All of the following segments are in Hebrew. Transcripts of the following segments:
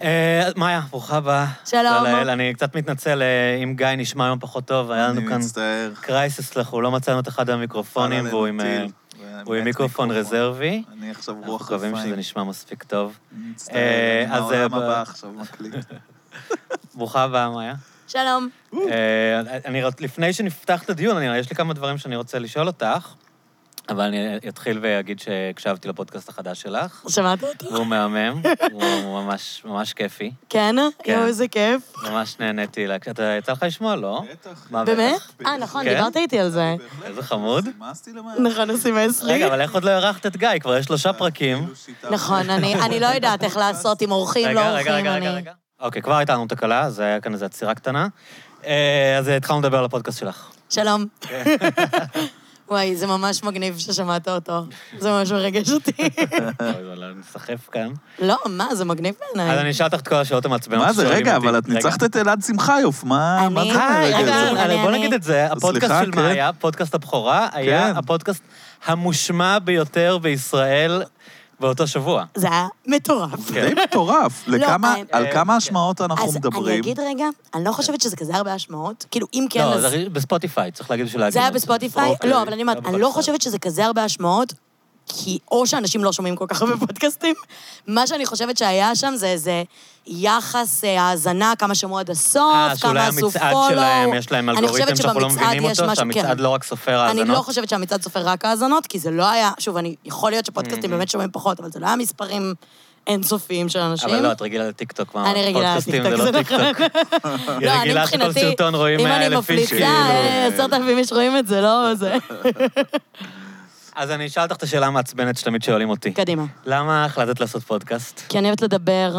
מאיה, ברוכה הבאה. שלום. אני קצת מתנצל אם גיא נשמע היום פחות טוב, היה לנו כאן קרייסס, אנחנו לא מצאנו את אחד המיקרופונים, והוא עם מיקרופון רזרבי. אני עכשיו רוח רפאים. אנחנו מקווים שזה נשמע מספיק טוב. מצטער, אני מהעולם הבא עכשיו מקליט. ברוכה הבאה, מאיה. שלום. לפני שנפתח את הדיון, יש לי כמה דברים שאני רוצה לשאול אותך, אבל אני אתחיל ואגיד שהקשבתי לפודקאסט החדש שלך. שמעת אותו? הוא מהמם, הוא ממש כיפי. כן? יואו, איזה כיף. ממש נהניתי. אתה יצא לך לשמוע, לא? בטח. באמת? נכון, דיברת איתי על זה. איזה חמוד. סימסתי למה? נכון, הוא סימס לי. רגע, אבל איך עוד לא ערכת את גיא? כבר יש 3 פרקים. נכון, אני לא יודעת איך לעשות עם אורחים, לא אורחים. רגע. אוקיי, כבר הייתה לנו תקלה, אז היה כאן איזו עצירה קטנה. אז התחלנו לדבר על הפודקאסט שלך. שלום. וואי, זה ממש מגניב ששמעת אותו. זה ממש מרגש אותי. אני נסחף כאן. לא, מה, זה מגניב בעיניי. אז אני אשאל אותך את כל השאלות המעצבנות. מה זה, רגע, אבל את ניצחת את אלעד שמחיוף, מה זה רגע? בוא נגיד את זה, הפודקאסט של מאיה, פודקאסט הבכורה, היה הפודקאסט המושמע ביותר בישראל באותו שבוע. זה היה מטורף. די מטורף. על כמה השמעות אנחנו מדברים? אז אני אגיד רגע, אני לא חושבת שזה כזה הרבה השמעות. כאילו, אם כן, לא, אז... זה בספוטיפיי, צריך להגיד בשביל להגיד. זה היה בספוטיפיי? לא, אבל אני אומרת, אני לא חושבת שזה כזה הרבה השמעות, כי או שאנשים לא שומעים כל כך הרבה פודקאסטים, מה שאני חושבת שהיה שם זה איזה יחס האזנה, כמה שמעו עד הסוף, כמה עשו פולו. שאולי המצעד שלהם, יש להם אלגוריתם שאנחנו לא מבינים אותו, שהמצעד לא רק סופר האזנות. אני לא חושבת שהמצעד סופר רק האזנות, כי זה לא היה, שוב, יכול להיות שפודקאסטים באמת שומעים פחות, אבל זה לא היה מספרים אינסופיים של אנשים. אבל לא, את רגילה לטיקטוק, מה? אני רגילה לטיקטוק, זה לא טיקטוק. היא רגילה שכל סרטון רואים 1,000 איש. אם אני מפליצה, 10,000 איש רואים את זה, לא זה. אז אני אשאל אותך את השאלה המעצבנת שתמיד שואלים אותי. קדימה. למה החלטת לעשות פודקאסט? כי אני אוהבת לדבר.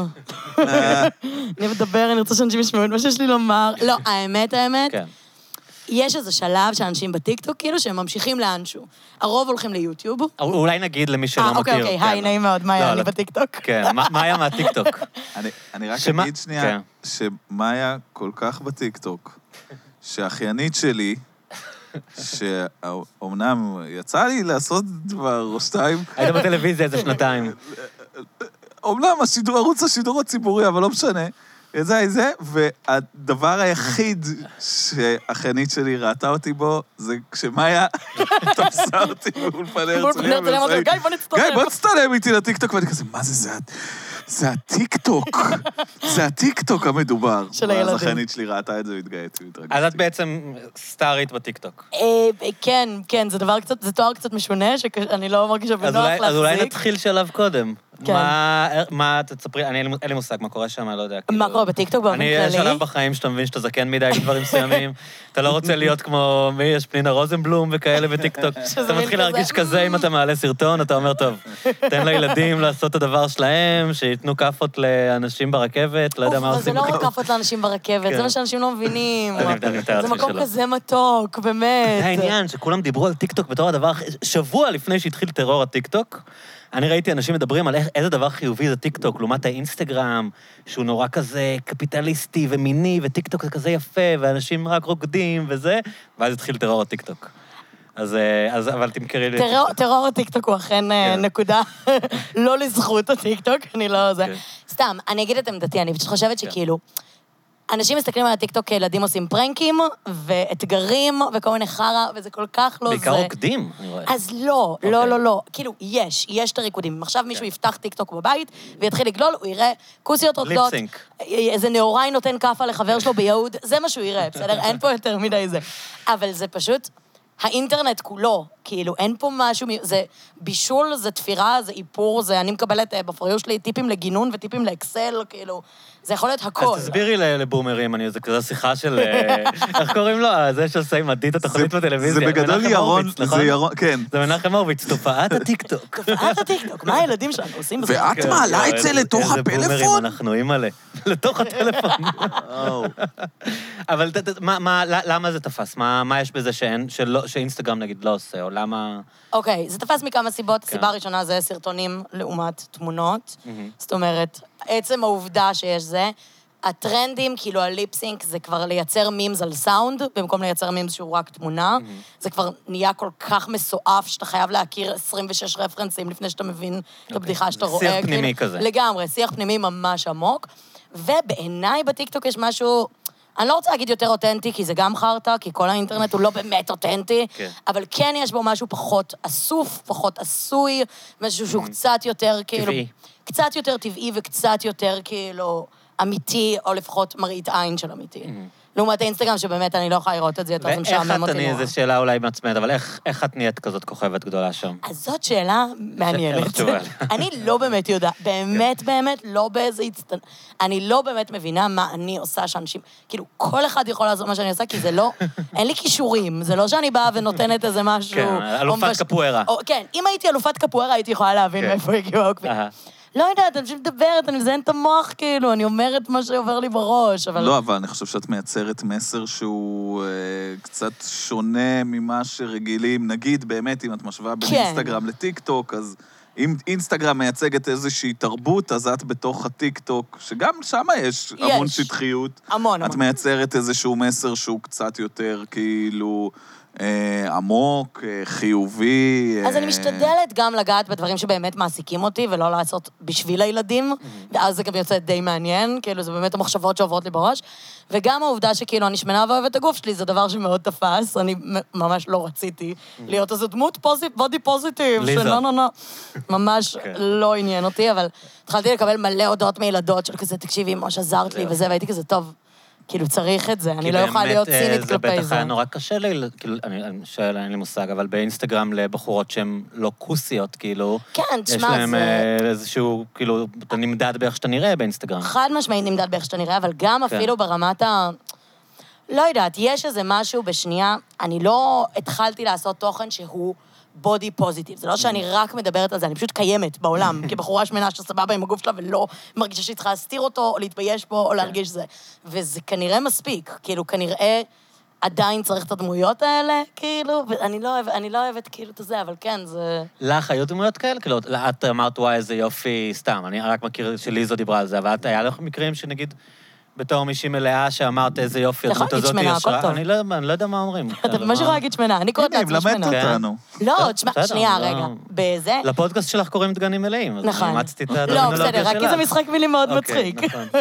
אני רוצה שאנשים ישמעו את מה שיש לי לומר. לא, האמת, כן. יש איזה שלב שאנשים בטיקטוק, כאילו שהם ממשיכים לאנשהו. הרוב הולכים ליוטיוב. אולי נגיד למי שלא מכיר. אוקיי, היי, נעים מאוד, מאיה, אני בטיקטוק. כן, מאיה מהטיקטוק. אני רק אגיד שנייה, שמאיה כל כך בטיקטוק, שאחיינית שלי, שאומנם יצא לי לעשות דבר או שתיים. היית בטלוויזיה איזה 2 אומנם ערוץ השידור הציבורי, אבל לא משנה. זה, והדבר היחיד שהאחיינית שלי ראתה אותי בו, זה כשמאיה תפסה אותי באולפני הרצליה. גיא, בוא תצטלם איתי לטיקטוק, ואני כזה, מה זה? זה הטיקטוק. זה הטיקטוק המדובר. של הילדים. אז האחיינית שלי ראתה את זה והתגאיתי והתרגשתי. אז את בעצם סטארית בטיקטוק. כן, זה תואר קצת משונה, שאני לא מרגישה בנוח להחזיק. אז אולי נתחיל שלב קודם. מה, תספרי, אין לי מושג מה קורה שם, אני לא יודע. מה קורה בטיקטוק באופן כללי? אני שלב בחיים שאתה מבין שאתה זקן מדי דברים מסוימים, אתה לא רוצה להיות כמו מי יש פנינה רוזנבלום וכאלה בטיקטוק. אתה מתחיל להרגיש כזה אם אתה מעלה סרטון, אתה אומר, טוב, תן לילדים לעשות את הדבר שלהם, שיתנו כאפות לאנשים ברכבת, לא יודע מה עושים. זה לא רק כאפות לאנשים ברכבת, זה מה שאנשים לא מבינים. זה מקום כזה מתוק, באמת. זה העניין שכולם דיברו על טיקטוק בתור הדבר, שבוע לפני שהתחיל טרור הטיקטוק, אני ראיתי אנשים מדברים על איזה דבר חיובי זה טיקטוק, לעומת האינסטגרם, שהוא נורא כזה קפיטליסטי ומיני, וטיקטוק זה כזה יפה, ואנשים רק רוקדים וזה, ואז התחיל טרור הטיקטוק. אבל תמכרי לי... טרור הטיקטוק הוא אכן נקודה לא לזכות הטיקטוק, אני לא זה. סתם, אני אגיד את עמדתי, אני פשוט חושבת שכאילו, אנשים מסתכלים על הטיקטוק כילדים עושים פרנקים, ואתגרים, וכל מיני חרא, וזה כל כך לא זה. בעיקר רוקדים, אני רואה. אז לא. כאילו, יש את הריקודים. אם עכשיו מישהו יפתח טיקטוק בבית, ויתחיל לגלול, הוא יראה כוסיות רוקדות, איזה נאוראי נותן כאפה לחבר שלו ביהוד, זה מה שהוא יראה, בסדר? אין פה יותר מדי זה. אבל זה פשוט... האינטרנט כולו, כאילו, אין פה משהו, זה בישול, זה תפירה, זה איפור, זה אני מקבלת בפריו שלי טיפים לגינון וטיפים לאקסל, כאילו, זה יכול להיות הכל. אז תסבירי לבומרים, זה כזה שיחה של, איך קוראים לו? זה שעושה עם עדית התוכנית בטלוויזיה. זה בגדול ירון, כן. זה מנחם הורוביץ, תופעת הטיקטוק. תופעת הטיקטוק, מה הילדים שלנו עושים בזה? ואת מעלה את זה לתוך הפלאפון? איזה בומרים אנחנו, אימא'לה, לתוך הטלפון. אבל למה זה תפס? מה יש בזה שאינסטגרם נגיד לא עושה, או למה... אוקיי, זה תפס מכמה סיבות. סיבה ראשונה זה סרטונים לעומת תמונות. זאת אומרת, עצם העובדה שיש זה, הטרנדים, כאילו הליפסינק, זה כבר לייצר מימס על סאונד, במקום לייצר מימס שהוא רק תמונה. זה כבר נהיה כל כך מסועף, שאתה חייב להכיר 26 רפרנסים לפני שאתה מבין את הבדיחה שאתה רואה. שיח פנימי כזה. לגמרי, שיח פנימי ממש עמוק. ובעיניי בטיקטוק יש משהו, אני לא רוצה להגיד יותר אותנטי, כי זה גם חרטא, כי כל האינטרנט הוא לא באמת אותנטי, אבל כן יש בו משהו פחות אסוף, פחות עשוי, משהו שהוא קצת יותר כאילו... טבעי. קצת יותר טבעי וקצת יותר כאילו אמיתי, או לפחות מראית עין של אמיתי. לעומת האינסטגרם, שבאמת אני לא יכולה לראות את זה יותר, זה משעמם אותי נורא. זו שאלה אולי מעצמנת, אבל איך את נהיית כזאת כוכבת גדולה שם? אז זאת שאלה מעניינת. אני לא באמת יודעת, באמת לא באיזה אני לא באמת מבינה מה אני עושה שאנשים, כאילו, כל אחד יכול לעשות מה שאני עושה, כי זה לא, אין לי כישורים, זה לא שאני באה ונותנת איזה משהו... כן, אלופת קפוארה. כן, אם הייתי אלופת קפוארה, הייתי יכולה להבין מאיפה הגיעו העוקבים. לא יודעת, אני פשוט מדברת, אני מזיינת את המוח, כאילו, אני אומרת מה שעובר לי בראש, אבל... לא, אבל אני חושב שאת מייצרת מסר שהוא קצת שונה ממה שרגילים. נגיד, באמת, אם את משווה בין אינסטגרם לטיקטוק, אז אם אינסטגרם מייצגת איזושהי תרבות, אז את בתוך הטיקטוק, שגם שם יש המון שטחיות. המון. את מייצרת איזשהו מסר שהוא קצת יותר, כאילו... עמוק, חיובי. אז אני משתדלת גם לגעת בדברים שבאמת מעסיקים אותי, ולא לעשות בשביל הילדים, ואז זה גם יוצא די מעניין, כאילו זה באמת המחשבות שעוברות לי בראש, וגם העובדה שכאילו אני שמנה ואוהבת את הגוף שלי, זה דבר שמאוד תפס, אני ממש לא רציתי להיות איזו דמות בודי פוזיטיב, שלא, ממש לא עניין אותי, אבל התחלתי לקבל מלא הודעות מילדות של כזה, תקשיבי, ממש עזרת לי וזה, והייתי כזה טוב. כאילו, צריך את זה, אני לא יכולה להיות צינית כלפי זה. זה בטח היה נורא קשה לי, כאילו, אני שואל, אין לי מושג, אבל באינסטגרם לבחורות שהן לא כוסיות, כאילו... כן, תשמע, יש להם איזשהו, כאילו, אתה נמדד באיך שאתה נראה באינסטגרם. חד משמעית נמדד באיך שאתה נראה, אבל גם אפילו ברמת ה... לא יודעת, יש איזה משהו בשנייה, אני לא התחלתי לעשות תוכן שהוא... בודי פוזיטיב. זה לא שאני רק מדברת על זה, אני פשוט קיימת בעולם, כבחורה שמנה שסבבה עם הגוף שלה ולא מרגישה שהיא צריכה להסתיר אותו, או להתבייש בו, או להרגיש זה. וזה כנראה מספיק, כאילו, כנראה עדיין צריך את הדמויות האלה, כאילו, ואני לא אוהבת כאילו את זה, אבל כן, זה... לך היו דמויות כאלה? כאילו, את אמרת, וואי, איזה יופי, סתם, אני רק מכיר שליזו דיברה על זה, אבל היה לך מקרים שנגיד... בתור מישהי מלאה שאמרת איזה יופי, הדמות הזאת היא השראה. אני לא יודע מה אומרים. אתה ממש יכולה להגיד שמנה, אני קוראת לעצמי שמנה. למדת אותנו. לא, תשמע, שנייה, רגע. בזה... לפודקאסט שלך קוראים דגנים מלאים, אז אני מצאתי את הטרמינולוגיה שלך. לא, בסדר, רק כי זה משחק מילים מאוד מצחיק.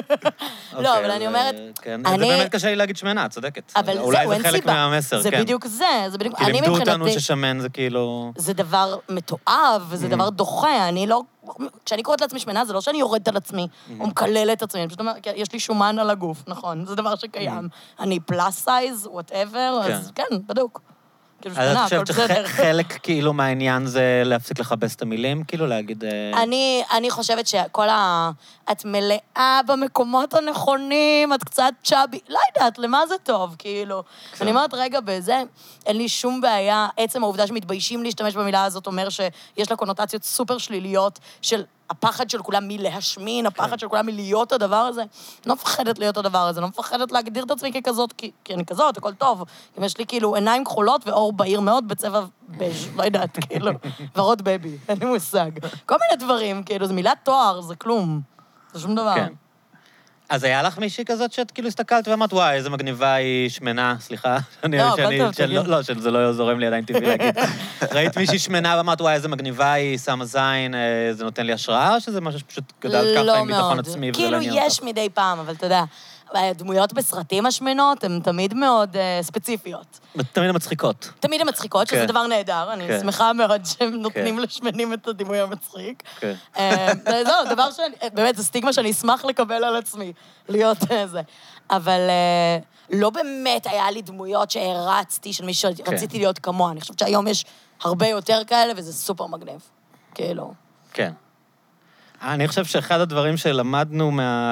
לא, אבל אני אומרת... זה באמת קשה לי להגיד שמנה, צודקת. אבל זהו, אין סיבה. זה בדיוק זה, זה בדיוק... כי לימדו אותנו ששמן זה כאילו... זה דבר מתועב, וזה דבר דוחה, אני לא... כשאני קוראת לעצמי שמנה, זה לא שאני יורדת על עצמי, או מקללת את עצמי, אני פשוט אומרת, יש לי שומן על הגוף, נכון, זה דבר שקיים. אני פלאס סייז, whatever, אז כן, בדיוק. אז את חושבת שחלק כאילו מהעניין זה להפסיק לחפש את המילים, כאילו להגיד... אני חושבת שכל את מלאה במקומות הנכונים, את קצת צ'אבי, לא יודעת, למה זה טוב, כאילו. אני אומרת, רגע, בזה, אין לי שום בעיה, עצם העובדה שמתביישים להשתמש במילה הזאת אומר שיש לה קונוטציות סופר שליליות של הפחד של כולם מלהשמין, הפחד של כולם מלהיות הדבר הזה. אני לא מפחדת להיות הדבר הזה, לא מפחדת להגדיר את עצמי ככזאת, כי אני כזאת, הכל טוב. אם יש לי כאילו עיניים כחולות ואור בהיר מאוד בצבע בז', לא יודעת, כאילו, ורוד בבי, אין לי מושג. כל מיני דברים, כאילו, זה מילת תואר, זה כלום. זה שום דבר. כן. אז היה לך מישהי כזאת שאת כאילו הסתכלת ואמרת, וואי, איזה מגניבה היא שמנה, סליחה. לא, שזה לא זורם לי עדיין טבעי להגיד. ראית מישהי שמנה ואמרת, וואי, איזה מגניבה היא, שמה זין, זה נותן לי השראה, או שזה משהו שפשוט גדל ככה עם ביטחון עצמי וזה לא עניין אותך? כאילו יש מדי פעם, אבל אתה יודע, הדמויות בסרטים השמנות הן תמיד מאוד ספציפיות. תמיד הן מצחיקות. תמיד הן מצחיקות, שזה דבר נהדר. אני שמחה מאוד שהם נותנים לשמנים את הדימוי המצחיק. זהו, דבר שאני, באמת, זה סטיגמה שאני אשמח לקבל על עצמי, להיות זה. אבל לא באמת היה לי דמויות שהרצתי, של מי שרציתי להיות כמוה. אני חושבת שהיום יש הרבה יותר כאלה, וזה סופר מגניב. כאילו. כן. אני חושב שאחד הדברים שלמדנו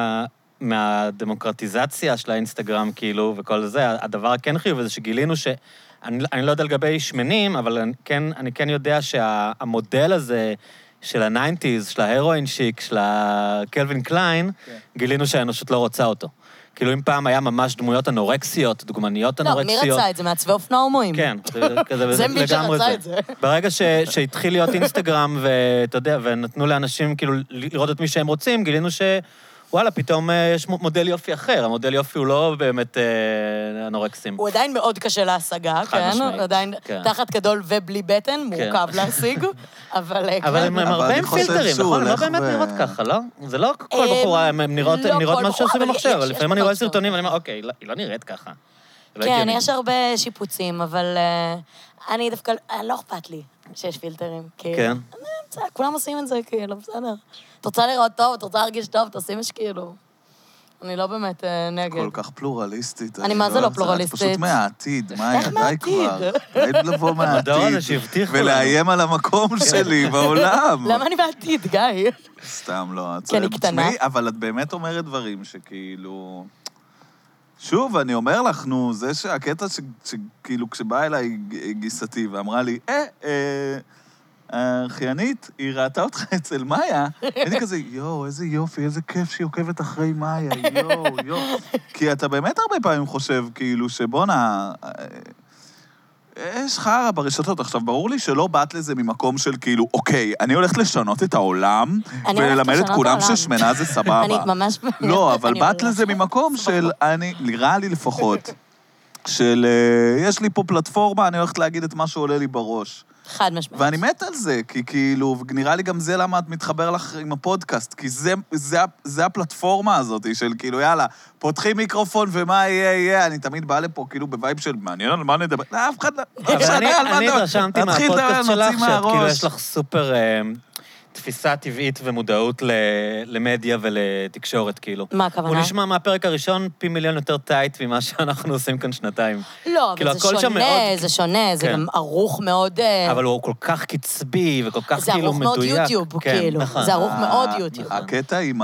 מהדמוקרטיזציה של האינסטגרם, כאילו, וכל זה, הדבר הכן חיובי זה שגילינו אני לא יודע לגבי שמנים, אבל אני כן יודע שהמודל הזה של ה-90s, של ההרואין שיק, של הקלווין קליין, גילינו שהאנושות לא רוצה אותו. כאילו, אם פעם היה ממש דמויות אנורקסיות, דוגמניות אנורקסיות... לא, מי רצה את זה? מעצבי אופנה הומואים. כן, זה מי שרצה את זה. ברגע שהתחיל להיות אינסטגרם, ואתה יודע, ונתנו לאנשים כאילו לראות את מי שהם רוצים, גילינו וואלה, פתאום יש מודל יופי אחר, המודל יופי הוא לא באמת אנורקסים. הוא עדיין מאוד קשה להשגה, כן? משמעית, עדיין כן. תחת גדול ובלי בטן, מורכב להשיג, אבל... אבל הם הרבה עם פילטרים, נכון? הם לא באמת נראות ככה, לא? זה לא כל בחורה, הם נראות מה שעושים במחשב, אבל לפעמים אני רואה סרטונים ואני אומר, אוקיי, היא לא נראית ככה. כן, יש הרבה שיפוצים, אבל אני דווקא, לא אכפת לי שיש פילטרים. כן. כולם עושים את זה, כאילו, בסדר. את רוצה לראות טוב, את רוצה להרגיש טוב, תעשי כאילו... אני לא באמת נגד. כל כך פלורליסטית. אני מה זה לא פלורליסטית? את פשוט מהעתיד, מאיה, איך די מהעתיד? כבר. די לבוא הדור הזה מהעתיד. שהבטיחו לנו. ולאיים על המקום שלי בעולם. למה אני בעתיד, גיא? סתם לא. כי אני קטנה. תשמעי, אבל את באמת אומרת דברים שכאילו... שוב, אני אומר לך, נו, זה שהקטע שכאילו כשבאה אליי גיסתי ואמרה לי, האחיינית, היא ראתה אותך אצל מאיה, הייתי כזה, יואו, איזה יופי, איזה כיף שהיא עוקבת אחרי מאיה, יואו. כי אתה באמת הרבה פעמים חושב, כאילו, שבונה, יש חרא ברשתות. עכשיו, ברור לי שלא באת לזה ממקום של כאילו, אוקיי, אני הולכת לשנות את העולם, וללמד את כולם ששמנה זה סבבה. אני ממש... לא, אבל באת לזה ממקום של, נראה לי לפחות, של, יש לי פה פלטפורמה, אני הולכת להגיד את מה שעולה לי בראש. חד משמעית. ואני מת על זה, כי כאילו, נראה לי גם זה למה את מתחבר לך עם הפודקאסט, כי זה הפלטפורמה הזאת של כאילו, יאללה, פותחים מיקרופון ומה יהיה, אני תמיד בא לפה כאילו בווייב של מעניין על מה נדבר, אף אחד לא... אבל אני התרשמתי מהפודקאסט שלך, שאת כאילו יש לך סופר תפיסה טבעית ומודעות למדיה ולתקשורת, כאילו. מה הכוונה? הוא נשמע מהפרק הראשון פי מיליון יותר טייט ממה שאנחנו עושים כאן שנתיים. לא, אבל זה שונה, זה גם ערוך מאוד... אבל הוא כל כך קצבי וכל כך כאילו מדויק. זה ערוך מאוד יוטיוב, כאילו. זה ערוך מאוד יוטיוב. הקטע עם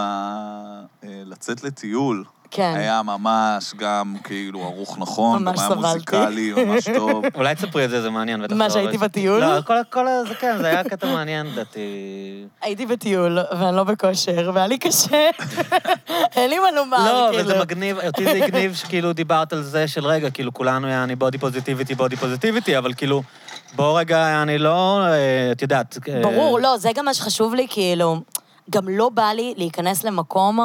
לצאת לטיול, היה ממש גם כאילו ערוך נכון, גם היה מוזיקלי, ממש טוב. אולי תספרי את זה, זה מעניין. מה, שהייתי בטיול? לא, כל זה כן, זה היה קטע מעניין, לדעתי. הייתי בטיול, ואני לא בכושר, והיה לי קשה. אין לי מה לומר, לא, כאילו. וזה מגניב, אותי זה הגניב שכאילו דיברת על זה של רגע, כאילו כולנו אני בודי פוזיטיביטי, אבל כאילו, בוא רגע, אני לא, את יודעת. ברור, לא, זה גם מה שחשוב לי, כאילו, גם לא בא לי להיכנס למקום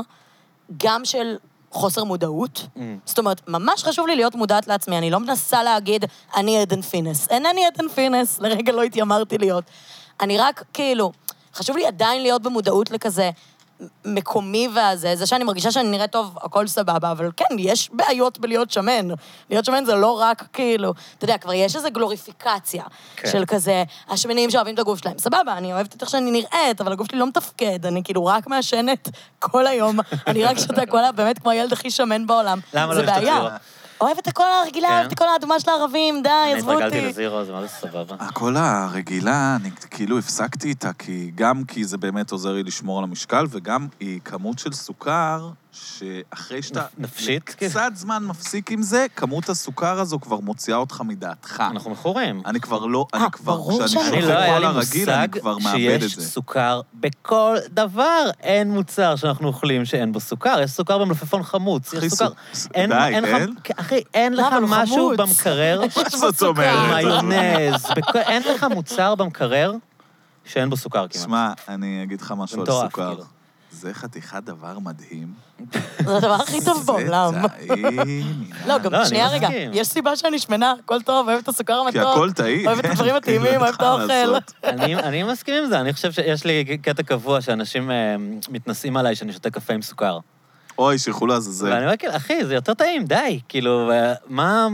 גם של חוסר מודעות. זאת אומרת, ממש חשוב לי להיות מודעת לעצמי, אני לא מנסה להגיד, אני עדן פינס. אינני עדן פינס, לרגע לא התיימרתי להיות. אני רק, כאילו, חשוב לי עדיין להיות במודעות לכזה מקומי והזה, זה שאני מרגישה שאני נראית טוב, הכל סבבה, אבל כן, יש בעיות בלהיות שמן. להיות שמן זה לא רק, כאילו, אתה יודע, כבר יש איזו גלוריפיקציה של כזה, השמנים שאוהבים את הגוף שלהם. סבבה, אני אוהבת את איך שאני נראית, אבל הגוף שלי לא מתפקד, אני כאילו רק מעשנת כל היום, אני רק שותה קולה, באמת כמו הילד הכי שמן בעולם. למה לא יש את הזירו? אוהבת את הקולה הרגילה, אוהבת את הקולה האדומה של הערבים, די, עזבו אותי. אני התרגלתי לזירו, זה מה זה סבבה. הקולה הרגילה, אני כאילו הפסקתי איתה, גם כי זה באמת עוזר לי לשמור על המשקל, וגם היא כמות של סוכר, שאחרי שאתה... נפשית? קצת זמן מפסיק עם זה, כמות הסוכר הזו כבר מוציאה אותך מדעתך. אנחנו מכורים. אני כבר לא, ברור שאני. אני לא היה לי מושג שיש סוכר בכל דבר. אין מוצר שאנחנו אוכלים שאין בו סוכר. יש סוכר במלפפון חמוץ. יש סוכר... די, כן? אחי, אין לך משהו במקרר... מה זאת אומרת? מיונז. אין לך מוצר במקרר שאין בו סוכר כמעט. שמע, אני אגיד לך משהו על סוכר. זה חתיכת דבר מדהים. זה הדבר הכי טוב בעולם. זה טעים. לא, גם שנייה רגע, יש סיבה שאני שמנה, הכל טוב, אוהבת את הסוכר המתוק. כי הכל טעים. אוהבת את הדברים הטעימים, אוהבת את האוכל. אני מסכים עם זה, אני חושב שיש לי קטע קבוע שאנשים מתנסים עליי שאני שותה קפה עם סוכר. אוי, שילכו לעזאזל. ואני אומר, כאילו, אחי, זה יותר טעים, די. כאילו, מה...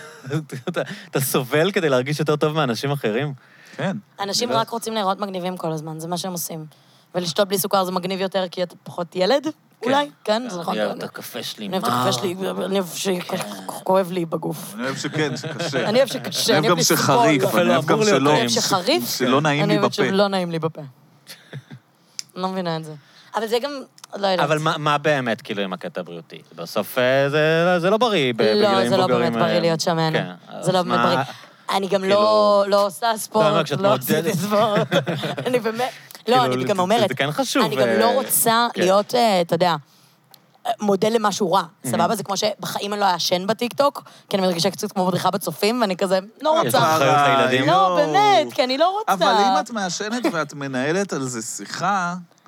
אתה סובל כדי להרגיש יותר טוב מאנשים אחרים? כן. אנשים רק רוצים להיראות מגניבים כל הזמן, זה מה שהם עושים. ולשתות בלי סוכר זה מגניב יותר, כי אתה פחות ילד, אולי? כן, זה נכון. אני אוהב את הקפה שלי, אני אוהב את הקפה שלי, אני אוהב שכואב לי בגוף. אני אוהב שכן, שקשה. אני אוהב שקשה, אני אוהב גם שחריף, אני אוהב גם שלא... אני אוהב שחריף. שלא נעים לי אני אוהבת בפה. שלא נעים לי בפה. אני לא מבינה את זה. אבל זה גם, לא יודעת. אבל מה באמת, כאילו, עם הקטע הבריאותי? בסוף זה לא בריא בגילאים בוגרים. לא, זה לא באמת בריא להיות שמן. זה לא באמת בריא. אני גם לא עושה ספורט, לא עשיתי ספורט. אני באמת... לא, אני גם אומרת, זה כן חשוב. אני גם לא רוצה להיות, אתה יודע, מודל למשהו רע. סבבה? זה כמו שבחיים אני לא אעשן בטיקטוק, כי אני מרגישה קצת כמו בדיחה בצופים, ואני כזה, לא רוצה. יש לך אחריות לילדים? לא, באמת, כי אני לא רוצה. אבל אם את מעשנת ואת מנהלת על זה שיחה...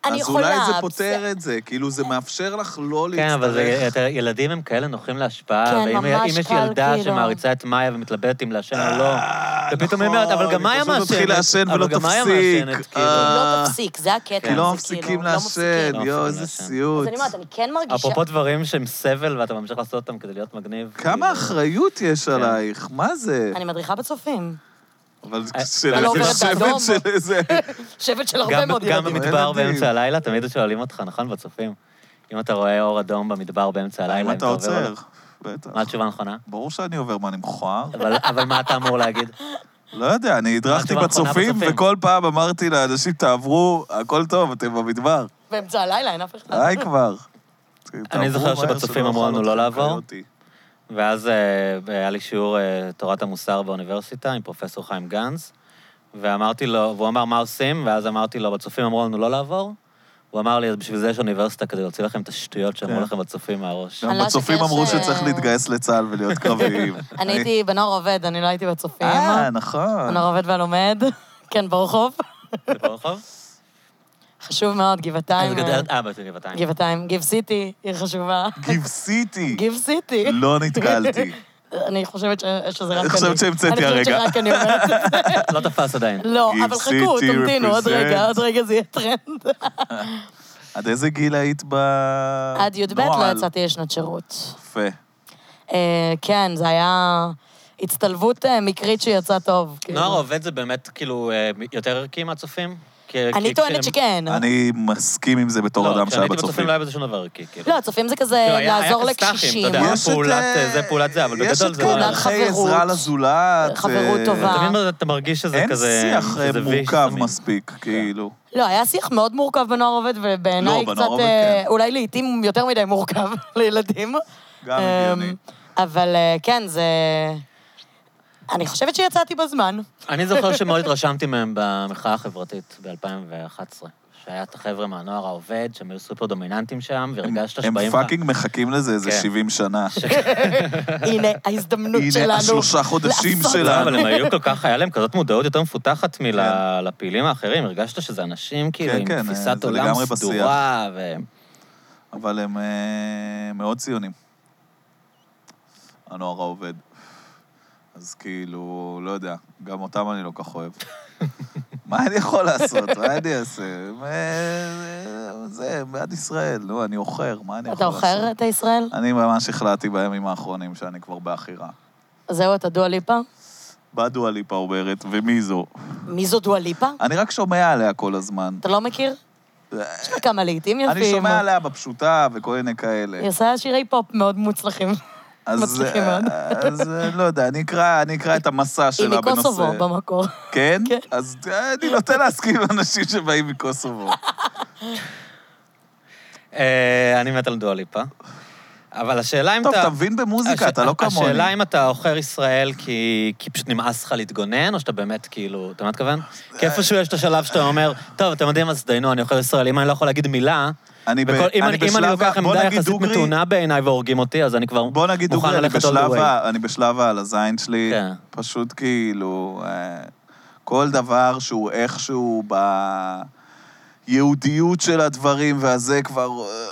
אני אז יכולה... אולי זה פותר את זה, כאילו זה מאפשר לך לא כן, אבל להצטרך. ילדים הם כאלה נוחים להשפעה, כן, ואם ממש יש קל, ילדה כאילו. שמעריצה את מאיה ומתלבטת אם לעשן או לא, ופתאום היא אומרת, אבל גם מאיה פשוט תתחיל לעשן מעשנת, ולא אבל גם מאיה תפסיק. מעשנת, כאילו. לא תפסיק, זה הקטע. כי לא זה מפסיקים כאילו, לא לעשן, מפסיקים. יואו, מפסיקים איזה לעשן. סיוט. אז אני אומרת, אני כן מרגישה... אפרופו דברים שהם סבל ואתה ממשיך לעשות אותם כדי להיות מגניב. כמה כאילו. אחריות יש עלייך, מה זה? אני מדריכה בצופים. אבל אני לא עוברת שבט באדום. של איזה... שבט של הרבה מאוד גם ילדים. במדבר ילדים. באמצע הלילה, תמיד שואלים אותך, נכון, בצופים? אם אתה רואה אור אדום במדבר באמצע הלילה, אם אתה עובר או לא? עוצר. בטח. מה התשובה הנכונה? ברור שאני עובר, מה, אני מכוער? אבל מה אתה אמור להגיד? לא יודע, אני הדרכתי התשובה הנכונה בצופים, בצופים? וכל פעם אמרתי לאנשים, תעברו, הכל טוב, אתם במדבר. באמצע הלילה, אין אף אחד. די כבר. אני זוכר תעברו מהר, שבצופים שלא אמרו לנו אוכל לא אתכם לעבור. קויוטי. ואז היה לי שיעור תורת המוסר באוניברסיטה עם פרופסור חיים גנץ, ואמרתי לו, והוא אמר, מה עושים? ואז אמרתי לו, בצופים אמרו לנו לא לעבור. הוא אמר לי, אז בשביל זה יש אוניברסיטה כדי להוציא לכם את השטויות שאמרו כן. לכם בצופים מהראש. גם אני לא בצופים אשקר אמרו ש- שצריך להתגייס לצה"ל ולהיות קרביים. אני הייתי בנוער עובד, אני לא הייתי בצופים. נכון. בנוער עובד והלומד. כן, ברחוב. זה ברחוב? חשוב מאוד, גבעתיים. אז גדלת, בגבעתיים. גבעתיים. גיב סיטי, עיר חשובה. גיב סיטי. גיב סיטי. לא נתקלתי. אני חושבת שזה רק אני. אני חושבת שהמצאתי הרגע. אני חושבת שרק אני אומרת את זה. לא תפס עדיין. לא, Give אבל חכו, City תמתינו, עוד רגע, represent. עוד רגע זה יהיה טרנד. עד איזה גיל היית בנוהל? עד י"ב לא יצאתי לשנת שירות. יפה. כן, זה היה הצטלבות מקרית שיצאה טוב. כאילו. נוער עובד זה באמת כאילו יותר ערכי מהצופים? אני טוענת שכן. אני מסכים עם זה בתור אדם שהיה כשהייתי בצופים בצופים. לא היה בזה שום דבר ערכי, כאילו. לא, הצופים זה כזה כאילו, היה לעזור כסת"חים, לקשישים. אתה יודע, יש את, פעולת זה, אבל יש בגדול את זה לא כאלה היה. ערכי חברות. עזרה לזולת. חברות טובה. תמיד אתה מרגיש שזה אין כזה... שיח שזה וי מורכב ששמים. מספיק, כאילו. לא, היה שיח מאוד מורכב בנוער עובד, ובעיניי לא, קצת, בנוער עובד, כן. אולי לעתים יותר מדי מורכב לילדים. גם הגיוני. אבל כן, זה... אני חושבת שיצאתי בזמן. אני זוכר שמאוד התרשמתי מהם במחאה החברתית ב-2011, שהיה את החבר'ה מהנוער העובד, שהם היו סופר דומיננטים שם, והרגשת הם שבאים... פאקינג מחכים לזה איזה כן. 70 שנה. הנה, ההזדמנות שלנו. הנה, 3 חודשים לעשות- שלנו. אבל הם היו כל כך, היה להם כזאת מודעות יותר מפותחת מלפעילים האחרים, הרגשת שזה אנשים כאילו כן, עם כן, תפיסת זה עולם לגמרי סדורה, ו... אבל הם מאוד ציונים. הנוער העובד. אז כאילו, לא יודע, גם אותם אני לא כך אוהב. מה אני יכול לעשות? מה אני אעשה? זה, בעד ישראל, לא, אני אוכר, מה אני יכול אתה לעשות? אוכר את הישראל? אני ממש החלטתי בימים האחרונים שאני כבר באחירה. זהו, אתה דואה ליפה? בדו הליפה אומרת, ומי זו? מי זו דואה ליפה? אני רק שומע עליה כל הזמן. אתה לא מכיר? יש לה כמה לעיתים יפים. אני שומע עליה בפשוטה וכל מיני כאלה. היא עושה שירי פופ מאוד מוצלחים. מצליחים מאוד. אז לא יודע, אני אקרא את המסע היא שלה בנושא. מקוסובו במקור. כן? כן. אז אני נוטה להסכים עם אנשים שבאים מקוסובו. אני מת על דואה ליפה. אבל השאלה אם טוב, אתה... אתה מבין במוזיקה, אתה לא כמוני. השאלה אם אתה עוכר ישראל כי פשוט נמאס לך להתגונן, או שאתה באמת כאילו... אתה מה מתכוון? כי איפשהו יש את השלב שאתה אומר, טוב, אתם יודעים, אז דיינו, אני עוכר ישראל, אם אני לא יכול להגיד מילה... אם אני לוקח עמדה יחסית מתונה בעיניי והורגים אותי, אז אני כבר בוא נגיד מוכן דוגרי, ללכת all the way. אני בשלב על הזין שלי, כן. פשוט כאילו, כל דבר שהוא איכשהו ביהודיות של הדברים, והזה כבר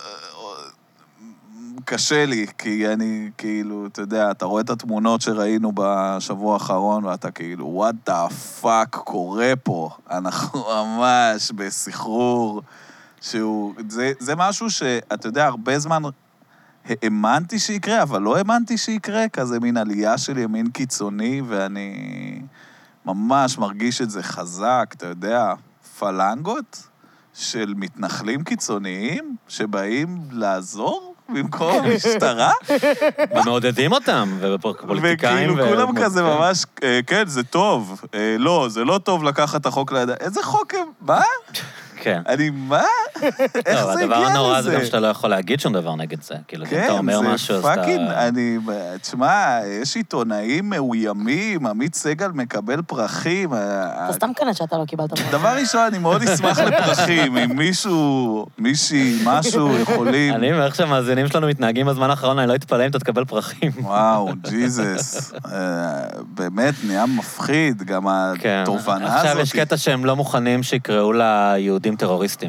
קשה לי, כי אני כאילו, אתה יודע, אתה רואה את התמונות שראינו בשבוע האחרון, ואתה כאילו, what the fuck קורה פה? אנחנו ממש בסחרור. זה משהו שאתה יודע, הרבה זמן האמנתי שיקרה, אבל לא האמנתי שיקרה, כזה מין עלייה של ימין קיצוני, ואני ממש מרגיש את זה חזק, אתה יודע, פלנגות של מתנחלים קיצוניים שבאים לעזור במקום המשטרה, ומעודדים אותם, ופוליטיקאים... וכאילו כולם כזה ממש, כן, זה טוב, לא, זה לא טוב לקחת את החוק לידיים, איזה חוק הם, מה? כן. אני, מה? איך לא, זה הדבר הגיע הנורא לזה? זה גם שאתה לא יכול להגיד שום דבר נגד זה. כאילו, אם כן, אתה אומר משהו, אז זה אתה... פאקינג, תשמע, יש עיתונאים מאוימים, עמית סגל מקבל פרחים. אתה סתם קנה שאתה לא קיבלת פרחים. דבר ראשון, אני מאוד אשמח לפרחים, אם מישהי, משהו, יכולים... אני אומר שהמאזינים שלנו מתנהגים בזמן האחרון, אני לא אתפלא אם אתה תקבל פרחים. וואו, ג'יזוס. באמת, נהיה מפחיד, גם כן. התובנה הזאת. עכשיו יש קטע שהם לא מוכנים שיקראו ליהודים טרוריסטים.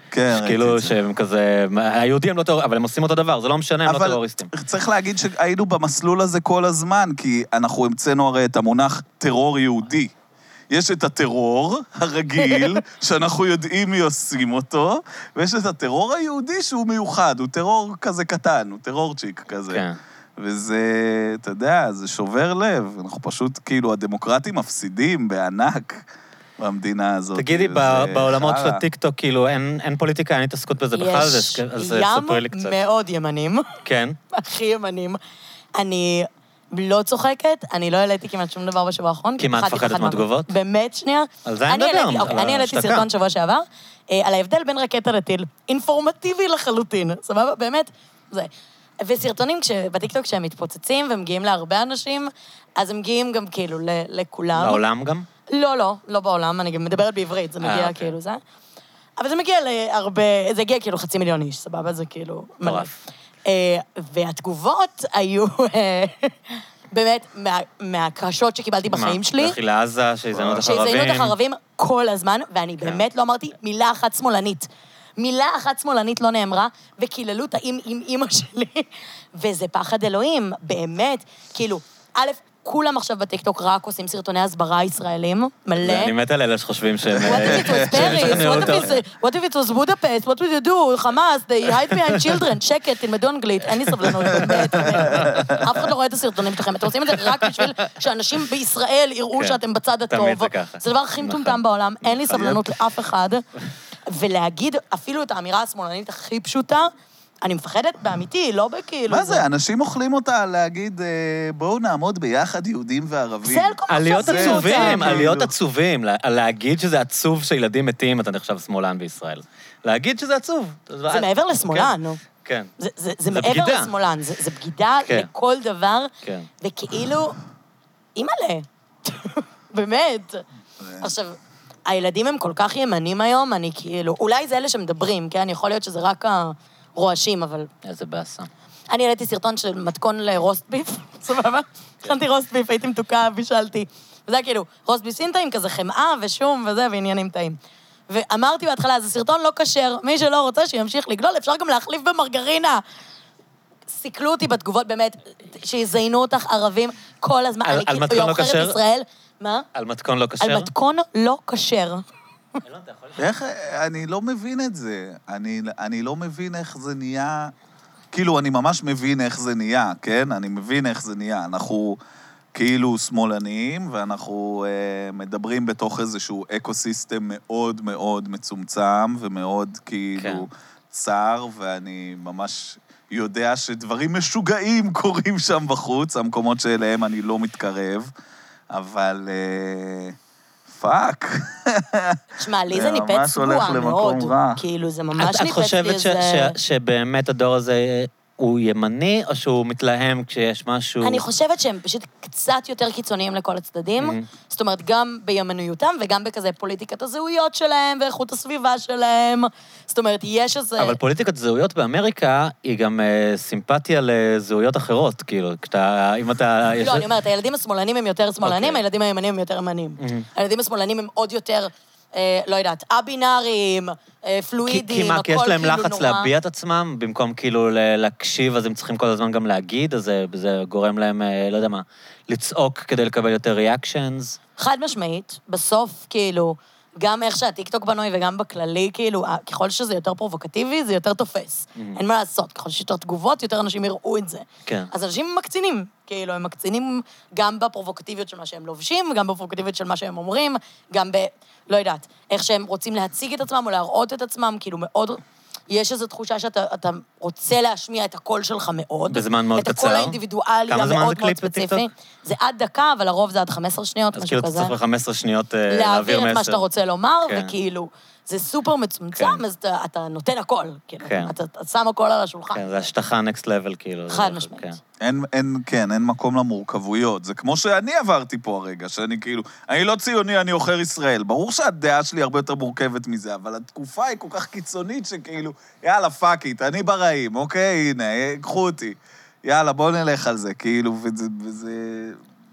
כן, ראיתי כאילו את זה. שהם כזה, היהודים לא טרוריסטים, אבל הם עושים אותו דבר, זה לא משנה, הם לא טרוריסטים. אבל צריך להגיד שהיינו במסלול הזה כל הזמן, כי אנחנו המצאנו הרי את המונח טרור יהודי. יש את הטרור הרגיל, שאנחנו יודעים מי עושים אותו, ויש את הטרור היהודי שהוא מיוחד, הוא טרור כזה קטן, הוא טרורצ'יק כזה. כן. וזה, אתה יודע, זה שובר לב. אנחנו פשוט, כאילו, הדמוקרטים מפסידים בענק במדינה הזאת. תגידי, בעולמות של הטיקטוק, כאילו, אין פוליטיקה, אין התעסקות בזה בכלל, אז ספרי לי קצת. יש ים מאוד ימנים. כן. הכי ימנים. אני לא צוחקת, אני לא העליתי כמעט שום דבר בשבוע האחרון. כמעט פחדת מהתגובות? באמת, שנייה. על זה אני מדבר, אני העליתי סרטון שבוע שעבר, על ההבדל בין רקטה לטיל. אינפורמטיבי לחלוטין, סבבה? באמת, זה. וסרטונים בטיקטוק כשהם מתפוצצים ומגיעים להרבה אנשים, אז הם מגיעים גם כאילו לכולם. לעולם גם? לא בעולם, אני גם מדברת בעברית, זה מגיע כאילו זה. אבל זה מגיע להרבה, זה הגיע כאילו 500,000 איש, סבבה? זה כאילו מלא. והתגובות היו באמת מהקרשות שקיבלתי בחיים שלי. לכי לעזה, שיזיינו את החרבים. שיזיינו את החרבים כל הזמן, ואני באמת לא אמרתי מילה אחת שמאלנית. מילה אחת שמאלנית לא נאמרה, וקיללו את אמא שלי, וזה פחד אלוהים, באמת. כאילו, א', כולם עכשיו בטיקטוק רק עושים סרטוני הסברה ישראלים, מלא. אני מת על אלה שחושבים שהם... What if it was Paris? What if it was Budapest? What would you do? חמאס, they hide behind children. שקט, תלמדו אנגלית, אין לי סבלנות. אף אחד לא רואה את הסרטונים שלכם. אתם עושים את זה רק בשביל שאנשים בישראל יראו שאתם בצד הטוב. תמיד זה ככה. זה דבר הכי מטומטם בעולם, אין לי סבלנות לאף אחד. ולהגיד אפילו את האמירה השמאלנית הכי פשוטה, אני מפחדת באמיתי, לא בכאילו... מה זה? אנשים אוכלים אותה להגיד, בואו נעמוד ביחד יהודים וערבים. זה על כל מה עליות שעושים עצובים, אותם. עליות עצובים. להגיד שזה עצוב שילדים מתים, אתה נחשב שמאלן בישראל. להגיד שזה עצוב. זה מעבר לשמאלן, נו. כן. זה מעבר לשמאלן, זה בגידה לכל דבר, וכאילו, אימא'לה. באמת. עכשיו, הילדים הם כל כך ימנים היום, אני כאילו, אולי זה אלה שמדברים, כן? יכול להיות שזה רק הרועשים, אבל... איזה באסה. אני העליתי סרטון של מתכון לרוסט ביף, סבבה? הכנתי רוסט ביף, הייתי מתוקה, בישלתי. וזה היה כאילו, רוסט ביף סינטאים, כזה חמאה ושום וזה, ועניינים טעים. ואמרתי בהתחלה, זה סרטון לא כשר, מי שלא רוצה שימשיך לגלול, אפשר גם להחליף במרגרינה. סיכלו אותי בתגובות, באמת, שיזיינו אותך ערבים כל הזמן. על מתכון לא כשר? מה? על מתכון לא כשר? על מתכון לא כשר. איך, אני לא מבין את זה. אני לא מבין איך זה נהיה... כאילו, אני ממש מבין איך זה נהיה, כן? אני מבין איך זה נהיה. אנחנו כאילו שמאלנים, ואנחנו מדברים בתוך איזשהו אקוסיסטם מאוד מאוד מצומצם, ומאוד כאילו צר, ואני ממש יודע שדברים משוגעים קורים שם בחוץ, המקומות שאליהם אני לא מתקרב, אבל... פאק. שמע, לי זה ניפץ סגועה מאוד. כאילו, זה ממש ניפץ לי איזה... את חושבת שבאמת הדור הזה הוא ימני, או שהוא מתלהם כשיש משהו... אני חושבת שהם פשוט קצת יותר קיצוניים לכל הצדדים. זאת אומרת, גם בימניותם וגם בכזה פוליטיקת הזהויות שלהם ואיכות הסביבה שלהם. זאת אומרת, יש איזה... אבל פוליטיקת זהויות באמריקה היא גם סימפתיה לזהויות אחרות, כאילו, אם אתה... לא, אני אומרת, הילדים השמאלנים הם יותר שמאלנים, הילדים הימנים הם יותר ימנים. הילדים השמאלנים הם עוד יותר... לא יודעת, א-בינאריים, פלואידים, כי מה, כי יש להם כאילו לחץ להביע את עצמם, במקום כאילו להקשיב, אז הם צריכים כל הזמן גם להגיד, אז זה גורם להם, לא יודע מה, לצעוק כדי לקבל יותר ריאקשנס. חד משמעית, בסוף כאילו, גם איך שהטיקטוק בנוי וגם בכללי, כאילו, ככל שזה יותר פרובוקטיבי, זה יותר תופס. אין מה לעשות, ככל שיותר תגובות, יותר אנשים יראו את זה. כן. אז אנשים מקצינים, כאילו, הם מקצינים גם בפרובוקטיביות של מה שהם לובשים, גם בפרובוקטיביות של מה שהם אומרים, גם לא יודעת, איך שהם רוצים להציג את עצמם או להראות את עצמם, כאילו מאוד... יש איזו תחושה שאתה רוצה להשמיע את הקול שלך מאוד. בזמן מאוד קצר. את הקול האינדיבידואלי המאוד מאוד ספציפי. זה עד דקה, אבל לרוב זה עד 15 שניות, משהו כזה. אז כאילו אתה צריך ב-15 שניות להעביר מסר. להעביר את מה שאתה רוצה לומר, וכאילו, זה סופר מצומצם, אז אתה נותן הכל. אתה שם הכל על השולחן. כן, זה השטחה next level, כאילו. חד משמעית. אין מקום למורכבויות. זה כמו שאני עברתי פה הרגע, שאני כאילו, אני לא ציוני, אני עוכר ישראל. ברור שהדעה שלי הרבה יותר מורכבת מזה, אבל התקופה היא כל כך קיצונית שכאילו, יאללה, פאקית, אני ברעים, אוקיי, הנה, קחו אותי. יאללה, בוא נלך על זה, כאילו, וזה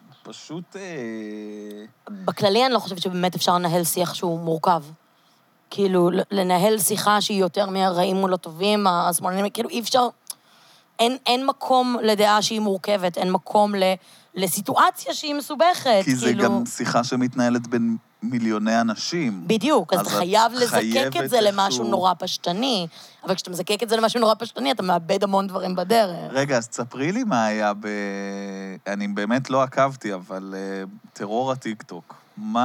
פשוט... בכללי אני לא חושבת שבאמת אפשר לנהל שיח שהוא מורכב. כאילו, לנהל שיחה שהיא יותר מהרעים מול הטובים, השמאלנים, כאילו, אי אפשר... אין מקום לדעה שהיא מורכבת, אין מקום לסיטואציה שהיא מסובכת. כי זה גם שיחה שמתנהלת בין מיליוני אנשים. בדיוק, אז אתה חייב לזקק את זה למשהו נורא פשטני, אבל כשאתה מזקק את זה למשהו נורא פשטני, אתה מאבד המון דברים בדרך. רגע, אז תספרי לי מה היה אני באמת לא עקבתי, אבל טרור הטיקטוק.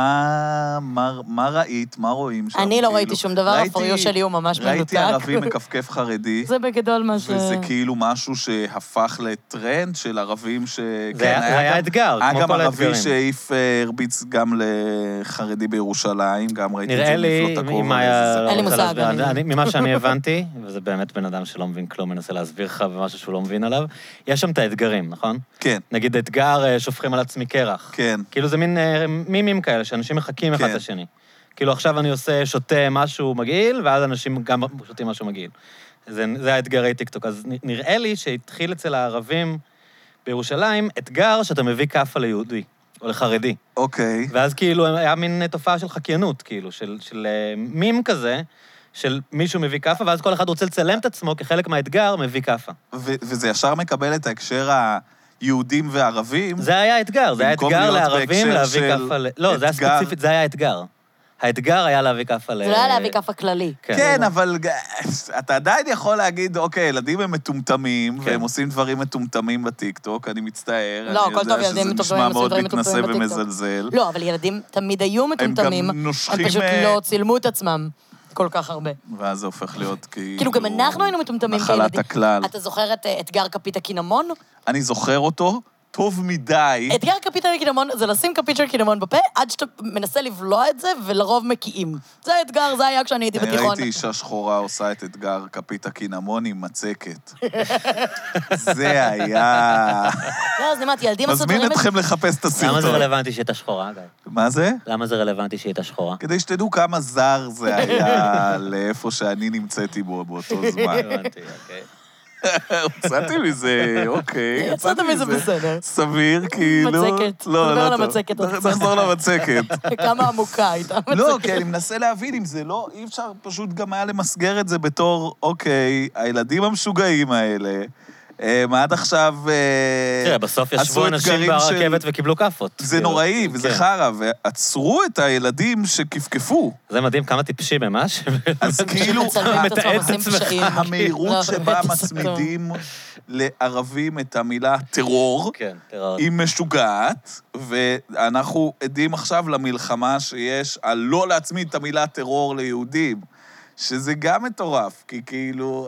מה ראית? מה רואים שם? אני לא ראיתי שום דבר, הפריו שלי הוא ממש מנותק. ראיתי ערבי מכפכף חרדי. זה בגדול מה וזה כאילו משהו שהפך לטרנד של ערבים זה היה אתגר, כמו כל האתגרים. היה גם ערבי שהעיף הרביץ גם לחרדי בירושלים, גם ראיתי את זה נראה לי, אין לי מושג. ממה שאני הבנתי, וזה באמת בן אדם שלא מבין כלום, מנסה להסביר לך במשהו שהוא לא מבין עליו, יש שם את האתגרים, נכון? כן. נגיד אתגר שופכים על עצמי קרח. כן. כאילו זה מין מימים כאלה, שאנשים מחכים אחד את השני. כאילו עכשיו אני שותה משהו מגעיל, ואז אנשים גם שותים משהו מגעיל. זה האתגרי טיקטוק. אז נראה לי שהתחיל אצל הערבים בירושלים אתגר שאתה מביא כאפה ליהודי, או לחרדי. אוקיי. ואז כאילו היה מין תופעה של חקיינות, כאילו, של מים כזה, של מישהו מביא כאפה, ואז כל אחד רוצה לצלם את עצמו כחלק מהאתגר, מביא כאפה. וזה ישר מקבל את ההקשר יהודים וערבים. זה היה אתגר, זה היה אתגר לערבים להביא כאפה לא, זה היה ספציפית, זה היה אתגר. האתגר היה להביא כאפה זה לא היה להביא כאפה כללי. כן, אבל אתה עדיין יכול להגיד, אוקיי, ילדים הם מטומטמים, והם עושים דברים מטומטמים בטיקטוק, אני מצטער. לא, כל טוב, ילדים מטומטמים עושים דברים מתנשא מטומטמים ומזלזל. לא, אבל ילדים תמיד היו מטומטמים, הם פשוט לא צילמו את עצמם. כל כך הרבה. ואז זה הופך להיות כאילו גם אנחנו היינו מטומטמים כילדים. נחלת הכלל. אתה זוכר את אתגר כפית הקינמון? אני זוכר אותו, טוב מדי. אתגר כפית הקינמון זה לשים כפית של קינמון בפה, עד שאתה מנסה לבלוע את זה, ולרוב מקיאים. זה האתגר, זה היה כשאני הייתי בתיכון. ראיתי אישה שחורה עושה את אתגר כפית הקינמון עם מצקת. זה היה... לא, אז נמד, ילדים עשו דברים... מזמין אתכם לחפש את הסרטון. למה זה רלוונטי שהייתה שחורה, אגב? מה זה? למה זה רלוונטי שהייתה שחורה? כדי שתדעו כמה זר זה היה לאיפה שאני נמצאתי בו באותו זמן. הבנתי, אוקיי. יצאתי מזה, אוקיי. יצאת מזה בסדר. סביר, כאילו... מצקת. נדבר על המצקת. נחזור למצקת. כמה עמוקה הייתה מצקת. לא, כי אני מנסה להבין אם זה לא... אי אפשר פשוט גם היה למסגר את זה בתור, אוקיי, הילדים המשוגעים האלה, עד עכשיו... תראה, בסוף ישבו אנשים ברכבת וקיבלו כאפות. זה נוראי, וזה חרא, ועצרו את הילדים שכפכפו. זה מדהים, כמה טיפשים הם, אז כאילו, מתעד את עצמך. המהירות שבה מצמידים לערבים את המילה טרור, היא משוגעת, ואנחנו עדים עכשיו למלחמה שיש על לא להצמיד את המילה טרור ליהודים, שזה גם מטורף, כי כאילו...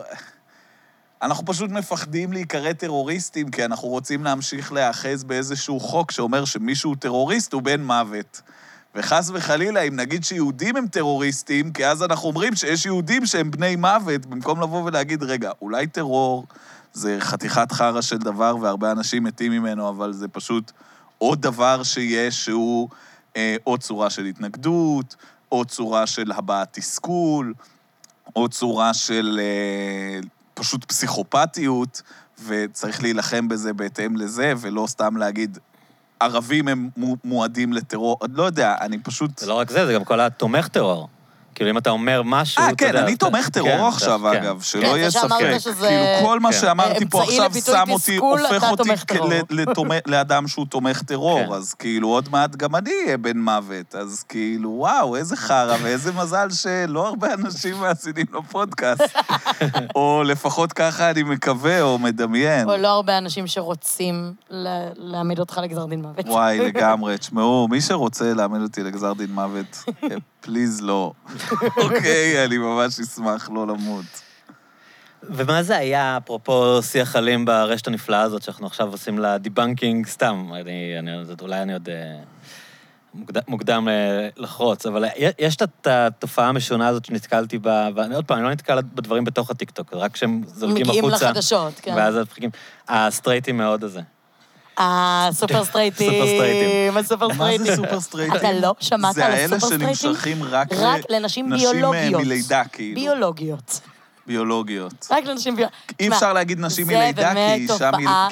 אנחנו פשוט מפחדים להיקרא טרוריסטים, כי אנחנו רוצים להמשיך להאחז באיזשהו חוק שאומר שמישהו טרוריסט הוא בן מוות. וחס וחלילה, אם נגיד שיהודים הם טרוריסטים, כי אז אנחנו אומרים שיש יהודים שהם בני מוות, במקום לבוא ולהגיד, רגע, אולי טרור זה חתיכת חרא של דבר, והרבה אנשים מתים ממנו, אבל זה פשוט עוד דבר שיש שהוא עוד צורה של התנגדות, עוד צורה של הבעת תסכול, עוד צורה של... פשוט פסיכופתיות, וצריך להילחם בזה בהתאם לזה, ולא סתם להגיד, ערבים הם מועדים לטרור. לא יודע, אני פשוט... זה לא רק זה, זה גם כל התומך טרור. כאילו, אם אתה אומר משהו... כן, אני תומך טרור עכשיו, אגב, שלא יהיה ספק. כאילו, כל מה שאמרתי פה עכשיו שם אותי, הופך אותי לאדם שהוא תומך טרור, אז כאילו, עוד מעט גם אני אהיה בן מוות, אז כאילו, וואו, איזה חרא, ואיזה מזל שלא הרבה אנשים מאזינים לפודקאסט. או לפחות ככה אני מקווה, או מדמיין. או לא הרבה אנשים שרוצים להעמיד אותך לגזר דין מוות. וואי, לגמרי, תשמעו, מי שרוצה להעמיד אותי לגזר דין מוות, פליז לא. אוקיי, אני ממש אשמח לא למות. ומה זה היה, אפרופו שיח אלים ברשת הנפלאה הזאת, שאנחנו עכשיו עושים לה דיבנקינג סתם, אולי אני עוד מוקדם לחרוץ, אבל יש את התופעה המשונה הזאת שנתקלתי בה, ועוד פעם, אני לא נתקל בדברים בתוך הטיקטוק, רק כשהם זולקים החוצה. מגיעים לחדשות, כן. ואז מחכים, הסטרייטים מאוד הזה. סופר סטרייטים. מה זה סופר סטרייטים? אתה לא שמעת על הסופר סטרייטים? זה האלה שנמשכים רק לנשים ביולוגיות. מלידה, כאילו. ביולוגיות. רק לנשים ביולוגיות. אי אפשר להגיד נשים מלידה, כי זה באמת תופעה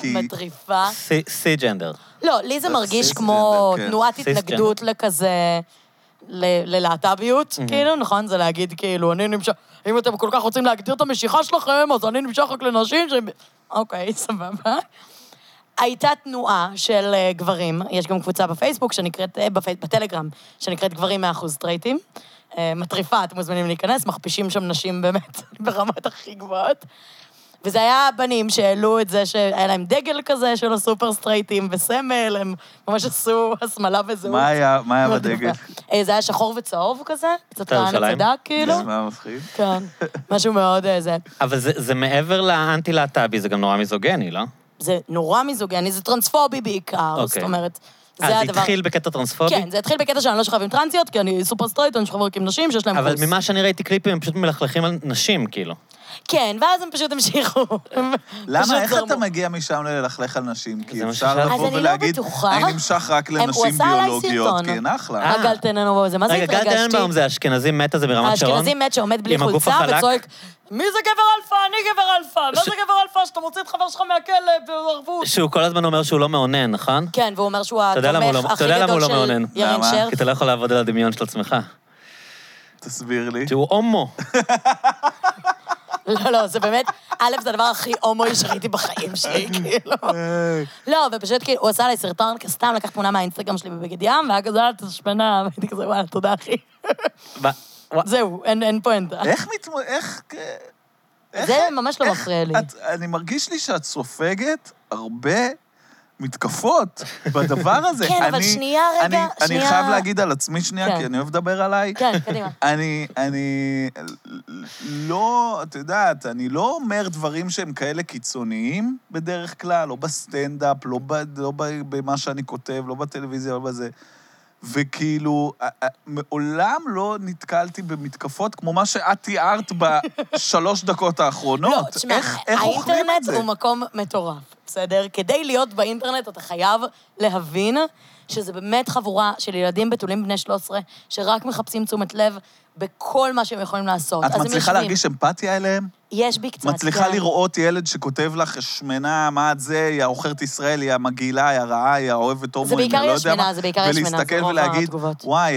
מטריפה. סי-ג'נדר. לא, לי זה מרגיש כמו תנועת התנגדות לכזה... ללהט"ביות, כאילו, נכון? זה להגיד, כאילו, אני נמשך, אם אתם כל כך רוצים להגדיר את המשיכה שלכם, אז אני נמשך רק לנשים ש... אוקיי, סבבה. הייתה תנועה של גברים, יש גם קבוצה בפייסבוק שנקראת, בטלגרם, שנקראת גברים 100% סטרייטים. מטריפה, אתם מוזמנים להיכנס, מכפישים שם נשים באמת ברמות הכי גבוהות. וזה היה בנים שהעלו את זה שהיה להם דגל כזה של הסופר סטרייטים וסמל, הם ממש עשו הסמלה וזהות. מה היה בדגל? זה היה שחור וצהוב כזה, קצת לצדק, כאילו. זה מה מפחיד? כן, משהו מאוד זה. אבל זה מעבר לאנטי-להט"בי, זה גם נורא מיזוגני, לא? זה נורא מיזוגני, זה טרנספובי בעיקר, זאת אומרת, זה הדבר. הדבר... זה התחיל בקטע טרנספובי? כן, זה התחיל בקטע שאני לא שוכב עם טרנסיות, כי אני סופר סטרייט, אני שוכב רק עם נשים שיש להם אבל קורס. ממה שאני ראיתי קליפים, הם פשוט מלכלכים על נשים, כאילו. כן, ואז הם פשוט המשיכו. למה? איך אתה מגיע משם ללכלך על נשים? כי אפשר אז לבוא אני לא ולהגיד, בטוחה. אני נמשך רק לנשים ביולוגיות, כן, אחלה. גל טננבאום, זה מה זה רגע, התרגשתי? גל טננבאום זה אשכנזי מת הזה ברמת שרון? האשכנזי מת שעומד בלי עם הגוף חולצה החלק? וצועק, מי זה גבר אלפא? אני גבר אלפא. מה זה גבר אלפא? שאתה מוציא את חבר שלך מהכלא בערבות. שהוא כל הזמן אומר שהוא לא מעונן, נכון? כן, והוא אומר שהוא אתה יודע למה הוא התומך לא- אתה הכי יודע למה הוא גדול לא של מעונן? ירין למה? שרף. כי אתה לא יכול לעבוד על הדמיון של עצמך. תסביר לי. שהוא הומו. לא, זה באמת, א', זה הדבר הכי הומואי שראיתי בחיים שלי, כאילו. לא, ופשוט כאילו, הוא עשה לי סרטון, סתם לקח תמונה מהאינסטגרם שלי בבגד ים, והיה כזה, אתה שמנה, והייתי כזה, וואלה, תודה, אחי. זהו, אין פואנטה. איך... זה ממש לא מפריע לי. אני מרגיש לי שאת סופגת הרבה מתקפות בדבר הזה. כן, אבל שנייה, רגע, אני שנייה. חייב להגיד על עצמי שנייה, כן. כי אני אוהב לדבר עליי. כן, קדימה. אני לא, את יודעת, אני לא אומר דברים שהם כאלה קיצוניים בדרך כלל, לא בסטנדאפ, לא במה שאני כותב, לא בטלוויזיה, לא בזה. וכאילו, מעולם לא נתקלתי במתקפות כמו מה שאת תיארת בשלוש דקות האחרונות. לא, תשמע, איך אוכלים את האינטרנט זה? הוא מקום מטורף, בסדר? כדי להיות באינטרנט אתה חייב להבין שזה באמת חבורה של ילדים בתולים בני 13, שרק מחפשים תשומת לב בכל מה שהם יכולים לעשות. את מצליחה להרגיש אמפתיה אליהם? יש בי קצת, מצליחה לראות ילד שכותב לך שמנה, מה את זה, יא עוכרת ישראל, יא מגעילה, יא רעה, יא אוהבת הומואים, זה בעיקר לא יש יודע מה. שמנה, זה בעיקר יש שמנה, זה ולהסתכל רוב ולהגיד, התגובות. וואי,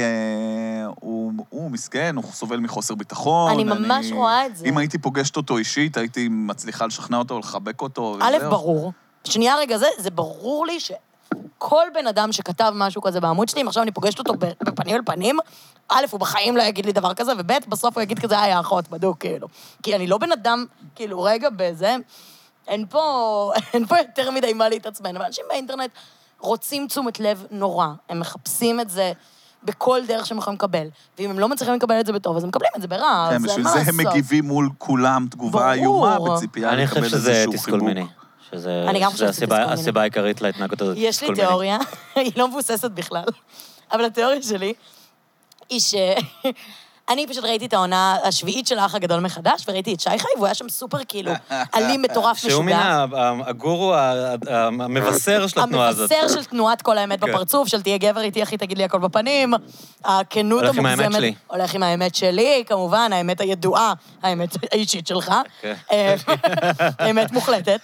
הוא מסכן, הוא סובל מחוסר ביטחון. אני ממש רואה את זה. אם הייתי פוגשת אותו אישית, הייתי מצליחה לשכנע אותו, לחבק אותו. א', וזהו. ברור. שנייה רגע, זה ברור לי שכל בן אדם שכתב משהו כזה בעמוד שלי, אם עכשיו אני פוגשת אותו בפנים אל פנים, א', הוא בחיים לא יגיד לי דבר כזה, וב', בסוף הוא יגיד כזה, היה אחות, בדוק, כאילו. כי אני לא בן אדם, כאילו, רגע, בזה, אין פה יותר מדי מה להתעצבן, אבל אנשים באינטרנט רוצים תשומת לב נורא, הם מחפשים את זה בכל דרך שהם יכולים לקבל, ואם הם לא מצליחים לקבל את זה בטוב, אז הם מקבלים את זה ברע, כן, אז בשביל מה זה לעשות? הם מגיבים מול כולם תגובה איומה, בציפייה אני לקבל חושב שזה איזשהו תסכול חיבוק. מיני. אני גם חושבת שזה תסכול מיני. הסיבה העיקרית להתנהגות הזאת. יש לי תסכול מיני. תיאוריה, היא לא מבוססת בכלל, אבל התיאוריה שלי היא אני פשוט ראיתי את העונה השביעית של האח הגדול מחדש, וראיתי את שי חי, והוא היה שם סופר כאילו אלים מטורף משוגע. שהוא מן הגורו המבשר של התנועה הזאת. המבשר של תנועת כל האמת בפרצוף, של תהיה גבר איתי, אחי, תגיד לי הכל בפנים. הכנות הולך עם האמת המוגזמת. שלי. הולך עם האמת שלי, כמובן, האמת הידועה, האמת האישית שלך. האמת מוחלטת.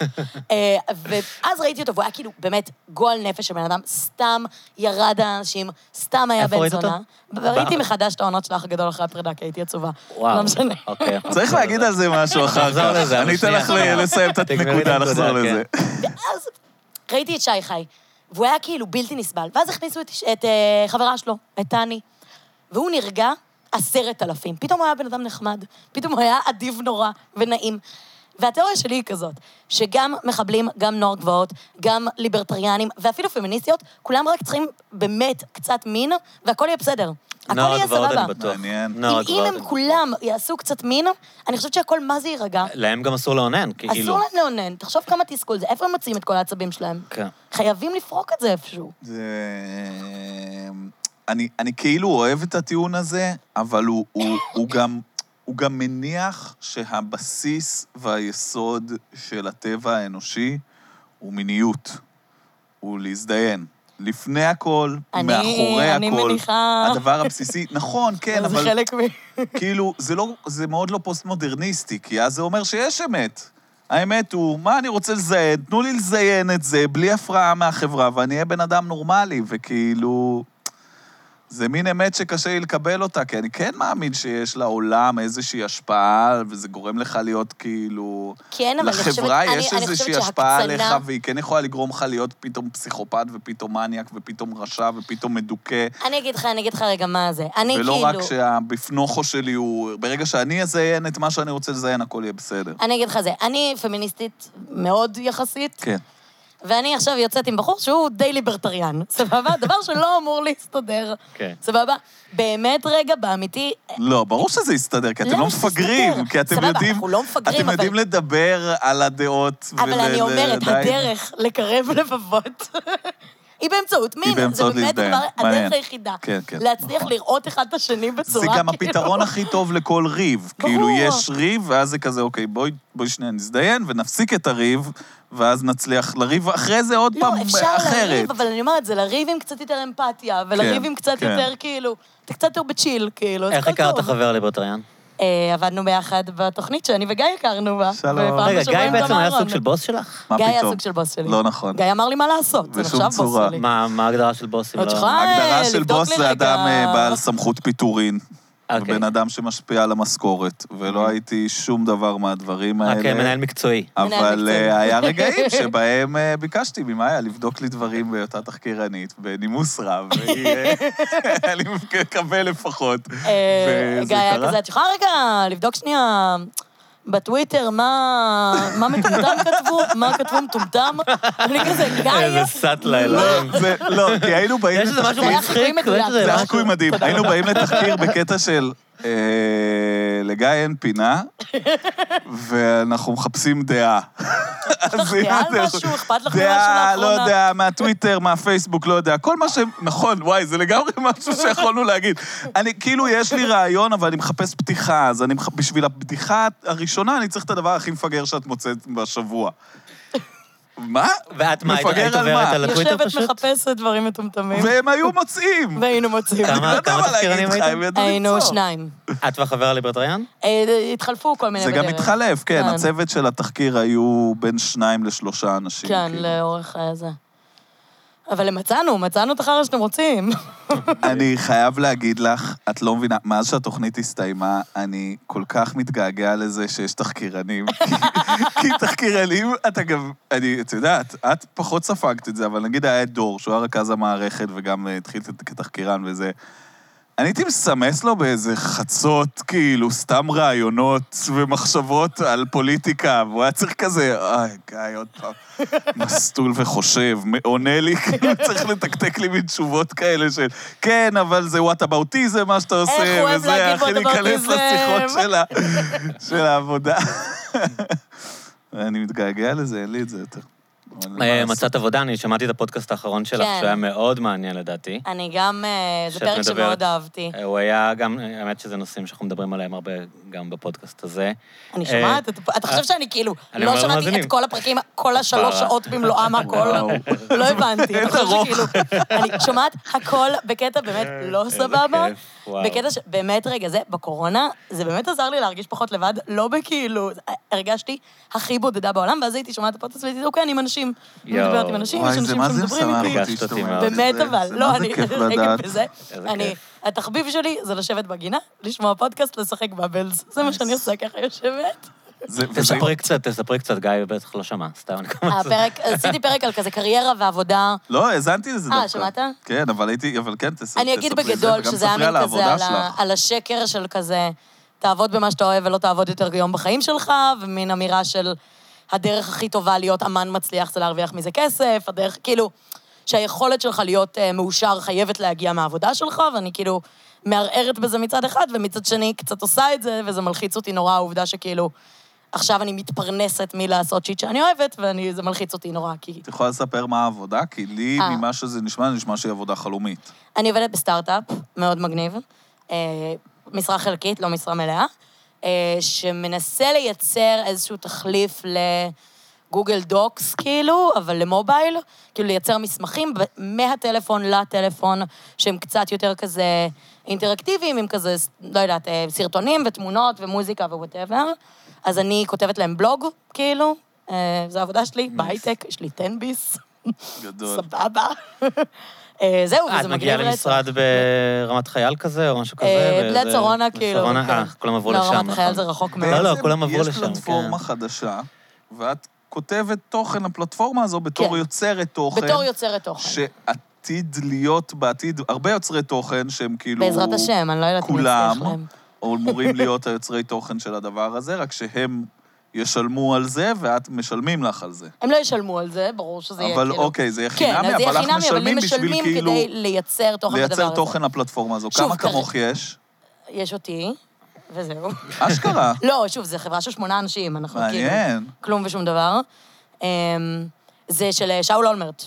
ואז ראיתי אותו, והוא היה כאילו באמת גועל נפש של בן אדם, סתם ירד האנשים, סתם היה איפה בן ראית אותו? זונה. ראיתי מחדש את העונות של האח הגדול אחרי הפרידה, כי הייתי עצובה. וואו. לא משנה. אוקיי. צריך להגיד על זה משהו אחר נחזור כך. לזה, אבל אני אתן לך שנייה. לסיים את תגמרי את הנקודה, הנקודה, לחזור כן. לזה. ואז ראיתי את שי חי, והוא היה כאילו בלתי נסבל, ואז הכניסו את חברה שלו, את טני, והוא נרגע 10,000. פתאום הוא היה בן אדם נחמד, פתאום הוא היה אדיב נורא ונעים. והתיאוריה שלי היא כזאת, שגם מחבלים, גם נוער גבעות, גם ליברטריאנים, ואפילו פמיניסטיות, כולם רק צריכים באמת קצת מין, והכל יהיה בסדר. הכל נוער יהיה גבעות סבבה. אני בטוח. מעניין. נוער אם גבעות הם אני כולם יעשו קצת מין, אני חושבת שהכל מה זה יירגע. להם גם אסור לאונן, כאילו. אסור להם לאונן, תחשוב כמה תסכול זה, איפה הם מוצאים את כל העצבים שלהם? כן. חייבים לפרוק את זה איפשהו. אני כאילו אוהב את הטיעון הזה, אבל הוא גם מניח שהבסיס והיסוד של הטבע האנושי הוא מיניות, הוא להזדיין. לפני הכל, מאחורי אני הכל, מניחה. הדבר הבסיסי, נכון, כן, זה אבל חלק כאילו, זה מאוד לא פוסט-מודרניסטי, כי אז זה אומר שיש אמת. האמת הוא, מה אני רוצה לזיין? תנו לי לזיין את זה בלי הפרעה מהחברה, ואני אהיה בן אדם נורמלי, וכאילו... זה מין אמת שקשה לי לקבל אותה, כי אני כן מאמין שיש לעולם איזושהי השפעה, וזה גורם לך להיות כאילו... כן, אבל לחברה יש איזושהי השפעה עליך, והיא כן יכולה לגרום לך להיות פתאום פסיכופת, ופתאום מניאק, ופתאום רשע, ופתאום מדוכא. אני אגיד לך רגע מה זה. אני כאילו... ולא רק שהבפנוכו שלי הוא... ברגע שאני אזיין את מה שאני רוצה לזיין, הכל יהיה בסדר. אני אגיד לך זה. אני פמיניסטית מאוד יחסית. כן. ואני עכשיו יוצאת עם בחור שהוא די ליברטריאן, סבבה? דבר שלא אמור להסתדר. כן. סבבה? באמת רגע, באמיתי... לא, ברור שזה יסתדר, כי אתם לא מפגרים, כי אתם יודעים... סבבה, אנחנו לא מפגרים, אתם יודעים לדבר על הדעות. אבל אני אומרת, הדרך לקרב לבבות, היא באמצעות מין. זה באמת הדרך היחידה. להצליח לראות אחד את השני בצורה... זה גם הפתרון הכי טוב לכל ריב. כאילו, יש ריב, ואז זה כזה, אוקיי, בואי שנייה נזדיין, ונפסיק את הריב, ואז נצליח לריב, אחרי זה עוד פעם אחרת. לא, אפשר לריב, אבל אני אומרת, זה לריב עם קצת יותר אמפתיה, ולריב עם קצת יותר, כאילו, אתה קצת יותר בצ'יל, כאילו. איך הכרת חבר ליברטריאן? עבדנו ביחד בתוכנית שאני וגיא הכרנו בה. שלום. רגע, גיא בעצם היה סוג של בוס שלך? מה גיא פתאום? היה סוג של בוס שלי. לא נכון. גיא אמר לי מה לעשות, זה נחשב בוס שלי. מה ההגדרה של בוסים? ההגדרה של בוס זה אדם בעל סמכות פיטורין. ובן אדם שמשפיע על המשכורת, ולא הייתי שום דבר מהדברים האלה. רק מנהל מקצועי. אבל היה רגעים שבהם ביקשתי ממאיה לבדוק לי דברים בהיותה תחקירנית, בנימוס רב, אני מקבל לפחות. גיא היה כזה, את יכולה רגע לבדוק שנייה בטוויטר מה מטומטם כתבו, מה כתבו מטומטם, אני כזה, גיא... איזה סאטלה אלוהים. לא, כי היינו באים... יש איזה משהו מצחיק. זה היה חיקוי מדהים. היינו באים לתחקיר בקטע של... לגיא אין פינה, ואנחנו מחפשים דעה. דעה על משהו, אכפת לך משהו דעה, לא לאחרונה. יודע, מהטוויטר, מהפייסבוק, לא יודע, כל מה ש... נכון, וואי, זה לגמרי משהו שיכולנו להגיד. אני, כאילו, יש לי רעיון, אבל אני מחפש פתיחה, אז בשביל הפתיחה הראשונה, אני צריך את הדבר הכי מפגר שאת מוצאת בשבוע. מה? ואת מה, היית עוברת על הטוויטר פשוט? יושבת מחפשת דברים מטומטמים. והם היו מוצאים. והיינו מוצאים. כמה תחקירנים הייתם? היינו 2. את והחבר הליברטריאן? התחלפו כל מיני זה בדרך. גם התחלף, כן. הצוות של התחקיר היו בין 2 ל3 אנשים. כן, לאורך זה. אבל מצאנו את החרא שאתם רוצים. אני חייב להגיד לך, את לא מבינה, מאז שהתוכנית הסתיימה, אני כל כך מתגעגע לזה שיש תחקירנים. כי תחקירנים, אתה גם, את יודעת, את פחות ספגת את זה, אבל נגיד היה את דור, שהוא היה רכז המערכת וגם התחיל כתחקירן וזה. אני הייתי מסמס לו באיזה חצות, כאילו, סתם רעיונות ומחשבות על פוליטיקה, והוא היה צריך כזה, גיא, עוד פעם, מסטול וחושב, עונה לי, כאילו, צריך לתקתק לי מתשובות כאלה של, כן, אבל זה וואטאבאוטיזם, מה שאתה עושה, איך הוא אוהב להגיד הכי להיכנס וואטאבאוטיזם. לשיחות של העבודה. אני מתגעגע לזה, אין לי את זה יותר. מצאת עבודה, אני שמעתי את הפודקאסט האחרון שלך, שהיה מאוד מעניין לדעתי. אני גם, זה פרק שמאוד אהבתי. הוא היה גם, האמת שזה נושאים שאנחנו מדברים עליהם הרבה גם בפודקאסט הזה. אני שומעת, אתה חושב שאני כאילו, לא שמעתי את כל הפרקים, כל 3 שעות במלואם הכל, לא הבנתי. אתה חושב שכאילו, אני שומעת הכל בקטע באמת לא סבבה, בקטע שבאמת רגע, זה בקורונה, זה באמת עזר לי להרגיש פחות לבד, לא בכאילו, הרגשתי הכי בודדה בעולם, ואז הייתי שומעת את הפודקאסט והייתי, אוקיי, אני עם אנשים, אני מדברת עם אנשים, יש אנשים שמדברים איתי. באמת אבל, לא, אני רגע בזה. התחביב שלי זה לשבת בגינה, לשמוע פודקאסט, לשחק בבלס. זה מה שאני עושה ככה יושבת. תספרי קצת, גיא בטח לא שמע, סתם. עשיתי פרק על כזה קריירה ועבודה. לא, האזנתי לזה דווקא. שמעת? כן, אבל כן, תספרי. אני אגיד בגדול שזה היה מין כזה על השקר של כזה, תעבוד במה שאתה אוהב ולא תעבוד יותר יום בחיים שלך, ומין אמירה של הדרך הכי טובה להיות אמן מצליח זה להרוויח מזה כסף, הדרך, כאילו, שהיכולת שלך להיות מאושר חייבת להגיע מהעבודה שלך, ואני כאילו מערערת בזה מצד אחד, ומצד שני קצת עושה את זה, וזה מלחיץ אותי נורא העובדה שכאילו, עכשיו אני מתפרנסת מלעשות שיט שאני אוהבת, וזה מלחיץ אותי נורא, כי... את יכולה לספר מה העבודה? כי לי, ממה שזה נשמע שהיא עבודה חלומית. אני עובדת בסטארט-אפ, מאוד מגניב, משרה חלקית, לא משרה מלאה, שמנסה לייצר איזשהו תחליף גוגל דוקס, כאילו, אבל למובייל, כאילו לייצר מסמכים מהטלפון לטלפון, שהם קצת יותר כזה אינטראקטיביים, עם כזה, לא יודעת, סרטונים ותמונות ומוזיקה ווואטאבר. אז אני כותבת להם בלוג, כאילו, זו העבודה שלי, בהייטק, יש לי 10 ביס. גדול. סבבה. זהו, וזה את מגניב מגיעה רצח. למשרד ברמת חייל כזה, או משהו כזה? בלד שרונה, כאילו. שרונה, כולם עברו לשם. לא, רמת חייל זה רחוק מאוד. לא, כולם עברו לשם, יש פלטפורמה חדשה, ואת כותבת תוכן לפלטפורמה הזו בתור יוצרת תוכן. בתור יוצרת תוכן. שעתיד להיות בעתיד, הרבה יוצרי תוכן שהם כאילו... בעזרת השם, אני לא יודעת אם כולם, יצליח להם. אמורים להיות היוצרי תוכן של הדבר הזה, רק שהם ישלמו על זה, ואת משלמים לך על זה. הם לא ישלמו על זה, ברור שזה יהיה אבל כאילו... אוקיי, זה יהיה כן, חינמי, אז זה אבל יהיה אנחנו חינמי, אבל משלמים הם בשביל משלמים כאילו... כדי לייצר תוכן בדבר הזה. לייצר תוכן לפלטפורמה הזו. שוב, כמה כמוך יש? יש אותי, וזהו. אשכרה. לא, שוב, זו חברה של 8 אנשים, אנחנו כאילו... מעניין. כלום ושום דבר. זה של שאול אולמרט.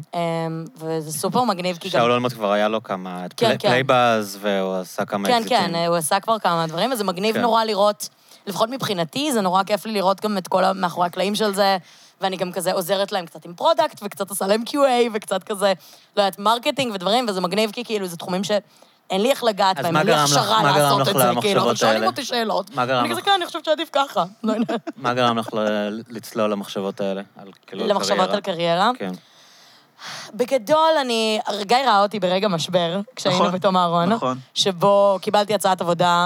וזה סופר מגניב, כי גם... שאול אולמרט כבר היה לו כמה... כן, כן. פלייבאז, והוא עשה כמה כן, אקזיטים. כן, הוא עשה כבר כמה דברים, וזה מגניב כן. נורא לראות, לפחות מבחינתי, זה נורא כיף לי לראות גם את כל מאחורי הקלעים של זה, ואני גם כזה עוזרת להם קצת עם פרודקט, וקצת עושה להם QA, וקצת כזה, לא יודעת, מרקטינג ודברים, וזה מגניב כי כאילו, זה תחומים שאין לי איך לגעת בהם, אין לי הכשרה לעשות את זה, כאילו, אבל שואלים אותי שאלות. אני כזה, כן, אני חושבת שעדיף ככה. מה גרם לך לצלול למחשבות האלה? למחשבות על קריירה? כן. בגדול, גיא ראה אותי ברגע משבר, כשהיינו בתום אהרון, נכון. שבו קיבלתי הצעת עבודה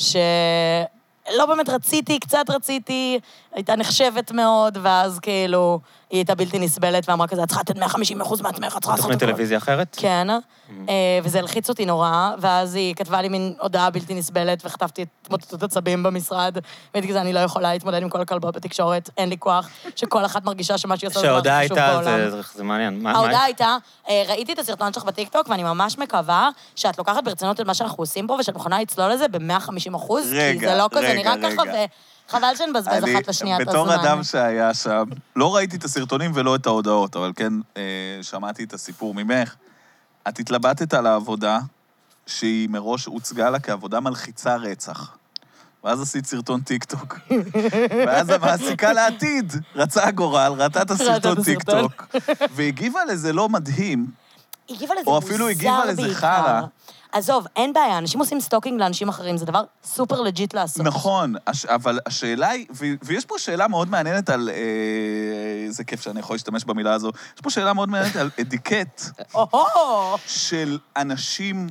שלא באמת רציתי, קצת רציתי, הייתה נחשבת מאוד, ואז כאילו, היא הייתה בלתי נסבלת, ואמרה כזה, את צריכה לתת 150% מעצמך, את צריכה לעשות את תוכנית טלוויזיה אחרת? כן, וזה הלחיץ אותי נורא, ואז היא כתבה לי מין הודעה בלתי נסבלת, וכתבתי את התמוטטות עצבים במשרד, והייתי כזה, אני לא יכולה להתמודד עם כל הכלבות בתקשורת, אין לי כוח, שכל אחת מרגישה שמה שהיא עושה זה דבר חשוב בעולם. שההודעה הייתה, זה מעניין. ההודעה הייתה, ראיתי את הסרטון שלך בטיקטוק, ואני ממש מקווה שאת לוקחת ברצינות את מה שאנחנו עושים פה, ושאת מוכנה לצלול לזה ב-150%, כי זה לא כזה נראה ככה, וחבל שנבזבז אחת לשנייה את הזמן. בתור אדם שהיה שם, לא ראיתי את הסרטונים ולא את ההודעות, אבל כן שמעתי את הסיפור ממך. את התלבטת על העבודה שהיא מראש הוצגה לה כעבודה מלחיצה רצח. ואז עשית סרטון טיקטוק. ואז המעסיקה לעתיד רצה הגורל, ראתה את הסרטון טיקטוק, והגיבה לזה לא מדהים, הגיבה לזה או אפילו הגיבה לזה חרא. עזוב, אין בעיה, אנשים עושים סטוקינג לאנשים אחרים, זה דבר סופר לג'יט לעשות. נכון, אבל השאלה היא, ויש פה שאלה מאוד מעניינת על, איזה כיף שאני יכול להשתמש במילה הזו, יש פה שאלה מאוד מעניינת על אדיקט של אנשים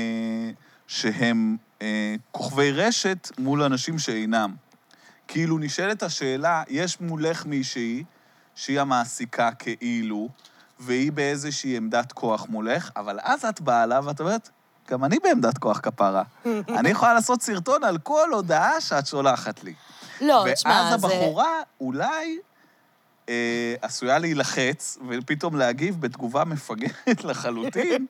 שהם כוכבי רשת מול אנשים שאינם. כאילו נשאלת השאלה, יש מולך מישהי שהיא המעסיקה כאילו, והיא באיזושהי עמדת כוח מולך, אבל אז את באה לה ואת אומרת, גם אני בעמדת כוח כפרה. אני יכולה לעשות סרטון על כל הודעה שאת שולחת לי. לא, תשמע, ואז הבחורה אולי עשויה להילחץ, ופתאום להגיב בתגובה מפגרת לחלוטין,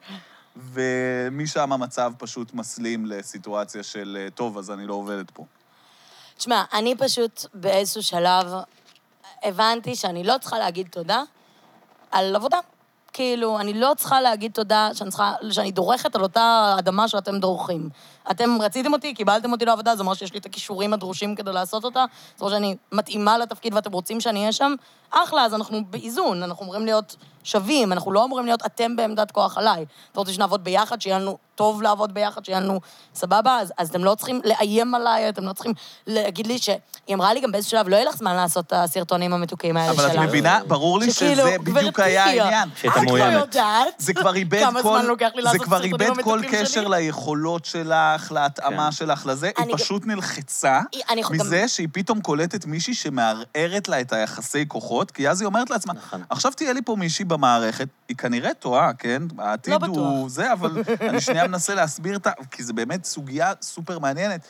ומשם המצב פשוט מסלים לסיטואציה של, טוב, אז אני לא עובדת פה. תשמע, אני פשוט באיזשהו שלב הבנתי שאני לא צריכה להגיד תודה על עבודה. כאילו, אני לא צריכה להגיד תודה שאני דורכת על אותה אדמה שאתם דורכים. אתם רציתם אותי, קיבלתם אותי לעבודה, זה אומר שיש לי את הכישורים הדרושים כדי לעשות אותה, זאת אומרת שאני מתאימה לתפקיד ואתם רוצים שאני אהיה שם, אחלה, אז אנחנו באיזון, אנחנו אמורים להיות שווים, אנחנו לא אמורים להיות אתם בעמדת כוח עליי. אתם רוצים שנעבוד ביחד, שיהיה לנו טוב לעבוד ביחד, שיהיה לנו סבבה, אז אתם לא צריכים לאיים עליי, אתם לא צריכים להגיד לי היא אמרה לי גם באיזשהו שלב, לא יהיה לך זמן לעשות את הסרטונים המתוקים האלה שלה. אבל את מבינה, ברור לי שזה בדיוק היה העניין. שהייתה מאוימת. זה כבר איבד כמה זמן לוקח לי לעשות סרטונים כל המתוקים שלי? קשר ליכולות שלך, להתאמה שלך לזה, היא פשוט נלחצה מזה שהיא פתאום קולטת מישהי שמערערת לה את היחסי כוחות, כי אז היא אומרת לעצמה, עכשיו תהיה לי פה מישהי במערכת, היא כנראה טועה, כן? העתיד הוא זה, אבל אני שנייה מנסה להסביר את כי זה באמת סוגיה סופר מעניינת.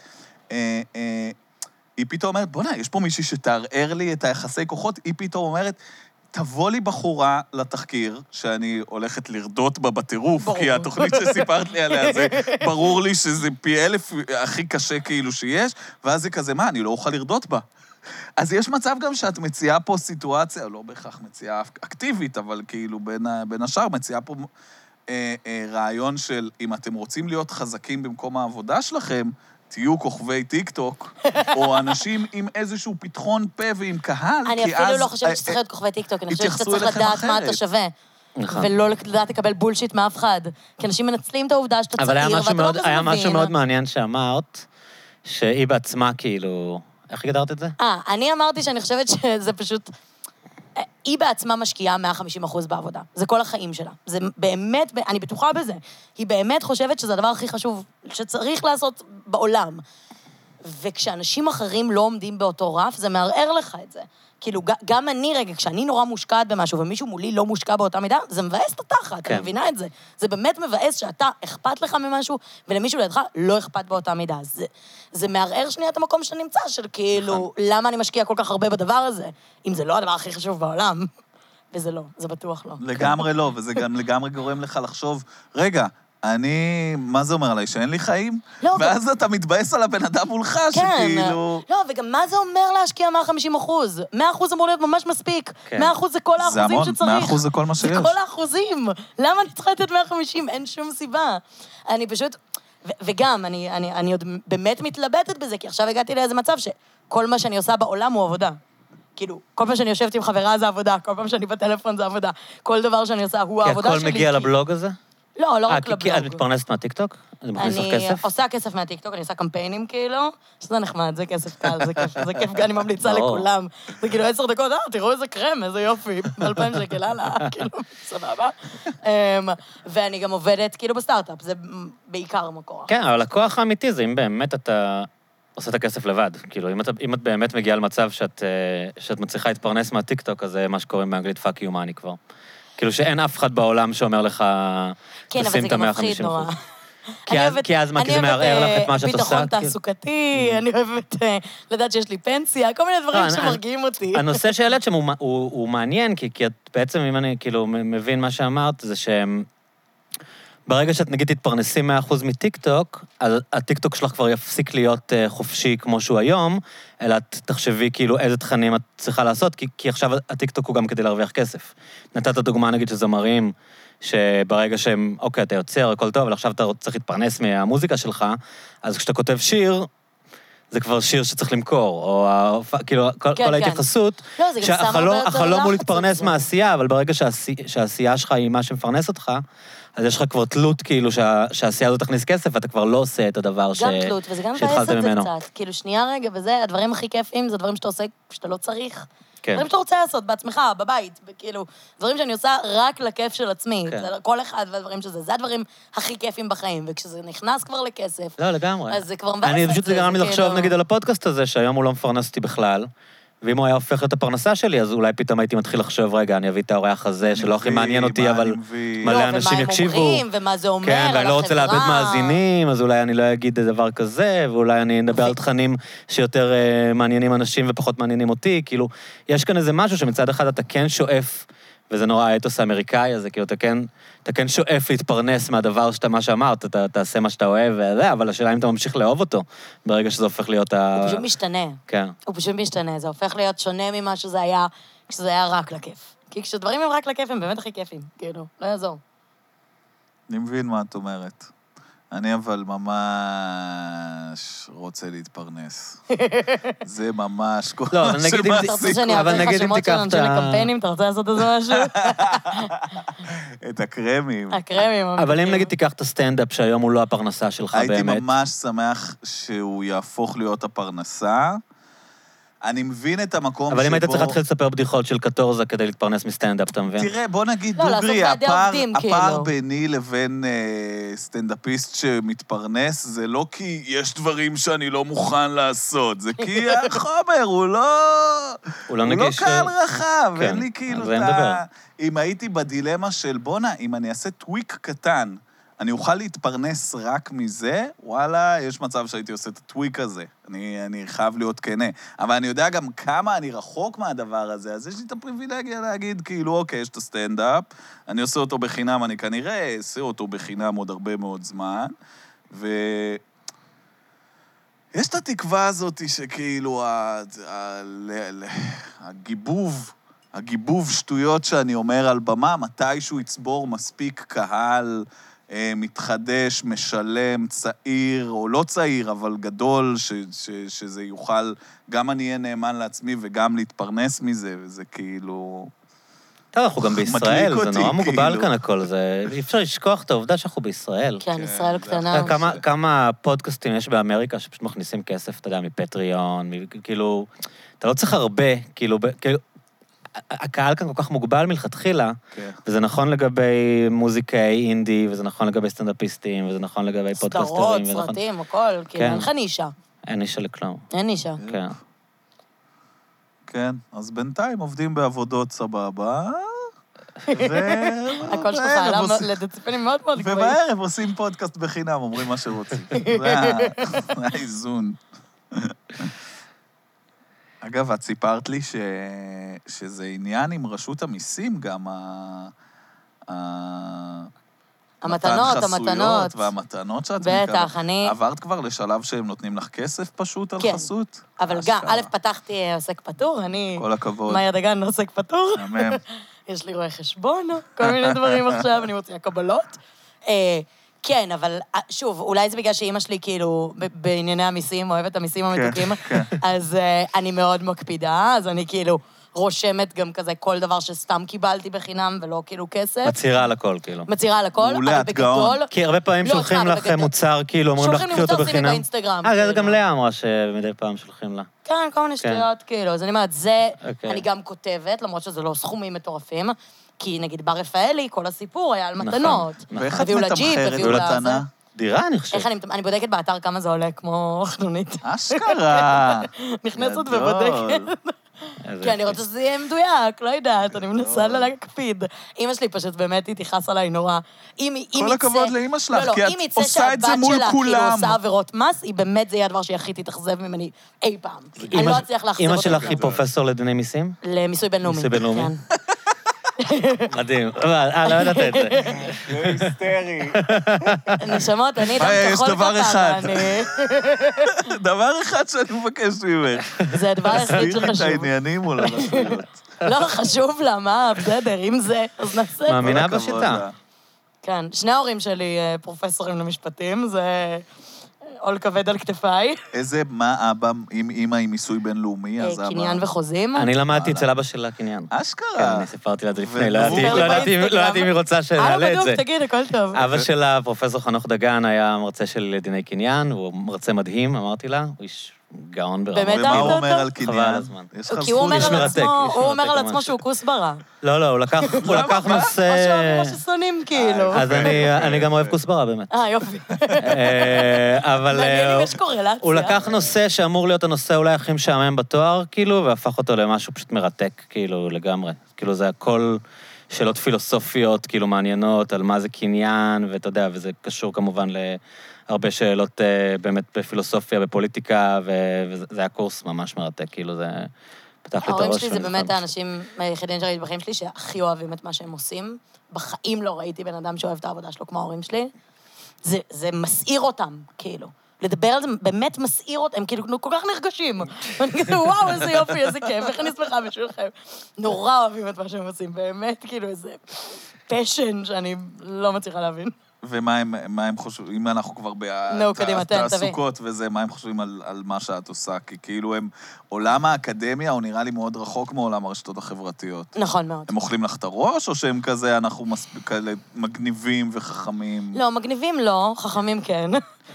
היא פתאום אומרת, בוא'נה, יש פה מישהי שתערער לי את היחסי כוחות, היא פתאום אומרת, תבוא לי בחורה לתחקיר, שאני הולכת לרדות בה בטירוף, כי התוכנית שסיפרת לי עליה, זה ברור לי שזה פי 1000 הכי קשה כאילו שיש, ואז זה כזה, מה, אני לא אוכל לרדות בה. אז יש מצב גם שאת מציעה פה סיטואציה, לא בהכרח מציעה אקטיבית, אבל כאילו בין השאר מציעה פה רעיון של, אם אתם רוצים להיות חזקים במקום העבודה שלכם, תהיו כוכבי טיקטוק, או אנשים עם איזשהו פתחון פה ועם קהל, אני אפילו לא חושבת שצריך להיות כוכבי טיקטוק, אני חושבת שאתה צריך לדעת מה אתה שווה. ולא לדעת לקבל בולשיט מאף אחד. כי אנשים מנצלים את העובדה שאתה צעיר, ואתה לא כזה מבין. היה משהו מאוד מעניין שאמרת, שהיא בעצמה כאילו... איך הגדרת את זה? אני אמרתי שאני חושבת שזה פשוט... היא בעצמה משקיעה 150% בעבודה. זה כל החיים שלה. זה באמת, אני בטוחה בזה. היא באמת חושבת שזה הדבר הכי חשוב שצריך לעשות בעולם. וכשאנשים אחרים לא עומדים באותו רף, זה מערער לך את זה. כאילו, גם אני רגע, כשאני נורא מושקעת במשהו, ומישהו מולי לא מושקע באותה מידה, זה מבאס את התחת, אתה מבינה את זה? זה באמת מבאס שאתה אכפת לך ממשהו, ולמישהו לידך לא אכפת באותה מידה. זה מערער שנייה את המקום שאתה נמצא, של כאילו, למה אני משקיע כל כך הרבה בדבר הזה, אם זה לא הדבר הכי חשוב בעולם. וזה לא, זה בטוח לא. לגמרי לא, וזה גם לגמרי גורם לך לחשוב, רגע, מה זה אומר עליי, שאין לי חיים? לא, ואז אתה מתבאס על הבן אדם מולך, שכאילו... לא, וגם מה זה אומר להשקיע 150%? 100% אמור להיות ממש מספיק. 100% זה כל האחוזים שצריך. 100% זה כל מה שיש. זה כל האחוזים. למה אני צריכה לתת 150? אין שום סיבה. אני פשוט... וגם, אני עוד באמת מתלבטת בזה, כי עכשיו הגעתי לאיזה מצב שכל מה שאני עושה בעולם הוא עבודה. כאילו, כל פעם שאני יושבת עם חברה זה עבודה, כל פעם שאני בטלפון זה עבודה. כל דבר שאני עושה הוא העבודה שלי. כי הכל מגיע לבלוג הזה? לא, לא רק לבלוג. כי את מתפרנסת מהטיקטוק? זה מכניס לך כסף? אני עושה כסף מהטיקטוק, אני עושה קמפיינים כאילו, שזה נחמד, זה כסף קל, זה כיף, אני ממליצה לכולם. זה כאילו 10 דקות, תראו איזה קרם, איזה יופי, 2,000 שקל, כאילו, סבבה. ואני גם עובדת כאילו בסטארט-אפ, זה בעיקר המקור. כן, אבל הכוח האמיתי זה אם באמת אתה עושה את הכסף לבד. כאילו, אם את באמת מגיעה למצב שאת מצליחה להתפרנס מהטיקטוק, אז זה מה שקוראים באנגלית fuck you money כבר. כאילו שאין אף אחד בעולם שאומר לך, תשים את ה-150%. כי אז מה, כי זה מערער לך את מה שאת עושה? ביטחון תעסוקתי, אני אוהבת לדעת שיש לי פנסיה, כל מיני דברים שמרגיעים אותי. הנושא שהעלית שם הוא מעניין, כי את בעצם, אם אני כאילו מבין מה שאמרת, זה שהם... ברגע שאת נגיד תתפרנסים 100% מטיקטוק, אז הטיקטוק שלך כבר יפסיק להיות חופשי כמו שהוא היום, אלא תחשבי כאילו איזה תכנים את צריכה לעשות, כי עכשיו הטיקטוק הוא גם כדי להרוויח כסף. נתת דוגמה נגיד שזמרים, שברגע שהם, אוקיי, אתה יוצר, הכל טוב, אבל עכשיו אתה צריך להתפרנס מהמוזיקה שלך, אז כשאתה כותב שיר, זה כבר שיר שצריך למכור, או כאילו כל ההתייחסות, שהחלום הוא להתפרנס מהעשייה, אבל ברגע שהעשייה שלך היא מה שמפרנס אותך, אז יש לך כבר תלות, כאילו, שהעשייה הזאת תכניס כסף, ואתה כבר לא עושה את הדבר שהתחלת ממנו. גם תלות, וזה גם מבאס את זה קצת. כאילו, שנייה רגע, וזה, הדברים הכי כיפים, זה דברים שאתה עושה, שאתה לא צריך. דברים שאתה רוצה לעשות בעצמך, בבית, כאילו, דברים שאני עושה רק לכיף של עצמי. כל אחד והדברים שזה, זה הדברים הכי כיפים בחיים, וכשזה נכנס כבר לכסף, לא, לגמרי. אז זה כבר מבאס את אני זה. פשוט גרם לי לחשוב, נגיד, על הפודקאסט הזה, שהיום הוא לא מפרנס אותי בכלל, ואם הוא היה הופך להיות הפרנסה שלי, אז אולי פתאום הייתי מתחיל לחשוב, רגע, אני אביא את האורח הזה, שלא הכי מעניין אותי, אבל מלא אנשים יקשיבו. ומה הם אומרים, ומה זה אומר כן, על החברה. ואני לא רוצה לאבד מאזינים, אז אולי אני לא אגיד דבר כזה, ואולי אני אדבר על תכנים שיותר מעניינים אנשים ופחות מעניינים אותי. כאילו, יש כאן איזה משהו שמצד אחד אתה כן שואף, וזה נורא האתוס האמריקאי הזה, כאילו, אתה כן שואף להתפרנס מהדבר מה שאמרת, אתה תעשה מה שאתה אוהב, אבל השאלה אם אתה ממשיך לאהוב אותו, ברגע שזה הופך להיות הוא פשוט משתנה. כן. הוא פשוט משתנה, זה הופך להיות שונה ממה שזה היה, כשזה היה רק לכיף. כי כשדברים הם רק לכיף, הם באמת הכי כיפים, כאילו, לא יעזור. אני מבין מה את אומרת. אני אבל ממש רוצה להתפרנס. זה ממש כל לא, מה שמעסיק. אתה רוצה שאני אעביר לך שמות של אנשי לקמפיינים? אתה רוצה לעשות איזה משהו? את הקרמים. הקרמים. אבל אם נגיד תיקח את הסטנדאפ שהיום הוא לא הפרנסה שלך באמת. הייתי ממש שמח שהוא יהפוך להיות הפרנסה. אני מבין את המקום שבו... אבל אם היית צריך להתחיל לספר בדיחות של קטורזה כדי להתפרנס מסטנדאפ, אתה מבין? תראה, בוא נגיד, דוגרי, הפער ביני לבין סטנדאפיסט שמתפרנס, זה לא כי יש דברים שאני לא מוכן לעשות, זה כי החומר הוא לא קהל רחב, אין לי כאילו את ה... אם הייתי בדילמה של, בונה, אם אני אעשה טוויק קטן, אני אוכל להתפרנס רק מזה, וואלה, יש מצב שהייתי עושה את הטוויק הזה. אני חייב להיות כנה. אבל אני יודע גם כמה אני רחוק מהדבר הזה, אז יש לי את הפריבילגיה להגיד, כאילו, אוקיי, יש את הסטנדאפ, אני עושה אותו בחינם, אני כנראה אעשה אותו בחינם עוד הרבה מאוד זמן, יש את התקווה הזאת שכאילו, הגיבוב שטויות שאני אומר על במה, מתישהו יצבור מספיק קהל, מתחדש, משלם, צעיר, או לא צעיר, אבל גדול, שזה יוכל, גם אני אהיה נאמן לעצמי וגם להתפרנס מזה, וזה כאילו... טוב, אנחנו גם בישראל, זה נורא מוגבל כאן הכל, אי אפשר לשכוח את העובדה שאנחנו בישראל. כן, ישראל קטנה. כמה פודקאסטים יש באמריקה שפשוט מכניסים כסף, אתה יודע, מפטריון, כאילו, אתה לא צריך הרבה, כאילו, הקהל כאן כל כך מוגבל מלכתחילה, וזה נכון לגבי מוזיקאי אינדי, וזה נכון לגבי סטנדאפיסטים, וזה נכון לגבי פודקאסטרים. סדרות, סרטים, הכל, כאילו, אין לך נישה. אין נישה לכלום. אין נישה. כן. כן, אז בינתיים עובדים בעבודות סבבה, הכל שלך עלה לדציפלים מאוד מאוד גבוהים. ובערב עושים פודקאסט בחינם, אומרים מה שרוצים. זה האיזון. אגב, את סיפרת לי שזה עניין עם רשות המיסים גם המתנות. והמתנות שאת בטח, אני... עברת כבר לשלב שהם נותנים לך כסף פשוט על חסות? אבל גם, א', פתחתי עוסק פטור, אני... כל הכבוד. מאיה דגן עוסק פטור. אמן. יש לי רואה חשבון, כל מיני דברים עכשיו, אני מוציאה קבלות. כן, אבל שוב, אולי זה בגלל שאימא שלי כאילו בענייני המיסים, אוהבת המיסים המתוקים, אז אני מאוד מקפידה, אז אני כאילו רושמת גם כזה כל דבר שסתם קיבלתי בחינם ולא כאילו כסף. מצהירה על הכל, כאילו. מצהירה על הכל, אבל בגדול... כי הרבה פעמים שולחים לך מוצר, כאילו, אומרים לך קחי אותו בחינם. שולחים לי מוצר סיני באינסטגרם. זה גם לאה אמרה שמדי פעם שולחים לה. כן, כל מיני שטויות, כאילו. אז אני אומרת, זה, אני גם כותבת, למרות שזה לא סכומים מטורפים, כי נגיד בר רפאלי, כל הסיפור היה על מתנות. ואיך את מתמחרת במתנה? דירה, אני חושב. אני בודקת באתר כמה זה עולה, כמו חנונית. אשכרה. נכנסת ובודקת. כי אני רוצה שזה יהיה מדויק, לא יודעת, אני מנסה להקפיד. אמא שלי פשוט באמת התייחס עליי נורא. כל הכבוד לאמא שלך, כי את עושה את זה מול כאילו כולם. עושה עבירות מס, היא באמת, זה יהיה הדבר שהכי תתאכזב ממני אי פעם. אני לא אצליח להחזיר אותה. אמא שלך היא פרופסור לדיני מיסים? למיסוי בינלאומי. מיסוי בינלאומי. מדהים. לא יודעת את זה. זה היסטרי. נשמות, אני אדם יש כחול דבר אחד. קטן. דבר אחד שאני מבקש ממך. זה הדבר היחיד תסביר לי את שחשוב. העניינים מול הרשויות. לא, חשוב לה, מה, בסדר, אם זה, אז נעשה. מאמינה בשיטה. כן, שני ההורים שלי פרופסורים למשפטים, זה עול כבד על כתפיי. איזה, מה אבא, עם אמא עם מיסוי בינלאומי, אז אבא... קניין וחוזים. אני למדתי אצל אבא שלה קניין. אשכרה. כן, אני סיפרתי לה את זה לפני, לא ידעתי אם היא רוצה שנעלה את זה. בדיוק, תגיד, הכל טוב. אבא שלה, פרופסור חנוך דגן, היה מרצה של דיני קניין, הוא מרצה מדהים, אמרתי לה, הוא איש גאון ברמה. באמת ומה הוא אהבת אומר אותו? על קניין? חבל על הזמן. יש לך כי הוא זכות. אומר על עצמו שהוא כוסברה. לא, הוא לקח נושא... או שאוהבים או ששונאים, כאילו. אז אני גם אוהב כוסברה, באמת. יופי. אבל מעניין אם יש קורלציה. הוא לקח נושא שאמור להיות הנושא אולי הכי משעמם בתואר, כאילו, והפך אותו למשהו פשוט מרתק, כאילו, לגמרי. כאילו, זה הכל שאלות פילוסופיות, כאילו, מעניינות, על מה זה קניין, ואתה יודע, וזה קשור כמובן להרבה שאלות באמת בפילוסופיה, בפוליטיקה, וזה היה קורס ממש מרתק, כאילו, זה פתח לי את הראש. ההורים שלי זה באמת האנשים היחידים שראיתי בחיים שלי, שהכי אוהבים את מה שהם עושים. בחיים לא ראיתי בן אדם שאוהב את העבודה שלו כמו ההורים שלי. זה מסעיר אותם, כאילו. לדבר על זה באמת מסעיר אותם, הם כאילו כל כך נרגשים. ואני כזה, וואו, איזה יופי, איזה כיף, איך אני שמחה בשבילכם. נורא אוהבים את מה שהם עושים, באמת, כאילו, איזה פשן שאני לא מצליחה להבין. ומה הם חושבים, אם אנחנו כבר בתעסוקות וזה, מה הם חושבים על מה שאת עושה? כי כאילו הם, עולם האקדמיה הוא נראה לי מאוד רחוק מעולם הרשתות החברתיות. נכון מאוד. הם אוכלים לך את הראש, או שהם כזה, אנחנו כאלה מגניבים וחכמים? לא, מגניבים לא, חכמים כן.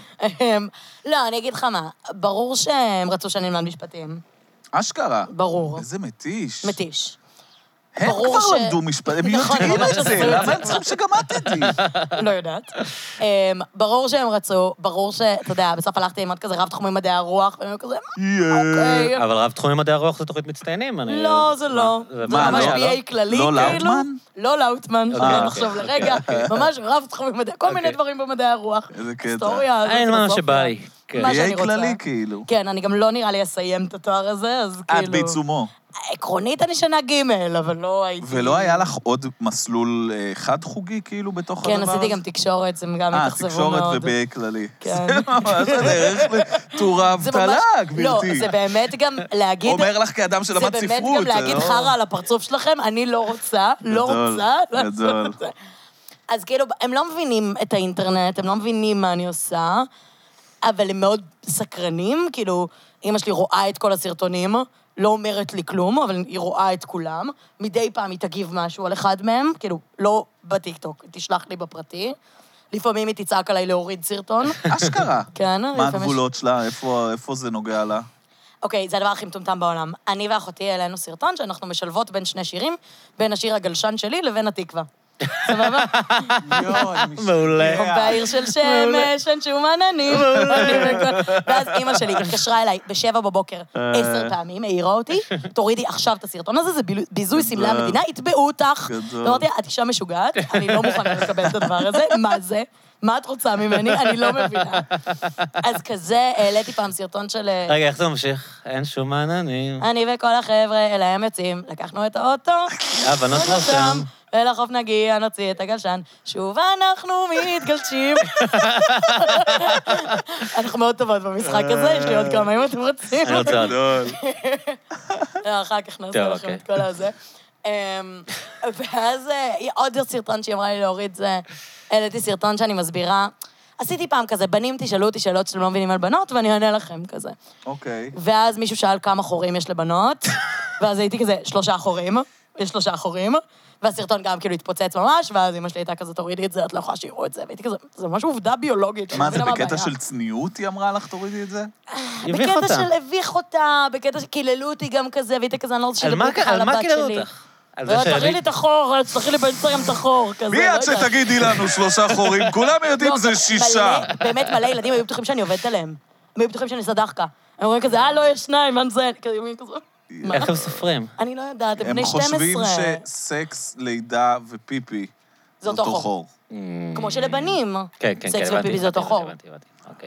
לא, אני אגיד לך מה, ברור שהם רצו שאני אלמד משפטים. אשכרה. ברור. איזה מתיש. מתיש. הם כבר למדו משפט, הם יודעים את זה, למה הם צריכים שגם את תדעי? לא יודעת. ברור שהם רצו, ברור אתה יודע, בסוף הלכתי ללמוד כזה רב תחומי מדעי הרוח, והם כזה, אוקיי. אבל רב תחומי מדעי הרוח זה תוכנית מצטיינים. לא, זה לא. זה ממש BA כללי, כאילו. לא לאוטמן? לא לאוטמן, נחשוב לרגע. ממש רב תחומי מדעי, כל מיני דברים במדעי הרוח. איזה קטע. היסטוריה, אין מה שבא לי. BA כללי, כאילו. כן, אני גם לא נראה לי אסיים את התואר הזה, אז כאילו... את בעיצומו. עקרונית אני שנה ג', אבל לא הייתי... ולא היה לך עוד מסלול חד-חוגי, כאילו, בתוך הדבר הזה? כן, עשיתי גם תקשורת, זה גם התאכזבו מאוד. תקשורת וב-BA כללי. כן. זה ממש הדרך לטור האבטלה, גברתי. לא, זה באמת גם להגיד... אומר לך כאדם שלמד ספרות. זה באמת גם להגיד חרא על הפרצוף שלכם, אני לא רוצה לעשות את זה. אז כאילו, הם לא מבינים את האינטרנט, הם לא מבינים מה אני עושה, אבל הם מאוד סקרנים, כאילו, אמא שלי רואה את כל הסרטונים, לא אומרת לי כלום, אבל היא רואה את כולם. מדי פעם היא תגיב משהו על אחד מהם, כאילו, לא בטיקטוק, היא תשלח לי בפרטי. לפעמים היא תצעק עליי להוריד סרטון. אשכרה. כן. מה הגבולות שלה? איפה זה נוגע לה? אוקיי, זה הדבר הכי מטומטם בעולם. אני ואחותי העלינו סרטון שאנחנו משלבות בין שני שירים, בין השיר הגלשן שלי לבין התקווה. סבבה? מעולה. בעיר של שמש, אין שום עננים. ואז אימא שלי התקשרה אליי ב7 בבוקר 10 פעמים, העירה אותי, תורידי עכשיו את הסרטון הזה, זה ביזוי סמלי המדינה, יתבעו אותך. ואמרתי, את אישה משוגעת, אני לא מוכנה לקבל את הדבר הזה, מה זה? מה את רוצה ממני? אני לא מבינה. אז כזה, העליתי פעם סרטון של... רגע, איך זה ממשיך? אין שום עננים. אני וכל החבר'ה, אליהם יוצאים, לקחנו את האוטו. בנות לא שם. ולחוף נגיע, נוציא את הגלשן, שוב אנחנו מתגלשים. אנחנו מאוד טובות במשחק הזה, יש לי עוד כמה אם אתם רוצים. אני רוצה עוד. אחר כך נעשה לכם את כל הזה. ואז עוד סרטון שהיא אמרה לי להוריד זה, העליתי סרטון שאני מסבירה. עשיתי פעם כזה, בנים תשאלו אותי שאלות שאתם לא מבינים על בנות, ואני אענה לכם כזה. אוקיי. ואז מישהו שאל כמה חורים יש לבנות, ואז הייתי כזה, 3 חורים, יש 3 חורים, והסרטון גם כאילו התפוצץ ממש, ואז אמא שלי הייתה כזה, תורידי את זה, את לא יכולה שיראו את זה, והייתי כזה, זה ממש עובדה ביולוגית. מה, זה בקטע של צניעות היא אמרה לך, תורידי את זה? בקטע של הביך אותה, בקטע שקיללו אותי גם כזה, והייתי כזה, אני לא רוצה שדברו ככה על הבת שלי. על מה קיללו אותך? תראי לי את החור, תראי לי באינסטגרם את החור, כזה. מי עד שתגידי לנו 3 חורים? כולם יודעים זה 6. באמת מלא ילדים היו בטוחים שאני עובדת עליהם. הם היו בטוחים שאני סדחקה. הם אומרים כזה, לא, יש 2, מה זה? כזה. איך הם סופרים? אני לא יודעת, הם בני 12. הם חושבים שסקס, לידה ופיפי זה אותו חור. כמו שלבנים. כן, סקס ופיפי זה אותו חור. אוקיי.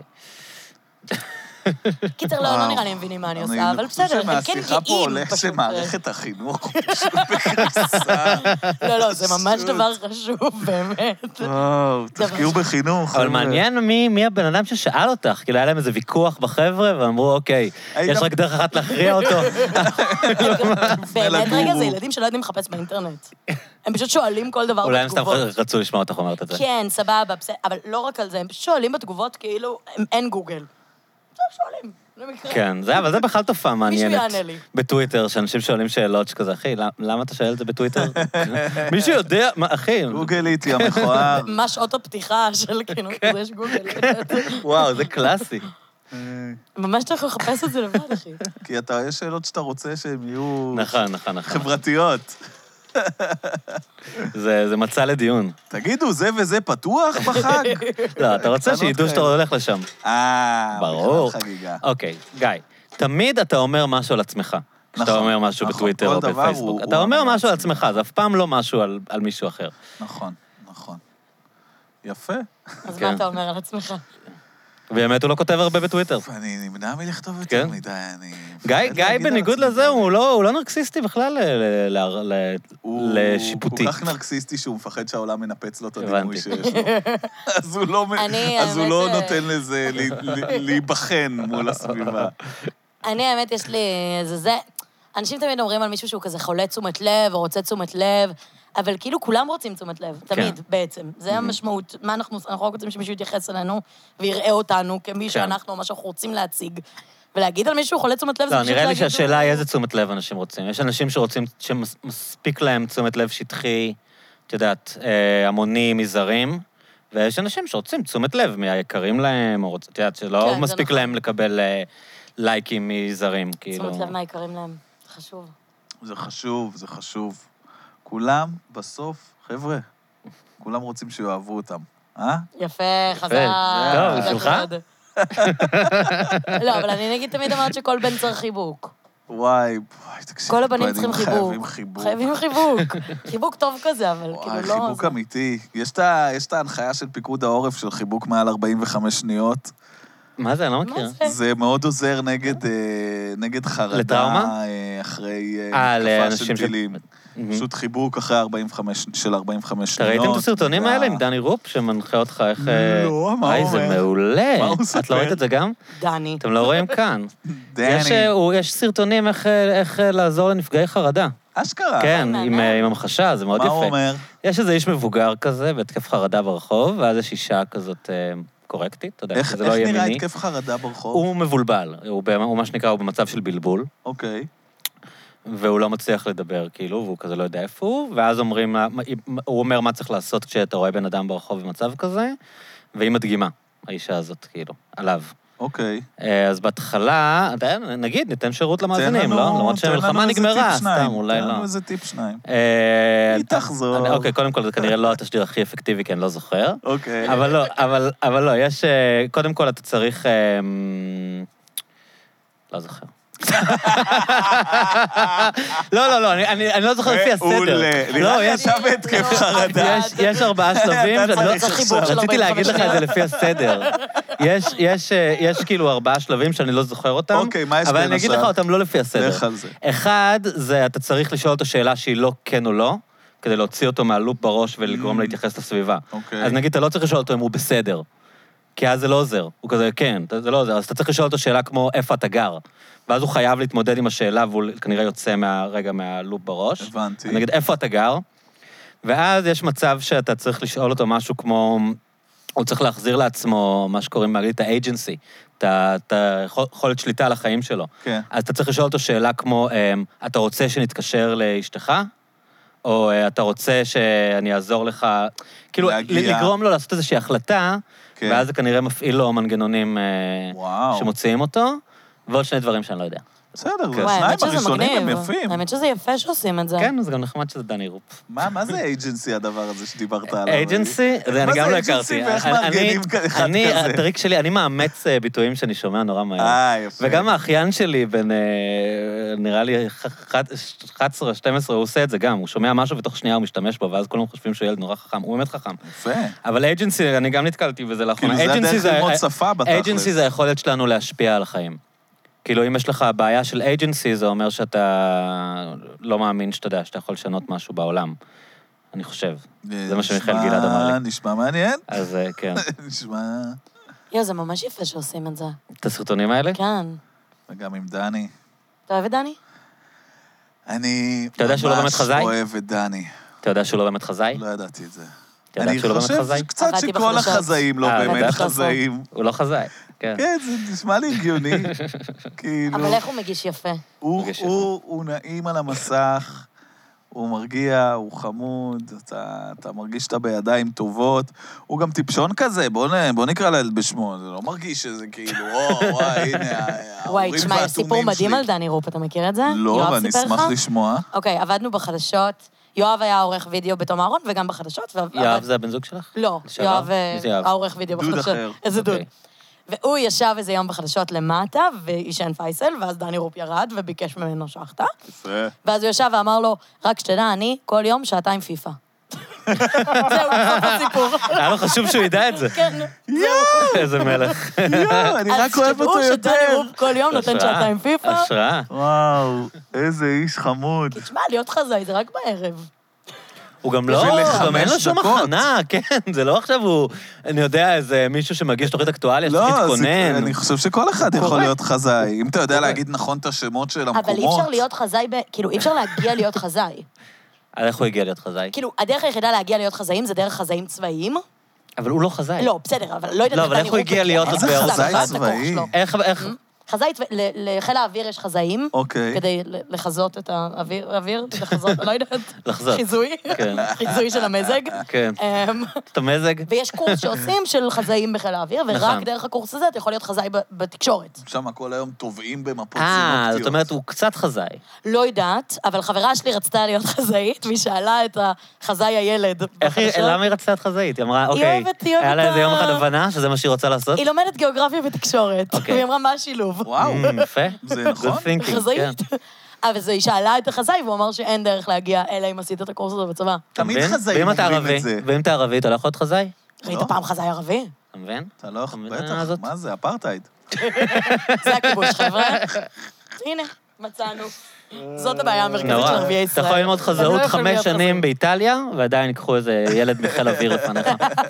קיצר, לא נראה לי הם מבינים מה אני עושה, אבל בסדר, הם כן מהשיחה פה גאים. הולך שמערכת החינוך פשוט בקריסה. לא, זה ממש דבר חשוב, באמת. וואו, תחקירו בחינוך. אבל מעניין מי הבן אדם ששאל אותך, כאילו היה להם איזה ויכוח בחבר'ה, ואמרו, אוקיי, יש רק דרך אחת להכריע אותו. באמת, רגע, זה ילדים שלא יודעים לחפש באינטרנט. הם פשוט שואלים כל דבר אולי הם סתם בתגובות. רצו לשמוע אותך אומרת את זה. כן, סבבה, אבל לא רק על זה, הם פשוט שואלים בתגובות כאילו, אין גוגל. שואלים, למקרה. כן, אבל זה בכלל תופעה מעניינת. מישהו יענה לי. בטוויטר, שאנשים שואלים שאלות שכזה, אחי, למה אתה שואל את זה בטוויטר? מישהו יודע, אחי? גוגליטי המכוער. מה שעות הפתיחה של כאילו, כזה יש גוגל. וואו, זה קלאסי. ממש אתה יכול לחפש את זה לבד, אחי. כי יש שאלות שאתה רוצה שהן יהיו... נכון. חברתיות. זה מצע לדיון. תגידו, זה וזה פתוח בחג? לא, אתה רוצה שידעו שאתה הולך לשם. ברור. בכלל חגיגה. אוקיי, גיא, תמיד אתה אומר משהו על עצמך. כשאתה אומר משהו בטוויטר או בפייסבוק. אתה אומר משהו על עצמך, זה אף פעם לא משהו על מישהו אחר. נכון. יפה. אז מה אתה אומר על עצמך? באמת הוא לא כותב הרבה בטוויטר. אני נמנע מלכתוב יותר מדי, גיא, בניגוד לזה, הוא לא נרקסיסטי בכלל לשיפוטי. הוא כל כך נרקסיסטי שהוא מפחד שהעולם מנפץ לו את הדימוי שיש לו. אז הוא לא נותן לזה להיבחן מול הסביבה. האמת, יש לי זה. אנשים תמיד אומרים על מישהו שהוא כזה חולה תשומת לב, או רוצה תשומת לב, אבל כאילו כולם רוצים תשומת לב, תמיד, בעצם. זה המשמעות. מה אנחנו רק רוצים שמישהו יתייחס אלינו ויראה אותנו כמי שאנחנו, מה שאנחנו רוצים להציג. ולהגיד על מישהו חולה תשומת לב, זה לא, פשוט נראה לי להגיד... שהשאלה היא איזה תשומת לב אנשים רוצים. יש אנשים שרוצים, שמספיק להם תשומת לב שטחי, את יודעת, המוני מזרים, ויש אנשים שרוצים תשומת לב מהיקרים להם, או את יודעת, שלא מספיק להם לקבל לייקים מזרים, כאילו. תשומת לב מהיקרים להם, זה חשוב. זה חשוב. כולם בסוף, חבר'ה, כולם רוצים שיאהבו אותם, יפה, חזק. טוב, בשבילך? לא, אבל אני נגיד תמיד אמרת שכל בן צריך חיבוק. וואי, תקשיב, כל הבנים צריכים חיבוק. חייבים חיבוק. חיבוק טוב כזה, אבל כאילו לא... חיבוק אמיתי. יש את ההנחיה של פיקוד העורף של חיבוק מעל 45 שניות. מה זה? אני לא מכיר. זה מאוד עוזר נגד חרדה. לטראומה? אחרי התקפה של טילים. פשוט חיבוק אחרי 45 שניות. אתה ראיתם את הסרטונים האלה עם דני רופ, שמנחה אותך איך... לא, מה הוא אומר? זה מעולה. מה הוא מספר? את לא ראית את זה גם? דני. אתם לא רואים כאן. דני. יש סרטונים איך לעזור לנפגעי חרדה. אשכרה. כן, עם המחשה, זה מאוד יפה. מה הוא אומר? יש איזה איש מבוגר כזה, בהתקף חרדה ברחוב, ואז יש אישה כזאת קורקטית, אתה יודע, שזה לא יהיה מיני. איך נראה התקף חרדה ברחוב? הוא מבולבל, הוא מה שנקרא, הוא במצב של בלבול. אוקיי. והוא לא מצליח לדבר, כאילו, והוא כזה לא יודע איפה הוא, ואז אומרים, הוא אומר מה צריך לעשות כשאתה רואה בן אדם ברחוב במצב כזה, והיא מדגימה, האישה הזאת, כאילו, עליו. אוקיי. אז בהתחלה, נגיד, ניתן שירות למאזינים, לא? למרות שהמלחמה נגמרה, סתם, אולי לא. תן לנו איזה טיפ 2. היא תחזור. אוקיי, קודם כל, זה כנראה לא התשדיר הכי אפקטיבי, כי אני לא זוכר. אוקיי. אבל לא, יש... קודם כל, אתה צריך... לא זוכר. לא, אני לא זוכר לפי הסדר. נראה לי עכשיו התקף חרדה. יש 4 שלבים, רציתי להגיד לך את זה לפי הסדר. יש כאילו 4 שלבים שאני לא זוכר אותם, אוקיי, מה יש בין אבל אני אגיד לך אותם לא לפי הסדר. לך על זה. אחד, זה אתה צריך לשאול אותו שאלה שהיא לא כן או לא, כדי להוציא אותו מהלופ בראש ולגרום להתייחס לסביבה. אז נגיד, אתה לא צריך לשאול אותו אם הוא בסדר, כי אז זה לא עוזר. הוא כזה, כן, זה לא עוזר. אז אתה צריך לשאול אותו שאלה כמו, איפה אתה גר? ואז הוא חייב להתמודד עם השאלה, והוא כנראה יוצא מהלופ בראש. הבנתי. נגיד, איפה אתה גר? ואז יש מצב שאתה צריך לשאול אותו משהו כמו, הוא צריך להחזיר לעצמו, מה שקוראים באנגלית, האג'נסי, את היכולת שליטה על החיים שלו. כן. אז אתה צריך לשאול אותו שאלה כמו, אתה רוצה שנתקשר לאשתך? או אתה רוצה שאני אעזור לך? כאילו, לגרום לו לעשות איזושהי החלטה, ואז זה כנראה מפעיל לו מנגנונים שמוציאים אותו, ועוד 2 דברים שאני לא יודע. בסדר, והשניים הראשונים הם יפים. האמת שזה יפה שעושים את זה. כן, זה גם נחמד שזה דני רופ. מה זה אייג'נסי הדבר הזה שדיברת עליו? אייג'נסי? אני גם לא הכרתי. ואיך מארגנים אחד כזה? הטריק שלי, אני מאמץ ביטויים שאני שומע נורא מהר. יפה. וגם האחיין שלי, בין, נראה לי 11, 12, הוא עושה את זה גם. הוא שומע משהו ותוך שנייה הוא משתמש בו, ואז כולם חושבים שהוא ילד נורא חכם. הוא באמת חכם. יפה. אבל אייג'נסי, אני גם נתקלתי בזה לאחרונה. כאילו זה הדרך ללמוד שפה בתכלס. אייג'נסי זה היכולת שלנו להשפיע על החיים. כאילו, אם יש לך בעיה של agency, זה אומר שאתה לא מאמין שאתה יודע, שאתה יכול לשנות משהו בעולם. אני חושב. זה מה שמיכאל גלעד אמר לי. נשמע מעניין. אז כן. נשמע... זה ממש יפה שעושים את זה. את הסרטונים האלה? כן. וגם עם דני. אתה אוהב את דני? אני ממש אוהב את דני. אתה יודע שהוא לא באמת חזאי? לא ידעתי את זה. אני חושב קצת שכל החזאים לא באמת חזאים. הוא לא חזאי. כן, זה נשמע לי הגיוני. אבל איך הוא מגיש יפה? הוא נעים על המסך, הוא מרגיע, הוא חמוד, אתה מרגיש שאתה בידיים טובות. הוא גם טיפשון כזה, בוא נקרא לילד בשמו, זה לא מרגיש שזה כאילו, וואי, הנה, וואי, תשמע, יש סיפור מדהים על דני רופ, אתה מכיר את זה? לא, אבל אני אשמח לשמוע. אוקיי, עבדנו בחדשות. יואב היה עורך וידאו בתום אהרון, וגם בחדשות. יואב זה הבן זוג שלך? לא, יואב העורך וידאו בחדשות. דוד אחר. איזה דוד. והוא ישב איזה יום בחדשות למטה, ואישן פייסל, ואז דני רופ ירד וביקש ממנו שחטה. יפה. ואז הוא ישב ואמר לו, רק שתדע, אני כל יום 2 פיפה. זהו, בסוף הסיפור. היה לו חשוב שהוא ידע את זה. כן. איזה מלך. אני רק אוהב אותו אז יותר. שדני רופ כל יום נותן 2 פיפה. השראה. וואו, איזה איש חמוד. תשמע, להיות חזאי זה רק בערב. הוא גם לא, גם אין לו שום הכנה, כן, זה לא עכשיו הוא, אני יודע, איזה מישהו שמגיש תוכנית אקטואליה, שצריך להתכונן. אני חושב שכל אחד יכול להיות חזאי. אם אתה יודע להגיד נכון את השמות של המקומות. אבל אי אפשר להיות חזאי, כאילו, אי אפשר להגיע להיות חזאי. איך הוא הגיע להיות חזאי? כאילו, הדרך היחידה להגיע להיות חזאים זה דרך חזאים צבאיים. אבל הוא לא חזאי. לא, בסדר, אבל לא יודעת... לא, אבל איך הוא הגיע להיות מה זה חזאי צבאי? איך? חזאי, לחיל האוויר יש חזאים, אוקיי. כדי לחזות את האוויר, לחזות, לא יודעת. לחזות. חיזוי, חיזוי של המזג. כן. את המזג. ויש קורס שעושים של חזאים בחיל האוויר, ורק דרך הקורס הזה אתה יכול להיות חזאי בתקשורת. שם כל היום טובעים במפות סינופטיות. זאת אומרת, הוא קצת חזאי. לא יודעת, אבל חברה שלי רצתה להיות חזאית, והיא שאלה את החזאי הילד בחדשות. למה היא רצתה להיות חזאית? היא אמרה, אוקיי, היה לה איזה יום אחד הבנה שזה מה שהיא רוצה לעשות? היא לומדת גיאוגרפיה ותקשורת, והיא אמרה, מה השילוב? וואו, יפה. זה נכון? חזאית. אבל היא שאלה את החזאי, והוא אמר שאין דרך להגיע, אלא אם עשית את הקורס הזה בצבא. תמיד חזאים אומרים את זה. ואם אתה ערבי, אתה לא יכול להיות חזאי? ראית פעם חזאי ערבי? אתה מבין? אתה לא יכול, בטח, מה זה, אפרטהייד. זה הכיבוש, חבר'ה. הנה, מצאנו. זאת הבעיה המרכזית של ערביי ישראל. אתה יכול ללמוד חזאות 5 שנים באיטליה, ועדיין ייקחו איזה ילד מחיל אוויר לפניך.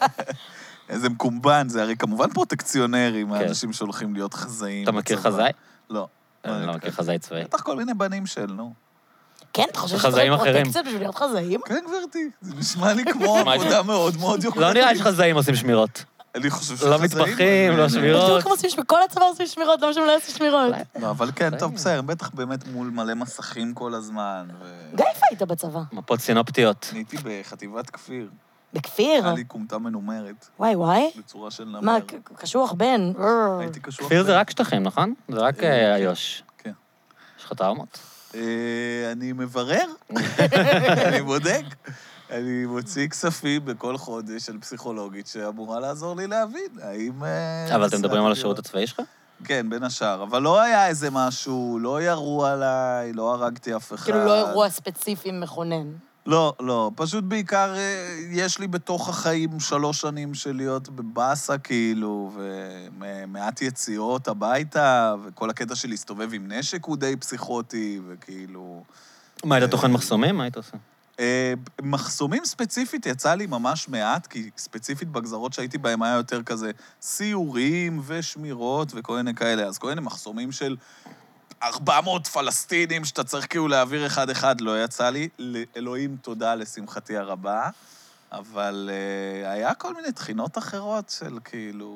איזה מקומבן, זה הרי כמובן פרוטקציונרים, האנשים שהולכים להיות חזאים. אתה מכיר חזאי? לא. אני לא מכיר חזאי צבאי. בטח כל מיני בנים של, נו. כן, אתה חושב שצריך פרוטקציות בשביל להיות חזאים? כן, גברתי. זה נשמע לי כמו עבודה מאוד מאוד יוקרתית. לא נראה שחזאים עושים שמירות. אני חושב שחזאים... לא מטבחים, לא שמירות. כל הצבא עושים שמירות, למה שהם לא יעשו שמירות? לא, אבל כן, טוב, בסדר, בטח באמת מול מלא מסכים כל הזמן. גיא, איפה היית בצבא? מפות סינופטיות. הייתי בחטיבת כפיר. בכפיר? היה לי קומטה מנומרת, וואי. בצורה של נמר. מה, קשוח בן? הייתי קשוח. כפיר זה רק שטחים, נכון? זה רק איו"ש. כן. יש לך טראומות? אני מברר, אני בודק. אני מוציא כספים בכל חודש על פסיכולוגית שאמורה לעזור לי להבין, האם... אבל אתם מדברים על השירות הצבאי שלך? כן, בין השאר. אבל לא היה איזה משהו, לא ירו עליי, לא הרגתי אף אחד. כאילו לא אירוע ספציפי מכונן. לא. פשוט בעיקר יש לי בתוך החיים 3 שנים של להיות בבאסה, כאילו, ומעט יציאות הביתה, וכל הקטע של להסתובב עם נשק הוא די פסיכוטי, וכאילו... מה, היית טוחן מחסומים? מה היית עושה? מחסומים ספציפית יצא לי ממש מעט, כי ספציפית בגזרות שהייתי בהם היה יותר כזה סיורים ושמירות וכל מיני כאלה, אז כל מיני מחסומים של 400 פלסטינים שאתה צריך כאילו להעביר אחד לא יצא לי, לאלוהים תודה לשמחתי הרבה, אבל היה כל מיני תחינות אחרות של כאילו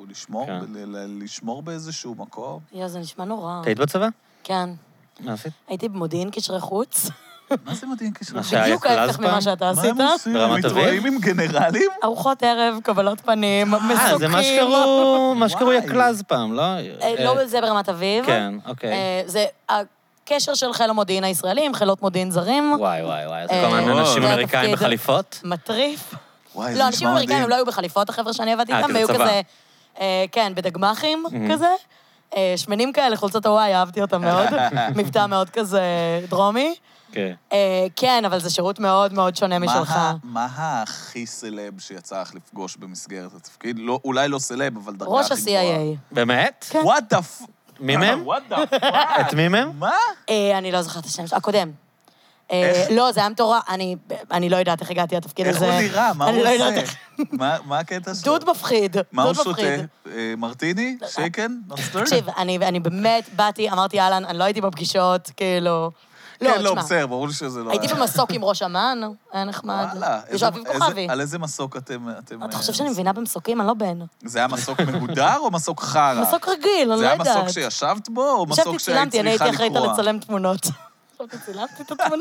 לשמור באיזשהו מקום. זה נשמע נורא. היית בצבא? כן. מה עשית? הייתי במודיעין קשרי חוץ. מה זה מדהים כשרה? בדיוק ההפך ממה שאתה עשית. מה הם עושים? ברמת אביב? מתראים עם גנרלים? ארוחות ערב, קבלות פנים, מסוקים. זה מה שקראו יקלז פעם, לא? לא זה ברמת אביב. כן, אוקיי. זה הקשר של חיל המודיעין הישראלי עם חילות מודיעין זרים. וואי. זה כל מיני אנשים אמריקאים בחליפות? מטריף. וואי, זה לא, אנשים נשמע אמריקאים מדהים. הם לא היו בחליפות, החבר'ה שאני עבדתי איתם, כזה והיו צבא. כזה, כן, בדגמחים כזה. שמנים כאלה, חולצות הוואי, אהבתי אותם מאוד. מבטא מאוד כזה דרומי. כן. כן, אבל זה שירות מאוד מאוד שונה משלך. מה הכי סלב שיצא לך לפגוש במסגרת התפקיד? אולי לא סלב, אבל דרגה ראש הכי גבוהה. ה-CIA. באמת? כן. What the f... מי מהם? What the fuck? את מי מהם? מה? אני לא זוכרת את השם שלו, הקודם. איך? לא, זה היה מטורף, אני לא יודעת איך הגעתי לתפקיד איך הזה. הוא נראה? מה הוא אני לא יודעת עושה? איך. מה הקטע שלו? דוד מפחיד. מה הוא דוד שותה? מפחיד. מרטיני? שייקן? נוסטר? תקשיב, אני באמת באתי, אמרתי, אהלן, אני לא הייתי בפגישות, כאילו... כן, לא, תשמע, בסדר, ברור לי שזה לא... הייתי במסוק עם ראש אמ"ן, היה נחמד. וואלה. יש אביב כוכבי. על איזה מסוק אתם... אתה חושב שאני מבינה במסוקים? אני לא בן. זה היה מסוק מהודר או מסוק חרא? מסוק רגיל, אני לא זה היה יודעת. מסוק שישבת בו, או מסוק ישבתי, שהיית צילמתי, אני צריכה הייתי לקרוע? אחראית לצלם תמונות. צילמתי את התמונה.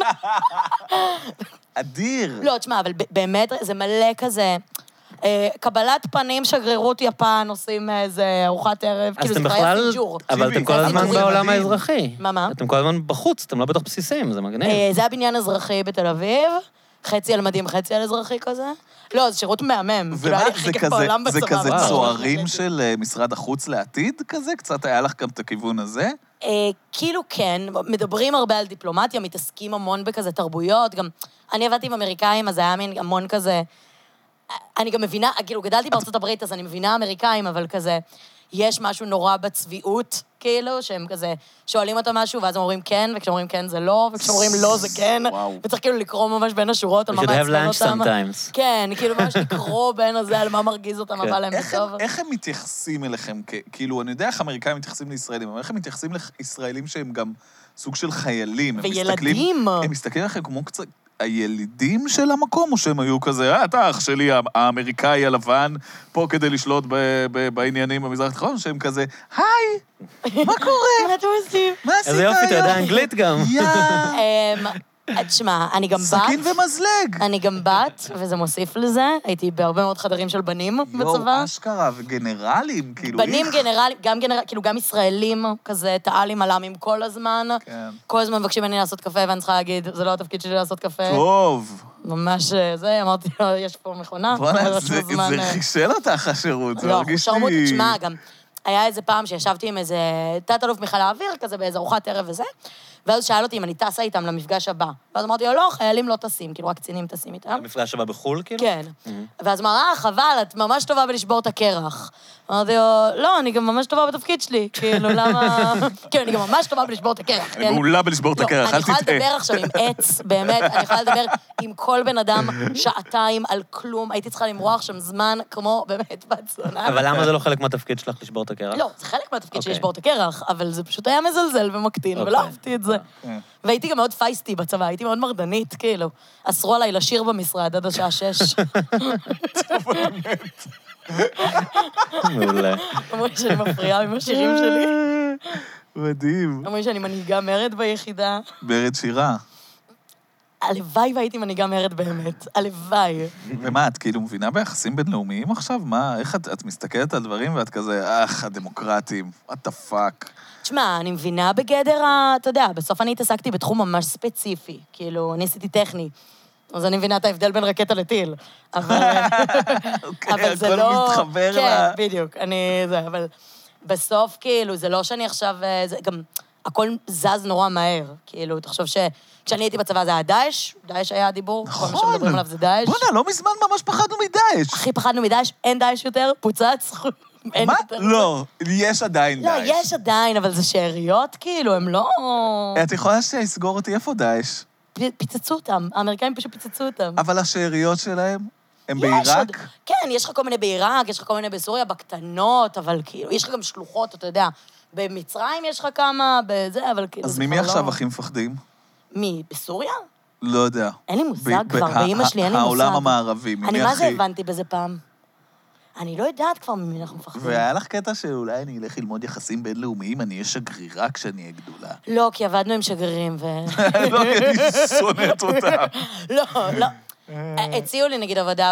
אדיר. לא, תשמע, אבל באמת זה מלא כזה... קבלת פנים, שגרירות יפן, עושים איזה ארוחת ערב, אז כאילו אתם זה כבר היה בכלל... פיג'ור. אבל אתם כל הזמן פיג'ורים בעולם מדהים. האזרחי. מה? אתם כל הזמן בחוץ, אתם לא בתוך בסיסים, זה מגניב. זה היה בניין אזרחי בתל אביב, חצי על מדים, חצי על אזרחי כזה. לא, זה שירות מהמם. כאילו, ומה, היה לי הכי כיף בעולם זה בצבא. כזה וואו. צוערים של משרד החוץ לעתיד כזה? קצת היה לך גם את הכיוון הזה? כאילו כן, מדברים הרבה על דיפלומטיה, מתעסקים המון בכזה תרבויות, גם אני עבדתי עם אמריקאים, אז היה מין המון כזה... אני גם מבינה, כאילו גדלתי בארצות הברית, אז אני מבינה אמריקאים, אבל כזה, יש משהו נורא בצביעות, כאילו, שהם כזה שואלים אותם משהו, ואז הם אומרים כן, וכשאומרים כן זה לא, וכשאומרים לא זה כן, וואו. וצריך כאילו לקרוא ממש בין השורות על מה We should have מעצבן lunch אותם. sometimes. כן, כאילו ממש לקרוא בין הזה על מה מרגיז אותם, אבל הם בטוב. איך הם מתייחסים אליכם? כאילו, אני יודע איך אמריקאים מתייחסים לישראלים, אבל איך הם מתייחסים לישראלים שהם גם סוג של חיילים? הם וילדים. הם מסתכלים עליכם כמו קצת... הילידים של המקום, או שהם היו כזה, אתה אח שלי, האמריקאי הלבן, פה כדי לשלוט בעניינים במזרח התיכון, או שהם כזה, היי, מה קורה? מה אתם עושים? מה עשית איזה יופי, אתה יודע היום?" אנגלית גם. תשמע, אני גם בת. סכין ומזלג. אני גם בת, וזה מוסיף לזה. הייתי בהרבה מאוד חדרים של בנים בצבא. יואו, אשכרה, וגנרלים, כאילו... בנים גנרלים, כאילו גם ישראלים, כזה טעלים עלמים כל הזמן. כן. כל הזמן מבקשים ממני לעשות קפה, ואני צריכה להגיד, זה לא התפקיד שלי לעשות קפה. טוב. ממש זה, אמרתי לו, יש פה מכונה. בוא'נה, יש זה לו זמן, חישל אותך השירות, זה לא, מרגיש שרמוט, לי... תשמע, גם היה איזה פעם שישבתי עם איזה תת-אלוף מחיל האוויר, כזה באיזה ארוחת ערב וזה, ואז שאל אותי אם אני טסה איתם למפגש הבא. ואז אמרתי לו, לא, חיילים לא טסים, כאילו רק קצינים טסים איתם. המפגש הבא בחו"ל, כאילו? כן. ואז אמר, חבל, את ממש טובה בלשבור את הקרח. אמרתי לו, לא, אני גם ממש טובה בתפקיד שלי. כאילו, למה... כאילו, אני גם ממש טובה בלשבור את הקרח. אני מעולה בלשבור את הקרח, אני אל יכולה תטעה. לדבר עכשיו עם עץ, באמת, אני יכולה לדבר עם כל בן אדם שעתיים על כלום. הייתי צריכה למרוח שם זמן כמו באמת בצונה. אבל למה זה לא חלק מהתפקיד שלך לשבור את הקרח? לא, זה חלק מהתפקיד שלי אוקיי. לשבור את הקרח, אבל זה פשוט היה מזלזל ומקטין, ולא אוקיי. אהבתי את זה. כן. והייתי גם מאוד פייסטי בצבא, הייתי מאוד מרדנית, כאילו. אסרו עליי לשיר במשרד עד השעה 6. מעולה. אמרו לי שאני מפריעה עם השירים שלי. מדהים. אמרו לי שאני מנהיגה מרד ביחידה. ברד שירה. הלוואי והייתי מנהיגה מרד באמת, הלוואי. ומה, את כאילו מבינה ביחסים בינלאומיים עכשיו? מה, איך את מסתכלת על דברים ואת כזה, הדמוקרטים, what the fuck. תשמע, אני מבינה בגדר אתה יודע, בסוף אני התעסקתי בתחום ממש ספציפי, כאילו, אני עשיתי טכני. אז אני מבינה את ההבדל בין רקטה לטיל, אבל זה לא... הכל מתחבר כן, בדיוק, אבל בסוף, כאילו, זה לא שאני עכשיו... גם הכל זז נורא מהר, כאילו, תחשוב כשאני הייתי בצבא זה היה דאעש, דאעש היה הדיבור, כל מה שמדברים עליו זה דאעש. בוא'נה, לא מזמן ממש פחדנו מדאעש. הכי פחדנו מדאעש, אין דאעש יותר, פוצץ. מה? לא, יש עדיין דאעש. לא, יש עדיין, אבל זה שאריות, כאילו, הם לא... את יכולה שיסגור אותי איפה דאעש? פיצצו אותם, האמריקאים פשוט פיצצו אותם. אבל השאריות שלהם, הם בעיראק? כן, יש לך כל מיני בעיראק, יש לך כל מיני בסוריה, בקטנות, אבל כאילו, יש לך גם שלוחות, אתה יודע, במצרים יש לך כמה, בזה, אבל כאילו... אז ממי עכשיו הכי מפחדים? מי? בסוריה? לא יודע. אין לי מושג כבר, באמא שלי אין לי מושג. העולם המערבי, ממי הכי... אני מה זה הבנתי בזה פעם? אני לא יודעת כבר ממי אנחנו מפחדים. והיה לך קטע שאולי אני אלך ללמוד יחסים בינלאומיים, אני אהיה שגרירה כשאני אהיה גדולה. לא, כי עבדנו עם שגרירים ו... לא, אני שונאת אותם. לא. הציעו לי, נגיד, עבודה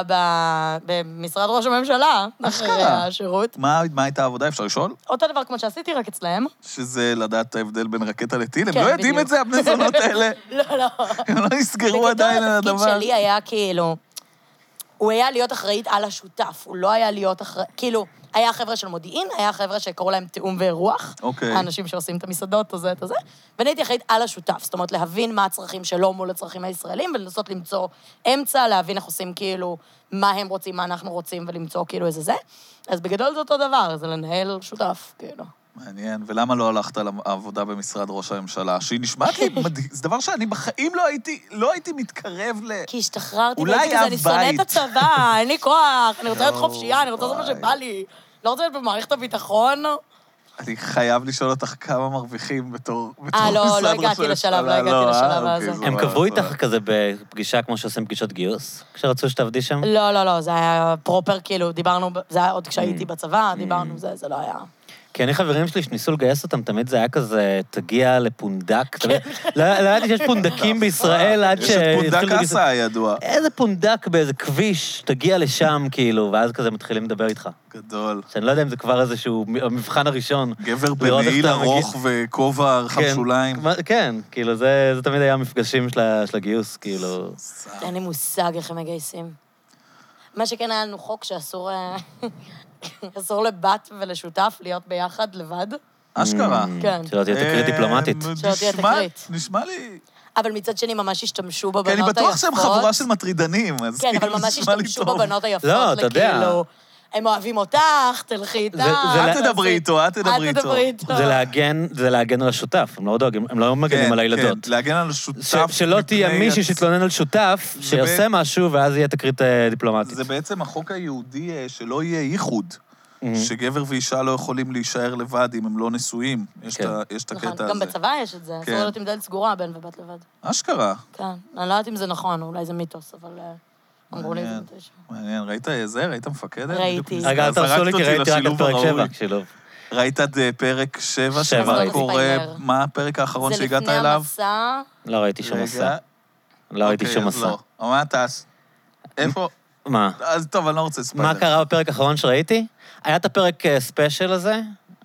במשרד ראש הממשלה, אחרי השירות. מה הייתה העבודה? אפשר לשאול? אותו דבר כמו שעשיתי, רק אצלהם. שזה לדעת את ההבדל בין רקטה לטיל? הם כן, לא יודעים את זה, הבני זונות האלה. לא. הם לא נסגרו עדיין על הדבר. התפקיד שלי היה כאילו... הוא היה להיות אחראית על השותף, הוא לא היה להיות אחראית... כאילו, היה חבר'ה של מודיעין, היה חבר'ה שקראו להם תיאום ואירוח. אוקיי. האנשים שעושים את המסעדות, את זה. ואני הייתי אחראית על השותף, זאת אומרת, להבין מה הצרכים שלו מול הצרכים הישראלים, ולנסות למצוא אמצע, להבין איך עושים כאילו, מה הם רוצים, מה אנחנו רוצים, ולמצוא כאילו איזה זה. אז בגדול זה אותו דבר, זה לנהל שותף, כאילו. מעניין, ולמה לא הלכת על העבודה במשרד ראש הממשלה? שהיא נשמעת לי מדהים, זה דבר שאני בחיים לא הייתי מתקרב כי השתחררתי, אולי כזה, אני שונאת הבית. את הצבא, אין לי כוח, אני רוצה להיות חופשייה, אני רוצה לעשות מה שבא לי. לא רוצה להיות במערכת הביטחון. אני חייב לשאול אותך כמה מרוויחים בתור משרד ראש הממשלה. לא הגעתי לשלב, לא הגעתי לשלב הזה. הם קבעו איתך כזה בפגישה כמו שעושים פגישות גיוס, כשרצו שתעבדי שם? לא, זה היה פרופר, כאילו, דיברנו, זה היה עוד כשהייתי בצבא, דיברנו, זה לא היה... כי אני חברים שלי שניסו לגייס אותם, תמיד זה היה כזה, תגיע לפונדק. לא ידעתי שיש פונדקים בישראל עד ש... יש את פונדק אסה הידוע. איזה פונדק באיזה כביש, תגיע לשם כאילו, ואז כזה מתחילים לדבר איתך. גדול. שאני לא יודע אם זה כבר איזשהו המבחן הראשון. גבר במעיל ארוך וכובע רחב שוליים. כן, כאילו זה תמיד היה המפגשים של הגיוס, כאילו... אין לי מושג איך הם מגייסים. מה שכן היה לנו חוק שאסור... אסור לבת ולשותף להיות ביחד לבד. אשכרה. כן. שלא תהיה תקרית דיפלומטית. שלא תהיה תקרית. נשמע לי... אבל מצד שני ממש השתמשו בבנות כי היפות. אני בטוח שהם חבורה של מטרידנים, אז כן, כאילו אבל ממש נשמע לי השתמשו טוב. בבנות היפות. לא, אתה יודע. לכאילו, הם אוהבים אותך, תלכי איתך. אל תדברי איתו, אל תדברי איתו. אל תדברי איתו. זה להגן על השותף, הם לא דואגים, הם לא מגנים על הילדות. כן, להגן על השותף. שלא תהיה מישהי שתלונן על שותף, שיעשה משהו, ואז יהיה תקרית דיפלומטית. זה בעצם החוק היהודי שלא יהיה ייחוד. שגבר ואישה לא יכולים להישאר לבד אם הם לא נשואים. יש את הקטע הזה. גם בצבא יש את זה, אסור להיות עם דלת סגורה, בן ובת לבד. אשכרה. כן, אני לא יודעת אם זה נכון, אולי זה מיתוס, אבל אמרו לי את זה מתישהו. מעניין, ראית זה? ראית מפקדת? ראיתי. רגע, אל תרשו לי, כי ראיתי רק את פרק 7. ראית את פרק 7? 7 קורה, מה הפרק האחרון שהגעת אליו? זה לפני המסע. לא ראיתי שום מסע. לא ראיתי שום מסע. מה טס? איפה? מה? אז טוב, אני לא רוצה ספיילר. מה קרה בפרק האחרון שראיתי? היה את הפרק ספיישל הזה.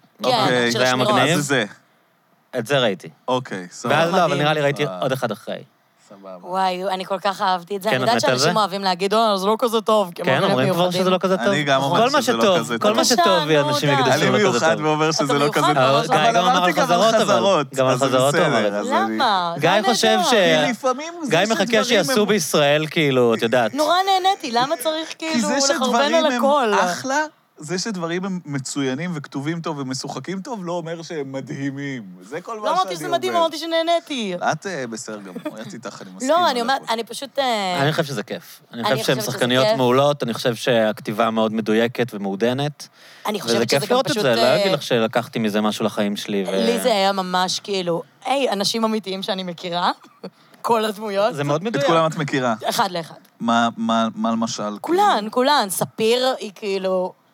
כן, של זה היה השמירות. מגניב. אז זה. את זה ראיתי. אוקיי, ואז סבבה. לא, אבל נראה לי ראיתי עוד אחד אחרי. סבבה. וואי, אני כל כך אהבתי את זה. כן, אני יודעת את מתה על שאנשים זה? אוהבים להגיד, זה לא כזה טוב. כי הם כן, אוהבים אומרים כבר מיוחדים. שזה לא כזה טוב. אני גם אומר כל מה שזה לא שטוב, כזה כל מה טוב. שטוב, בבקשה, אנשים נו, יגידו די. שזה אני לא כזה מיוחד טוב. ואומר שזה לא מיוחד כזה מאוד. טוב. גיא אבל גם אמר אמרתי על גם חזרות, על אבל. חזרות. גם על אז זה חזרות הוא אמר בסדר, את זה. אז אני- למה? גיא זה חושב נהדר. כי לפעמים זה גיא מחכה שדברים שיעשו הם- בישראל, כאילו, את יודעת. נורא נהניתי, למה צריך כי כאילו זה לחרבן שדברים על הם הכל? אחלה, זה שדברים הם מצוינים וכתובים טוב ומשוחקים טוב, לא אומר שהם מדהימים. זה כל מה שאני אומר. לא אמרתי שזה מדהים, אמרתי שנהניתי. את בסדר גמור, יצאת איתך, אני מסכים. לא, אני על אומרת, הכל. אני פשוט... אני חושב שזה כיף. אני אני חושב שהן חושבת שזה שחקניות כיף. מעולות, אני חושב שהכתיבה מאוד מדויקת ומעודנת. אני וזה חושבת שזה כיף גם לראות את פשוט... זה, לא אגיד לך שלקחתי מזה משהו לחיים שלי. לי זה היה ממש כאילו, היי, אנשים אמיתיים שאני מכירה, כל הדמויות. זה מאוד את מדויק. כולם את מכירה. אחד לאחד. מה למשל? כולן. ספיר היא כאילו...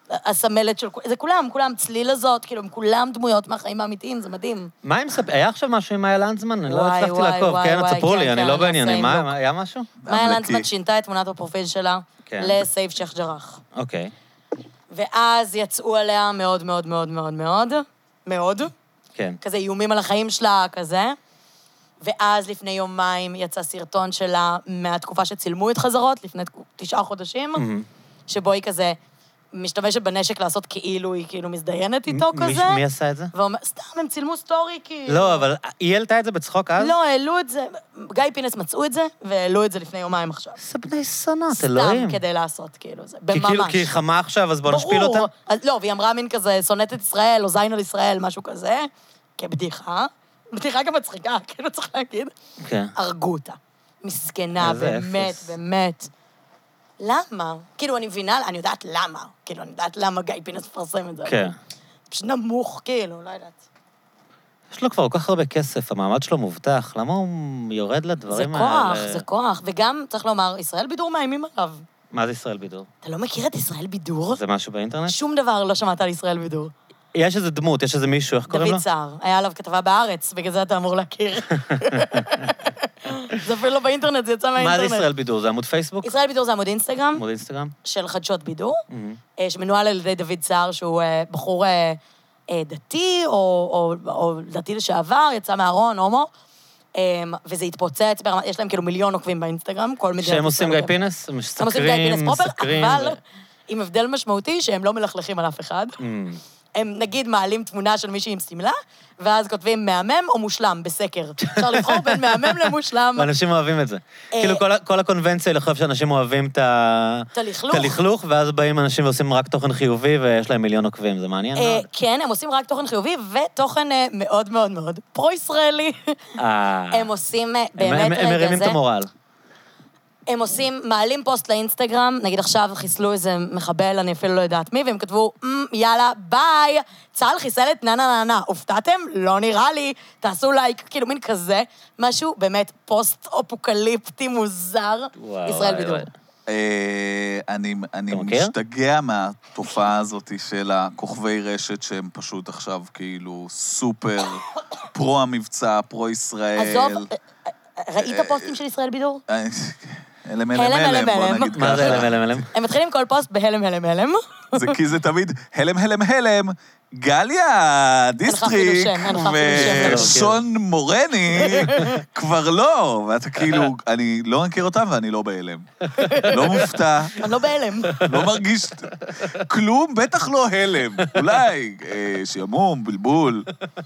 הסמלת של... זה כולם, צליל הזאת, כאילו, הם כולם דמויות מהחיים האמיתיים, זה מדהים. מה הם ספר? היה עכשיו משהו עם מאיה לנדסמן? אני לא וואי, הצלחתי וואי, לעקוב. וואי, כן, וואי, תספרו כן, לי, אני כן, לא אני בעניינים. אעשה מה, היה משהו? מאיה לנדסמן שינתה את תמונת הפרופיל שלה כן. לסייף שייח ג'ראח. אוקיי. ואז יצאו עליה מאוד מאוד מאוד מאוד מאוד, מאוד, כן. כזה איומים על החיים שלה, כזה. ואז לפני יומיים יצא סרטון שלה מהתקופה שצילמו את חזרות, לפני 9 חודשים, שבו היא כזה משתמשת בנשק לעשות כאילו היא כאילו מזדיינת איתו כזה. מי עשה את זה? סתם, הם צילמו סטורי כאילו. לא, אבל היא העלתה את זה בצחוק אז? לא, העלו את זה, גיא פינס מצאו את זה, והעלו את זה לפני יומיים עכשיו. זה בני סנות, אלוהים. סתם כדי לעשות, כאילו, זה כי כאילו, ממש. כי היא חמה עכשיו, אז בוא נשפיל אותה? ברור. לא, והיא אמרה מין כזה, שונאת את ישראל, או זין על ישראל, משהו כזה, כבדיחה. בדיחה גם מצחיקה, כאילו צריך להגיד. כן. הרגו אותה. מסכנה, באמת, באמת. למה? כאילו, אני מבינה, אני יודעת למה. כאילו, אני יודעת למה גיא פינס מפרסם את זה. כן. פשוט נמוך, כאילו, לא יודעת. יש לו כבר כל כך הרבה כסף, המעמד שלו מובטח, למה הוא יורד לדברים האלה? זה כוח. וגם, צריך לומר, ישראל בידור מאיימים עליו. מה זה ישראל בידור? אתה לא מכיר את ישראל בידור? זה משהו באינטרנט? שום דבר לא שמעת על ישראל בידור. יש איזה דמות, יש איזה מישהו, איך קוראים לו? דוד סער. היה עליו כתבה בארץ, בגלל זה אתה אמור להכיר. זה אפילו לא באינטרנט, זה יצא מהאינטרנט. מה זה ישראל בידור? זה עמוד פייסבוק? ישראל בידור זה עמוד אינסטגרם. עמוד אינסטגרם? של חדשות בידור, שמנוהל על ידי דוד סער, שהוא בחור דתי, או דתי לשעבר, יצא מהארון, הומו, וזה התפוצץ, יש להם כאילו 1,000,000 עוקבים באינסטגרם, כל מדינת ישראל. שהם עושים גיא פינס? הם עושים גיא פינס פרופר, אבל עם הבדל משמעותי שהם לא מלכלכים על אף אחד. הם נגיד מעלים תמונה של מישהי עם סמלה, ואז כותבים מהמם או מושלם בסקר. אפשר לבחור בין מהמם למושלם. ואנשים אוהבים את זה. כאילו כל הקונבנציה לחשוב שאנשים אוהבים את הלכלוך, ואז באים אנשים ועושים רק תוכן חיובי, ויש להם 1,000,000 עוקבים, זה מעניין מאוד. כן, הם עושים רק תוכן חיובי, ותוכן מאוד מאוד מאוד פרו-ישראלי. הם עושים באמת רגע זה. הם מרימים את המורל. הם עושים, מעלים פוסט לאינסטגרם, נגיד עכשיו חיסלו איזה מחבל, אני אפילו לא יודעת מי, והם כתבו, יאללה, ביי, צה"ל חיסל את נה. הופתעתם? לא נראה לי, תעשו לייק, כאילו מין כזה, משהו באמת פוסט-אפוקליפטי מוזר, ישראל בידור. אני משתגע מהתופעה הזאת של הכוכבי רשת שהם פשוט עכשיו כאילו סופר פרו המבצע, פרו ישראל. עזוב, ראית פוסטים של ישראל בידור? הלם, בוא נגיד ככה. מה זה הלם? הם מתחילים כל פוסט בהלם. זה כי זה תמיד הלם, גליה, דיסטריק, ושון מורני, כבר לא. ואתה כאילו, אני לא מכיר אותם ואני לא בהלם. לא מופתע. אני לא בהלם. לא מרגיש כלום, בטח לא הלם. אולי שימום, בלבול.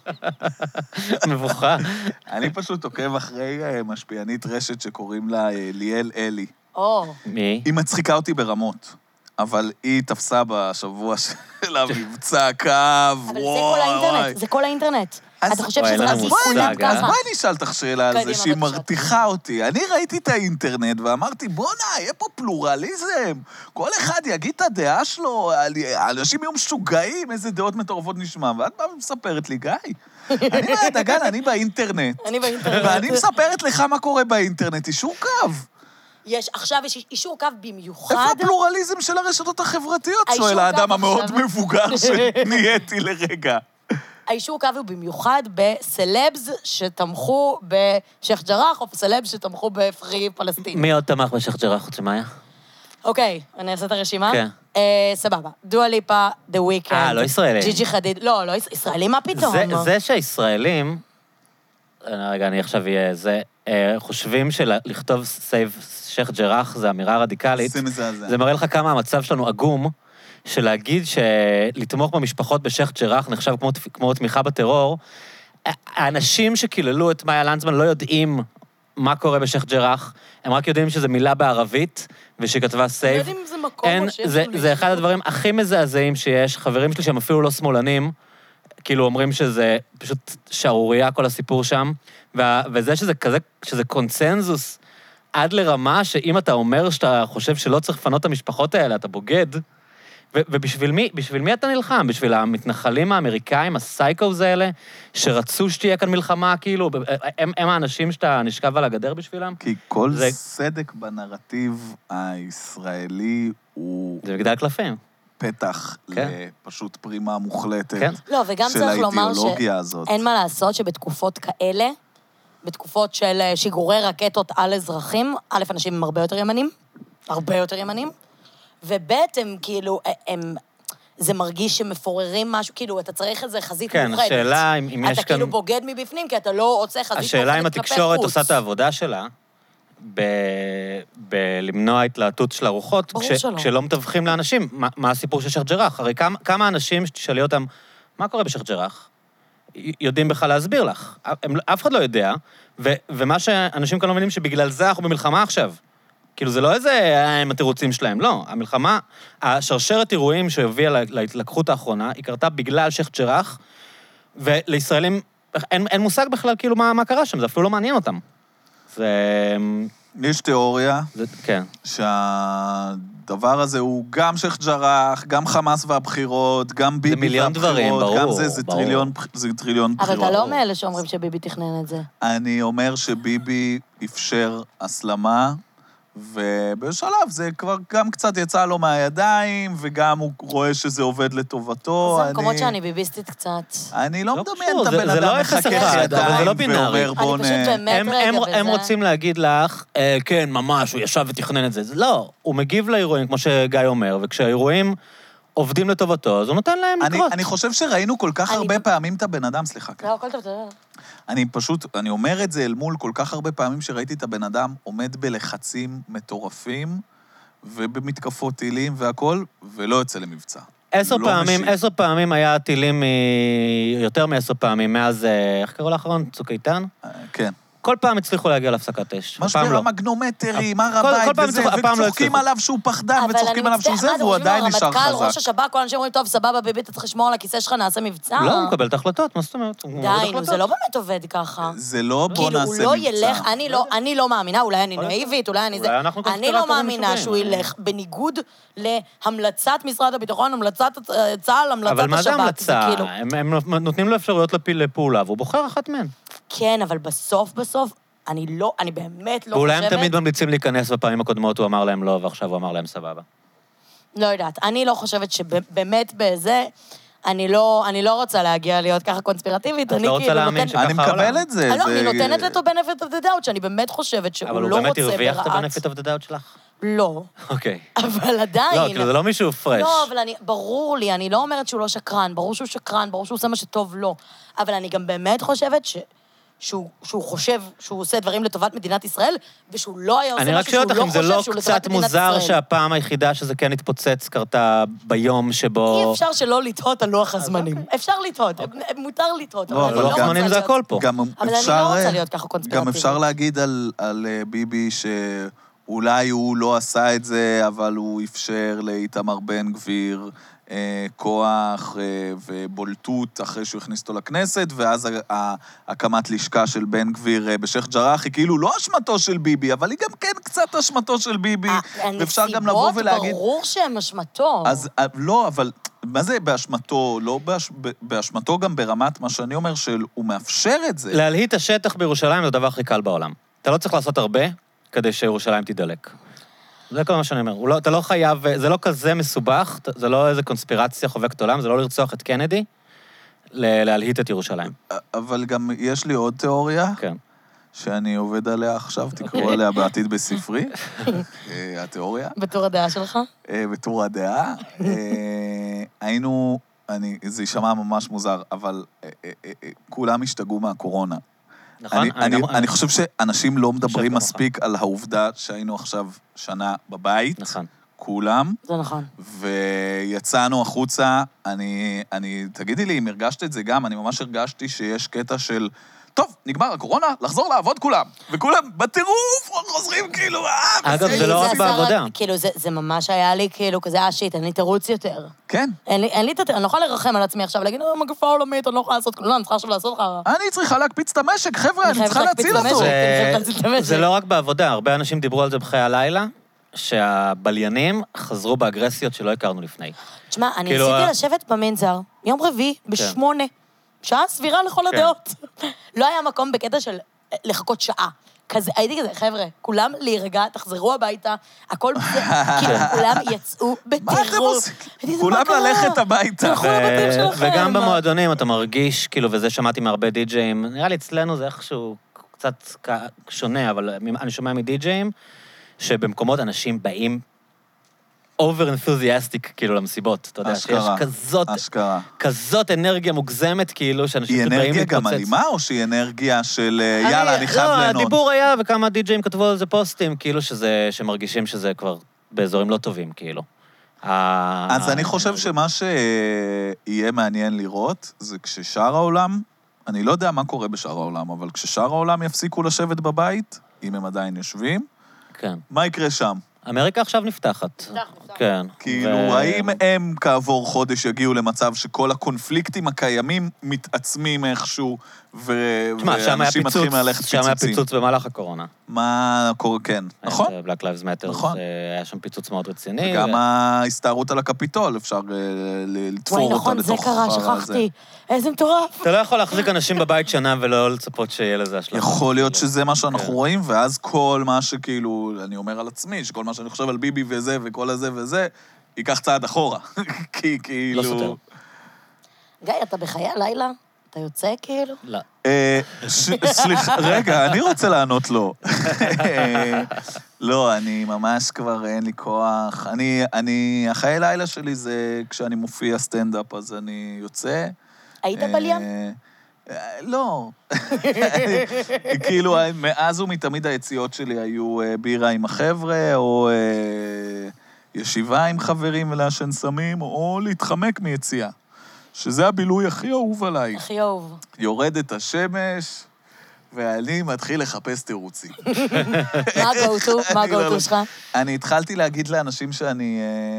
מבוכה. אני פשוט עוקב אחרי משפיענית רשת שקוראים לה ליאל אלי. מי? היא מצחיקה אותי ברמות. אבל היא תפסה בשבוע של המבצע קו, וואי. זה כל האינטרנט. אתה חושב שזה עשי כולם ככה? אז בואי נשאל אותך שאלה על זה, שהיא מרתיחה אותי. אני ראיתי את האינטרנט ואמרתי, בוא'נה, יהיה פה פלורליזם. כל אחד יגיד את הדעה שלו, אנשים יהיו משוגעים, איזה דעות מטורפות נשמע. ואת באה ומספרת לי, גיא, אני מהדגן, אני באינטרנט. ואני מספרת לך מה קורה באינטרנט, אישור קו. עכשיו יש אישור קו במיוחד. איפה הפלורליזם של הרשתות החברתיות? שואל האדם המאוד מבוגר שנהייתי לרגע. האישור קו הוא במיוחד בסלבס שתמכו בשייח ג'ראח, או סלבס שתמכו בפרי פלסטין. מי עוד תמך בשייח ג'ראח חוץ ממאיה? אוקיי, אני אעשה את הרשימה? כן. סבבה. דואה ליפה, The Weeknd. לא ישראלים. ג'יג'י חדיד. לא, ישראלים, מה פתאום? זה שהישראלים, רגע, אני עכשיו אהיה, חושבים שלכתוב סייב שייח ג'ראח זה אמירה רדיקלית. זה מראה לך כמה המצב שלנו עגום, של להגיד שלתמוך במשפחות בשייח ג'ראח נחשב כמו תמיכה בטרור. האנשים שקיללו את מאיה לנדסמן לא יודעים מה קורה בשייח ג'ראח, הם רק יודעים שזה מילה בערבית, ושהיא כתבה סייב. לא יודעים אם זה מקום או שיש זה אחד הדברים הכי מזעזעים שיש, חברים שלי שהם אפילו לא שמאלנים, כאילו אומרים שזה פשוט שערוריה כל הסיפור שם, וזה שזה קונצנזוס עד לרמה שאם אתה אומר שאתה חושב שלא צריך לפנות את המשפחות האלה, אתה בוגד, ובשביל מי אתה נלחם? בשביל המתנחלים האמריקאים, הסייקוז האלה, שרצו שתהיה כאן מלחמה, כאילו, הם האנשים שאתה נשכב על הגדר בשבילם? כי כל סדק בנרטיב הישראלי הוא... זה מגדל קלפים. פתח לפשוט פרימה מוחלטת לא, וגם של צריך לומר האידיאולוגיה הזאת. שאין מה לעשות שבתקופות כאלה, בתקופות של שיגורי רקטות על אזרחים, א', אנשים הם הרבה יותר ימנים, וב', הם כאילו, זה מרגיש שמפוררים משהו, כאילו, אתה צריך איזה חזית מאוחדת. כן, השאלה אם יש כאן... אתה כאילו בוגד מבפנים, כי אתה לא רוצה חזית מאוחדת כלפי חוץ. השאלה אם התקשורת עושה את העבודה שלה, בלמנוע התלהטות של הרוחות, כשלא מתווכים לאנשים. מה הסיפור של שייח' ג'ראח? הרי כמה אנשים שתשאלי אותם, מה קורה בשייח' ג'ראח? יודעים בכלל להסביר לך. אף אחד לא יודע, ומה שאנשים כאן לא מבינים שבגלל זה אנחנו במלחמה עכשיו. כאילו, זה לא איזה הם התירוצים שלהם, לא. המלחמה, השרשרת אירועים שהביאה להתלקחות האחרונה, היא קרתה בגלל שייח' ג'ראח, ולישראלים אין מושג בכלל כאילו מה קרה שם, זה אפילו לא מעניין אותם. זה... יש תיאוריה, כן. שהדבר הזה הוא גם שייח' ג'ראח, גם חמאס והבחירות, גם ביבי והבחירות, גם זה טריליון בחירות. אבל אתה לא מאלה שאומרים שביבי תכנן את זה. אני אומר שביבי אפשר הסלמה, ובשלב זה כבר גם קצת יצא לו מהידיים, וגם הוא רואה שזה עובד לטובתו. זה מקומות שאני ביביסטית קצת. אני לא מדמיין את הבן אדם מחכה ידיים ואומר בוא נ... הם רוצים להגיד לך, כן, ממש, הוא ישב ותכנן את זה. לא, הוא מגיב לאירועים, כמו שגיא אומר, וכשהאירועים עובדים לטובתו, אז הוא נותן להם לקרות. אני חושב שראינו כל כך הרבה פעמים את הבן אדם, סליחה. לא, הכל טוב, אתה יודע. אני אומר את זה אל מול כל כך הרבה פעמים שראיתי את הבן אדם עומד בלחצים מטורפים, ובמתקפות טילים והכל, ולא יוצא למבצע. 10 פעמים היה טילים, יותר מ10 פעמים, מאז, איך קראו לאחרון? צוק איתן? כן. כל פעם הצליחו להגיע להפסקת אש. משבר המגנומטרי, מה רבית וזה, וצוחקים עליו שהוא פחדן, וצוחקים עליו שהוא זה, והוא עדיין נשאר חזק. ראש השב"כ, כל אנשים אומרים, טוב, סבבה, ביבי, אתה צריך לשמור על הכיסא שלך, נעשה מבצע. לא, הוא מקבל את ההחלטות, מה זאת אומרת? די, זה לא באמת עובד ככה. זה לא בוא נעשה מבצע. כאילו, הוא לא ילך, אני לא מאמינה, אולי אני נאיבית, אולי אני זה. אני לא מאמינה שהוא ילך בניגוד להמלצת משרד הביטחון, המלצת צה"ל, המלצת השב"כ. אבל מה זה המלצה? הם נותנים לו אפשרויות לפעולה, והוא בוחר אחת מהן. כן, אבל בסוף, אני באמת לא ואולי חושבת... הם תמיד ממליצים להיכנס, בפעמים הקודמות הוא אמר להם לא, ועכשיו הוא אמר להם סבבה. לא יודעת, אני לא חושבת שבאמת בזה, אני לא רוצה להגיע להיות ככה קונספירטיבית, את לא רוצה להאמין שככה אני מקבל את זה. לא, אני נותנת לו benefit of the doubt, שאני באמת חושבת שהוא לא רוצה ברעת... אבל הוא באמת הרוויח את ה-benefit of the doubt שלך? לא. אוקיי. אבל עדיין... לא, כאילו זה לא מישהו פרש. לא, אבל ברור לי, אני לא אומרת שהוא לא שקרן, ברור שהוא שקרן, ברור שהוא עושה מה שטוב לו, אבל אני גם באמת חושבת שהוא חושב שהוא עושה דברים לטובת מדינת ישראל, ושהוא לא היה עושה משהו שהוא לא חושב שהוא לטובת מדינת ישראל. אני רק שואל אותך אם זה לא קצת מוזר שהפעם היחידה שזה כן התפוצץ קרתה ביום שבו... אי אפשר שלא לטעות על לוח הזמנים. אפשר לטעות, מותר לטעות. אבל לוח הזמנים זה הכל פה. אבל אני לא רוצה להיות ככה קונספירטיבית. גם אפשר להגיד על ביבי שאולי הוא לא עשה את זה, אבל הוא אפשר לאיתמר בן גביר כוח ובולטות אחרי שהוא הכניס אותו לכנסת, ואז הקמת לשכה של בן גביר בשייח' ג'ראח היא כאילו לא אשמתו של ביבי, אבל היא גם כן קצת אשמתו של ביבי, ואפשר גם לבוא ולהגיד... הנסיבות ברור שהן אשמתו. אז לא, אבל מה זה באשמתו? לא באשמתו גם ברמת מה שאני אומר, שהוא מאפשר את זה. להלהיט השטח בירושלים זה הדבר הכי קל בעולם. אתה לא צריך לעשות הרבה כדי שירושלים תידלק. זה כל מה שאני אומר. אתה לא חייב, זה לא כזה מסובך, זה לא איזה קונספירציה חובקת עולם, זה לא לרצוח את קנדי, להלהיט את ירושלים. אבל גם יש לי עוד תיאוריה, כן. שאני עובד עליה עכשיו, תקראו עליה בעתיד בספרי, התיאוריה. בתור הדעה שלך? בתור הדעה. היינו, זה יישמע ממש מוזר, אבל כולם השתגעו מהקורונה. נכון? אני חושב שאנשים לא מדברים מספיק על העובדה שהיינו עכשיו שנה בבית. נכון. כולם. זה נכון. ויצאנו החוצה, תגידי לי אם הרגשת את זה גם, אני ממש הרגשתי שיש קטע של, טוב, נגמר הקורונה, לחזור לעבוד כולם. וכולם בטירוף, חוזרים כאילו, אגב, זה לא רק בעבודה. כאילו, זה ממש היה לי כאילו, כזה שיט, אין לי תירוץ יותר. כן. אין לי אני לא יכולה לרחם על עצמי עכשיו, להגיד, מגפה עולמית, אני לא יכולה לעשות כלום, לא, אני צריכה עכשיו לעשות לך. אני צריכה להקפיץ את המשק, חבר'ה, אני צריכה להציל אותו. זה לא רק בעבודה, הרבה אנשים דיברו על זה בחיי הלילה, שהבליינים חזרו באגרסיות שלא הכרנו לפני. תשמע, אני ניסיתי לשבת במנזר, יום רביעי, ב8, שעה סבירה לכל הדעות. לא היה מקום בקטע של לחכות שעה. כזה, הייתי כזה, חבר'ה, כולם להירגע, תחזרו הביתה, הכל בסדר, כאילו, כולם יצאו בטירוף. מה אתם עושים? כולם ללכת הביתה. תלכו לבתים שלכם. וגם במועדונים אתה מרגיש, כאילו, וזה שמעתי מהרבה די-ג'אים, נראה לי אצלנו זה איכשהו קצת שונה, אבל אני שומע מדי-ג'אים, שבמקומות אנשים באים אובר אנתוזיאסטיק, כאילו, למסיבות. אתה יודע, שיש כזאת אנרגיה מוגזמת, כאילו, שאנשים היא באים להתפוצץ. אנרגיה גם אלימה, או שהיא אנרגיה של יאללה, אני חייב ליהנות? לא, הדיבור היה, וכמה די-ג'אים כתבו על זה פוסטים, כאילו, שמרגישים שזה כבר באזורים לא טובים, כאילו. אז אני חושב שמה שיהיה מעניין לראות, זה כששאר העולם, אני לא יודע מה קורה בשאר העולם, אבל כששאר העולם יפסיקו לשבת בבית, אם הם עדיין יושבים, מה יקרה שם? אמריקה עכשיו נפתחת. כן. כאילו, האם הם כעבור חודש יגיעו למצב שכל הקונפליקטים הקיימים מתעצמים איכשהו, ואנשים מתחילים ללכת פיצוצים? שם היה פיצוץ במהלך הקורונה. מה קורה, כן. נכון? Black Lives Matter, היה שם פיצוץ מאוד רציני. וגם ההסתערות על הקפיטול, אפשר לתפור אותה לתוך... וואי, נכון, זה קרה, שכחתי. איזה מטורף. אתה לא יכול להחזיק אנשים בבית שנה ולא לצפות שיהיה לזה השלכה. יכול להיות שזה מה שאנחנו רואים, ואז כל מה שכאילו, אני אומר על עצמי, שכל מה שאני חושב על ביבי וזה, וכל הזה וזה, ייקח צעד אחורה. כי כאילו... לא סותר. גיא, אתה בחיי הלילה? אתה יוצא כאילו? לא. סליחה, רגע, אני רוצה לענות לו. לא, אני ממש כבר אין לי כוח. החיי לילה שלי זה כשאני מופיע סטנדאפ, אז אני יוצא. היית בליין? לא. כאילו, מאז ומתמיד היציאות שלי היו בירה עם החבר'ה, או ישיבה עם חברים ולעשן סמים, או להתחמק מיציאה. שזה הבילוי הכי אהוב עליי. הכי אהוב. יורדת השמש, ואני מתחיל לחפש תירוצים. מה הגאוטו? מה הגאוטו שלך? אני התחלתי להגיד לאנשים שאני...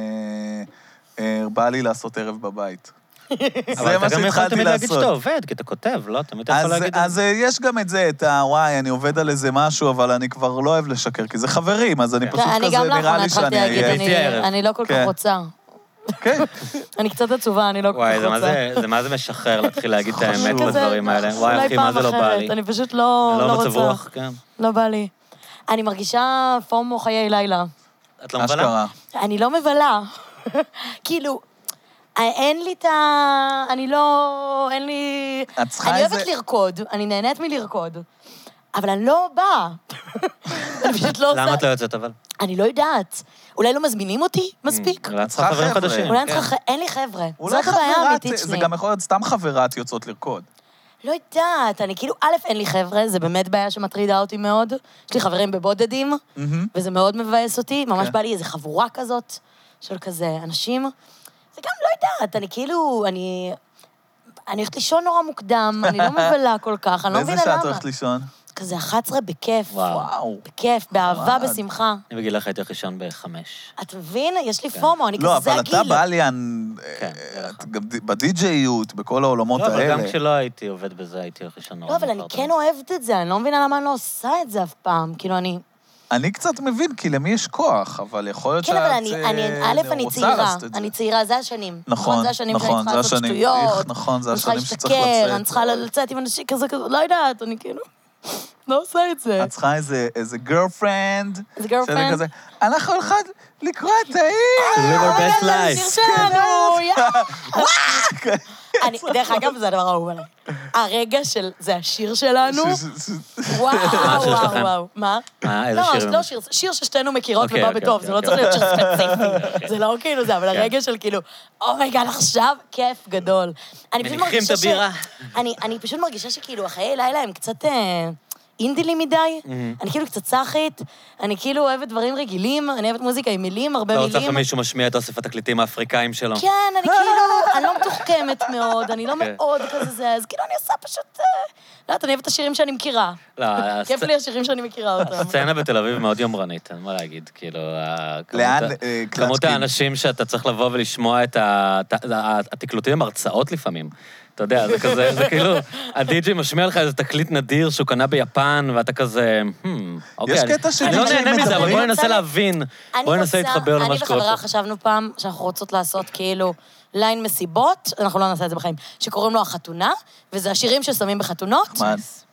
בא לי לעשות ערב בבית. אבל אתה גם יכול תמיד להגיד שאתה עובד, כי אתה כותב, לא? תמיד אתה יכול להגיד... אז יש גם את זה, את וואי, אני עובד על איזה משהו, אבל אני כבר לא אוהב לשקר, כי זה חברים, אז אני פשוט כזה, נראה לי שאני... אני לא כל כך רוצה. כן. אני קצת עצובה, אני לא כל כך רוצה. וואי, זה מה זה משחרר להתחיל להגיד את האמת בדברים האלה. וואי, אחי, מה זה לא בא לי? אני פשוט לא רוצה. לא מצב רוח, כן. לא בא לי. אני מרגישה פומו חיי לילה. את לא מבלה? אני לא מבלה. כאילו... אין לי את ה... אני לא... אין לי... אני אוהבת לרקוד, אני נהנית מלרקוד, אבל אני לא באה. אני פשוט לא עושה... למה את לא יוצאת אבל? אני לא יודעת. אולי לא מזמינים אותי מספיק? אולי את צריכה חברים חדשים. אולי אין לי חבר'ה. זאת הבעיה האמיתית שלי. זה גם יכול להיות סתם חברת יוצאות לרקוד. לא יודעת, אני כאילו, א', אין לי חבר'ה, זה באמת בעיה שמטרידה אותי מאוד. יש לי חברים בבודדים, וזה מאוד מבאס אותי. ממש בא לי איזו חבורה כזאת, של כזה אנשים... זה גם לא יודעת, אני כאילו, אני הולכת לישון נורא מוקדם, אני לא מבלה כל כך, אני לא מבינה למה. באיזה שעה את הולכת לישון? כזה 11 בכיף. וואו. בכיף, באהבה, בשמחה. אני בגיל לך הייתי הולך לישון ב5. אתה מבין? יש לי פומו, אני כזה, לא, זה אבל הגיל. אתה בעליין, בדי-ג'איות, בכל העולמות האלה. לא, אבל גם כשלא הייתי עובד בזה, הייתי הולך לישון נורא. לא, אבל אני כן אוהבת את זה, אני לא מבינה למה אני לא עושה את זה אף פעם. כאילו, אני קצת מבין, כי למי יש כוח, אבל יכול להיות כן, אבל אני צעירה. אני צעירה, זה השנים. נכון, זה השנים שאני צריכה לעשות שטויות. נכון, זה השנים שצריך לצאת. אני צריכה להשתכר, אני צריכה לצאת עם אנשים כזה, לא יודעת, אני כאילו... לא עושה את זה. את צריכה איזה גרלפרנד. איזה גרלפרנד. אנחנו הולכות לקרוא את העיר. To live our best life. שיר שלנו, דרך אגב, זה הדבר האהוב עליי. הרגע של, זה השיר שלנו. וואו, וואו. מה? איזה שיר? לא, שיר ששתינו מכירות ובא בטוב, זה לא צריך להיות שיר ספציפי. זה לא כאילו זה, אבל הרגע של כאילו, אומייגל, עכשיו כיף גדול. מניחים את הבירה. אני פשוט מרגישה שכאילו, החיי לילה הם קצת... אינדילי מדי, אני כאילו קצת צחית, אני כאילו אוהבת דברים רגילים, אני אוהבת מוזיקה עם מילים, הרבה מילים. לא רוצה מישהו משמיע את אוסף התקליטים האפריקאים שלו. כן, אני כאילו, אני לא מתוחכמת מאוד, אני לא מאוד כזה זה, אז כאילו אני עושה פשוט... לא, אני אוהבת את השירים שאני מכירה. כיף לי השירים שאני מכירה אותם. הסצנה בתל אביב מאוד יומרנית, אין מה להגיד, כאילו... לאן? כמות האנשים שאתה צריך לבוא ולשמוע את התקלוטים, הרצאות לפעמים. אתה יודע, זה כזה, זה כאילו, הדי-ג'י משמיע לך איזה תקליט נדיר שהוא קנה ביפן, ואתה כזה, יש קטע של... אני לא נהנה מזה, אבל בואי ננסה להבין, בואי ננסה להתחבר למה שקורה פה. אני וחברה חשבנו פעם שאנחנו רוצות לעשות כאילו ליין מסיבות, אנחנו לא נעשה את זה בחיים, שקוראים לו החתונה, וזה השירים ששמים בחתונות.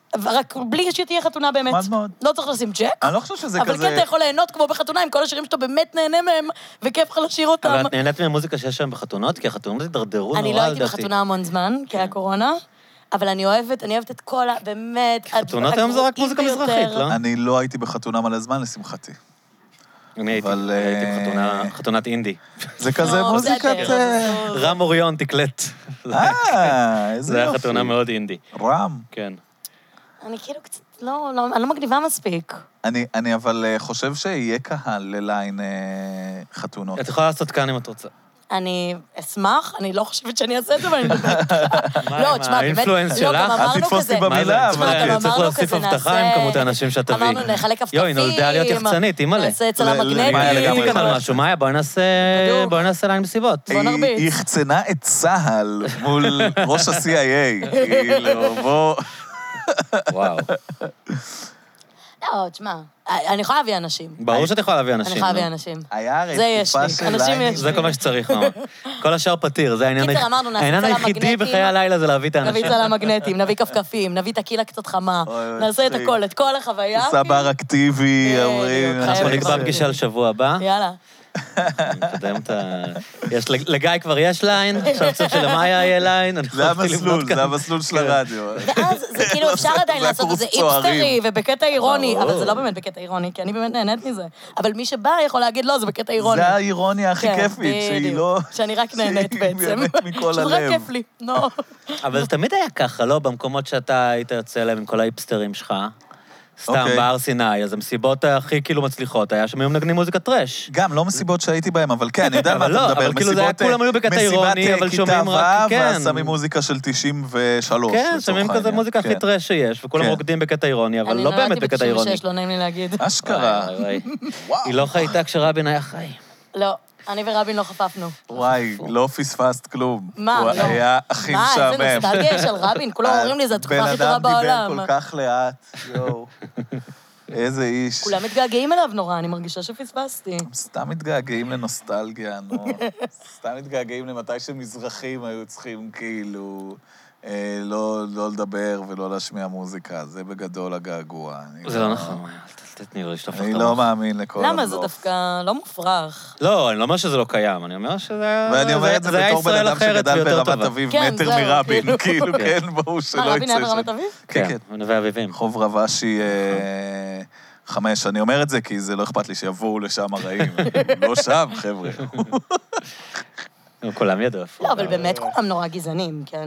רק בלי שתהיה חתונה באמת. מאוד מאוד. לא צריך לשים צ'ק. אני לא חושב שזה כזה... אבל כן, אתה יכול ליהנות כמו בחתונה עם כל השירים שאתה באמת נהנה מהם, וכיף לך לשיר אותם. אבל את נהנית מהמוזיקה שיש שם בחתונות? כי החתונות התדרדרו נורא, אני לא הייתי בחתונה המון זמן, כי היה קורונה, אבל אני אוהבת את כל באמת... חתונות היום זה רק מוזיקה מזרחית, לא? אני לא הייתי בחתונה מלא זמן, לשמחתי. אני הייתי בחתונת אינדי. זה כזה מוזיקת... רם אוריון תקלט. איזה יופי. זה היה חתונה מאוד אינדי. רם. כן. אני כאילו קצת, אני לא מגניבה מספיק. אני אבל חושב שיהיה קהל לליין חתונות. את יכולה לעשות כאן אם את רוצה. אני אשמח, אני לא חושבת שאני אעשה את זה, אבל אני מדברת. לא, תשמע, באמת, האינפלואנס לא, גם שלך? אמרנו כזה. אל תתפוס אותי במילה, תשמע, גם צריך אמרנו להוסיף כזה, הבטחה עם כמות האנשים שאת תביאי. אמרנו, נחלק כפכפים. היא נולדה להיות יחצנית, אימא'לה. נעשה צלם מגנטי. רציתי כאן משהו, מאיה, בואי נעשה ליין מסיבות. בוא נרביץ. היא יחצנה את צהל מול ראש ה-CIA. כאילו, בוא... וואו. לא, תשמע, אני יכולה להביא אנשים. ברור שאת יכולה להביא אנשים. אני יכולה להביא אנשים. היה הרי זה יש תקופה לי, של אנשים ליינים. יש זה כל מה שצריך, מאמה. כל השאר פתיר, זה העניין קיצר, אמרנו, נעשה צלם היחידי מגנטים. בחיי הלילה זה להביא את האנשים. נביא צלם מגנטים, נביא כפכפים, נביא טקילה קצת חמה, נעשה את הכל, את כל החוויה. סבר אקטיבי, אומרים... אנחנו נקבע פגישה לשבוע הבא. יאללה. נקדם את ה... לגיא כבר יש ליין, עכשיו צריך שלמאיה יהיה ליין. זה המסלול של הרדיו. ואז זה כאילו אפשר עדיין לעשות את זה איפסטרי ובקטע אירוני, אבל זה לא באמת בקטע אירוני, כי אני באמת נהנית מזה. אבל מי שבא יכול להגיד, לא, זה בקטע אירוני. זה האירוניה הכי כיפית, שהיא לא... שאני רק נהנית בעצם. שהיא באמת מכל שזה רק הלב. כיף לי, נו. אבל זה תמיד היה ככה, לא? במקומות שאתה היית יוצא אליהם עם כל האיפסטרים שלך. סתם, בהר סיני, אז המסיבות הכי כאילו מצליחות, היה שם היום נגנים מוזיקת טרש. גם, לא מסיבות שהייתי בהם, אבל כן, אני יודע מה אתה מדבר. אבל כאילו זה היה, כולם היו בקטע אירוני, אבל שומעים רק, כן. ואז שמים מוזיקה של 93. כן, שומעים כזה מוזיקה הכי טרש שיש, וכולם רוקדים בקטע אירוני, אבל לא באמת בקטע אירוני. אני נולדתי ב-96, לא נעים לי להגיד. אשכרה. היא לא חייתה כשרבין היה חי. לא, אני ורבין לא חפפנו. וואי, לא פספסת כלום. מה, הוא לא. היה הכי משעמם. מה, איזה נוסטלגיה של רבין, כולם אומרים לי, זו התקופה הכי טובה בעולם. בן אדם דיבר כל כך לאט, יואו. איזה איש. כולם מתגעגעים אליו נורא, אני מרגישה שפספסתי. סתם מתגעגעים לנוסטלגיה, נו. סתם מתגעגעים למתי שמזרחים היו צריכים כאילו לא לדבר ולא להשמיע מוזיקה. זה בגדול הגעגוע. זה לא נכון, תתני לו לשלוף לך את אני המוח. לא מאמין לכל הבלוף. למה? זה דווקא לא מופרך. לא, אני לא אומר שזה לא קיים, אני אומר שזה היה... ואני אומר את זה בתור בן אדם שגדל ברמת אביב כן, מטר זהו, מרבין, כאילו. כאילו, כן, ברור שלא יצא רבין היה ברמת אביב? כן, כן. נווה אביבים. חוב רבשי 5, אני אומר את זה כי זה לא אכפת לי שיבואו לשם הרעים. לא שם, חבר'ה. כולם ידעו איפה. לא, אבל באמת כולם נורא גזענים, כן?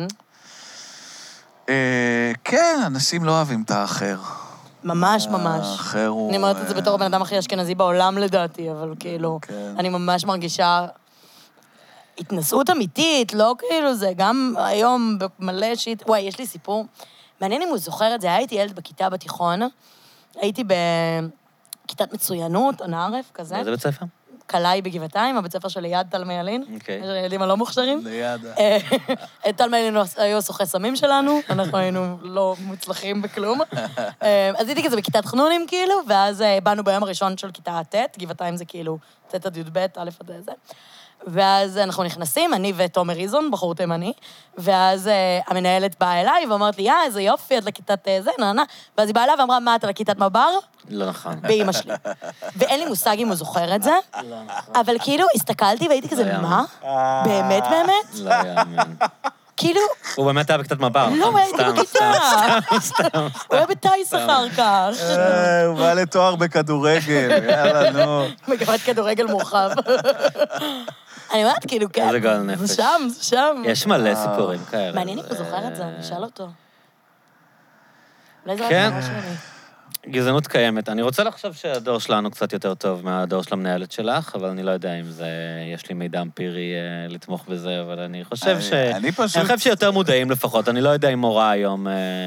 כן, אנשים לא אוהבים את האחר. ממש, ממש. האחר הוא... אני אומרת את זה בתור הבן אדם הכי אשכנזי בעולם לדעתי, אבל כאילו, אני ממש מרגישה התנסות אמיתית, לא כאילו זה, גם היום במלא שיט, וואי, יש לי סיפור, מעניין אם הוא זוכר את זה, הייתי ילד בכיתה בתיכון, הייתי בכיתת מצוינות, או נערף, כזה. איזה בית ספר? קלעי בגבעתיים, הבית ספר של ליד תלמי ילין. אוקיי. יש הילדים הלא מוכשרים. ליד. תלמי ילין היו סוחי סמים שלנו, אנחנו היינו לא מוצלחים בכלום. אז הייתי כזה בכיתת חנונים, כאילו, ואז באנו ביום הראשון של כיתה ט', גבעתיים זה כאילו ט' עד י"ב, א' עד זה. ואז אנחנו נכנסים, אני ותומר איזון, בחור תימני, ואז המנהלת באה אליי ואומרת לי, איזה יופי, את לכיתת זה, נענה. ואז היא באה אליי ואמרה, מה, אתה לכיתת מב"ר? לא נכון. באמא שלי. ואין לי מושג אם הוא זוכר את זה, אבל כאילו הסתכלתי והייתי כזה, מה? באמת, באמת? לא יאמן. כאילו... הוא באמת היה בכיתת מב"ר. לא, הייתי בכיתה. סתם. הוא היה בטייס אחר כך. הוא בא לתואר בכדורגל, יאללה, נו. מגמת כדורגל מורחב. אני אומרת, כאילו, כן. איזה גועל נפש. זה שם, זה שם. יש מלא סיפורים כאלה. מעניין אם הוא זוכר את זה, נשאל אותו. אולי זה כן. רק ממש שלי. גזענות קיימת. אני רוצה לחשוב שהדור שלנו קצת יותר טוב מהדור של המנהלת שלך, אבל אני לא יודע אם זה... יש לי מידע אמפירי לתמוך בזה, אבל אני חושב אני פשוט... אני חושב שיותר מודעים לפחות. אני לא יודע אם מורה היום...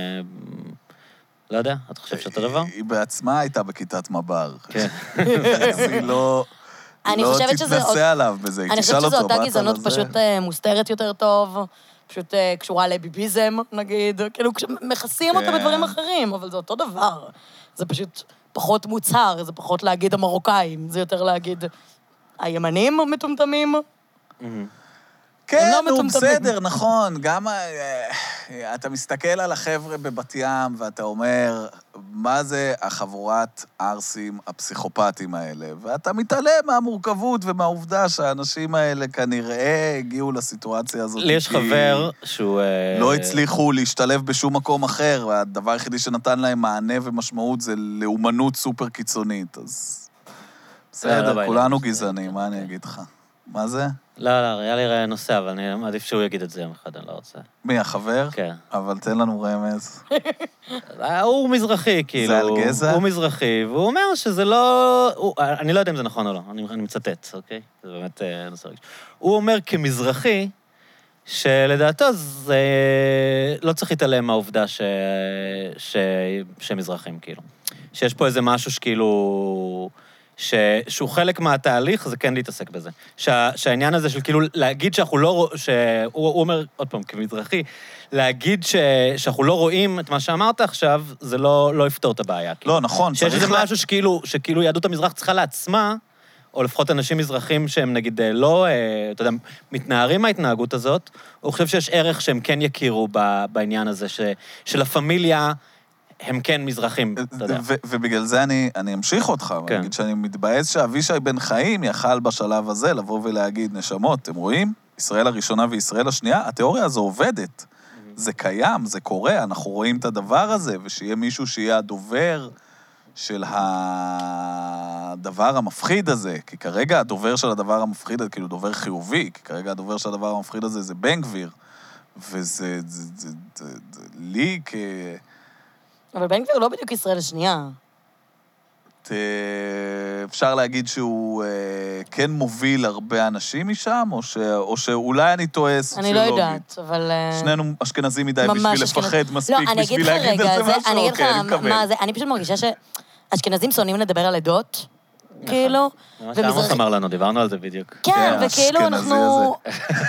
לא יודע, את חושב שאתה רבע? היא בעצמה הייתה בכיתת מב"ר. כן. אז היא לא... אני לא חושבת שזה... תתנסה עליו בזה, היא אני תשאל חושבת אותו, שזו אותה באת גזענות לזה? פשוט מוסתרת יותר טוב, פשוט קשורה לביביזם, נגיד, כאילו, מכסים אותה בדברים אחרים, אבל זה אותו דבר. זה פשוט פחות מוצהר, זה פחות להגיד המרוקאים, זה יותר להגיד הימנים מטומטמים. כן, לא נו, מטומטמים. בסדר, נכון. גם אתה מסתכל על החבר'ה בבת ים, ואתה אומר, מה זה החבורת ערסים הפסיכופטים האלה? ואתה מתעלם מהמורכבות ומהעובדה שהאנשים האלה כנראה הגיעו לסיטואציה הזאת. לי יש חבר שהוא... לא הצליחו להשתלב בשום מקום אחר, והדבר היחידי שנתן להם מענה ומשמעות זה לאומנות סופר קיצונית, אז... בסדר, כולנו גזענים, מה אני אגיד לך? מה זה? לא, היה לי נושא, אבל אני מעדיף שהוא יגיד את זה יום אחד, אני לא רוצה. מי, החבר? כן. אבל תן לנו רמז. הוא מזרחי, כאילו. זה על גזע? הוא מזרחי, והוא אומר שזה לא... אני לא יודע אם זה נכון או לא, אני מצטט, אוקיי? זה באמת נושא רגיש. הוא אומר כמזרחי, שלדעתו זה לא צריך להתעלם מהעובדה שהם מזרחים, כאילו. שיש פה איזה משהו שכאילו... שהוא חלק מהתהליך, זה כן להתעסק בזה. שהעניין הזה של כאילו להגיד שאנחנו לא... הוא אומר, עוד פעם, כמזרחי, להגיד שאנחנו לא רואים את מה שאמרת עכשיו, זה לא יפתור את הבעיה. לא, נכון. שיש איזה משהו שכאילו יהדות המזרח צריכה לעצמה, או לפחות אנשים מזרחים שהם נגיד לא, אתה יודע, מתנערים מההתנהגות הזאת, הוא חושב שיש ערך שהם כן יכירו בעניין הזה, של הפמיליה, הם כן מזרחים, אתה יודע. ובגלל זה אני אמשיך אותך, ואני אגיד שאני מתבאס שאבישי בן חיים יכל בשלב הזה לבוא ולהגיד, נשמות, אתם רואים? ישראל הראשונה וישראל השנייה, התיאוריה הזו עובדת. זה קיים, זה קורה, אנחנו רואים את הדבר הזה, ושיהיה מישהו שיהיה הדובר של הדבר המפחיד הזה, כי כרגע הדובר של הדבר המפחיד הזה, כאילו דובר חיובי, כי כרגע הדובר של הדבר המפחיד הזה זה בן גביר, וזה לי אבל בן גביר לא בדיוק ישראל השנייה. אפשר להגיד שהוא כן מוביל הרבה אנשים משם, או שאולי אני טועה סוציולוגית. אני לא יודעת, אבל... שנינו אשכנזים מדי בשביל לפחד מספיק, בשביל להגיד על זה משהו, אני אגיד לך מה זה, אני פשוט מרגישה שאשכנזים שונאים לדבר על עדות, כאילו, מה שעמוס אמר לנו, דיברנו על זה בדיוק. כן, וכאילו אנחנו...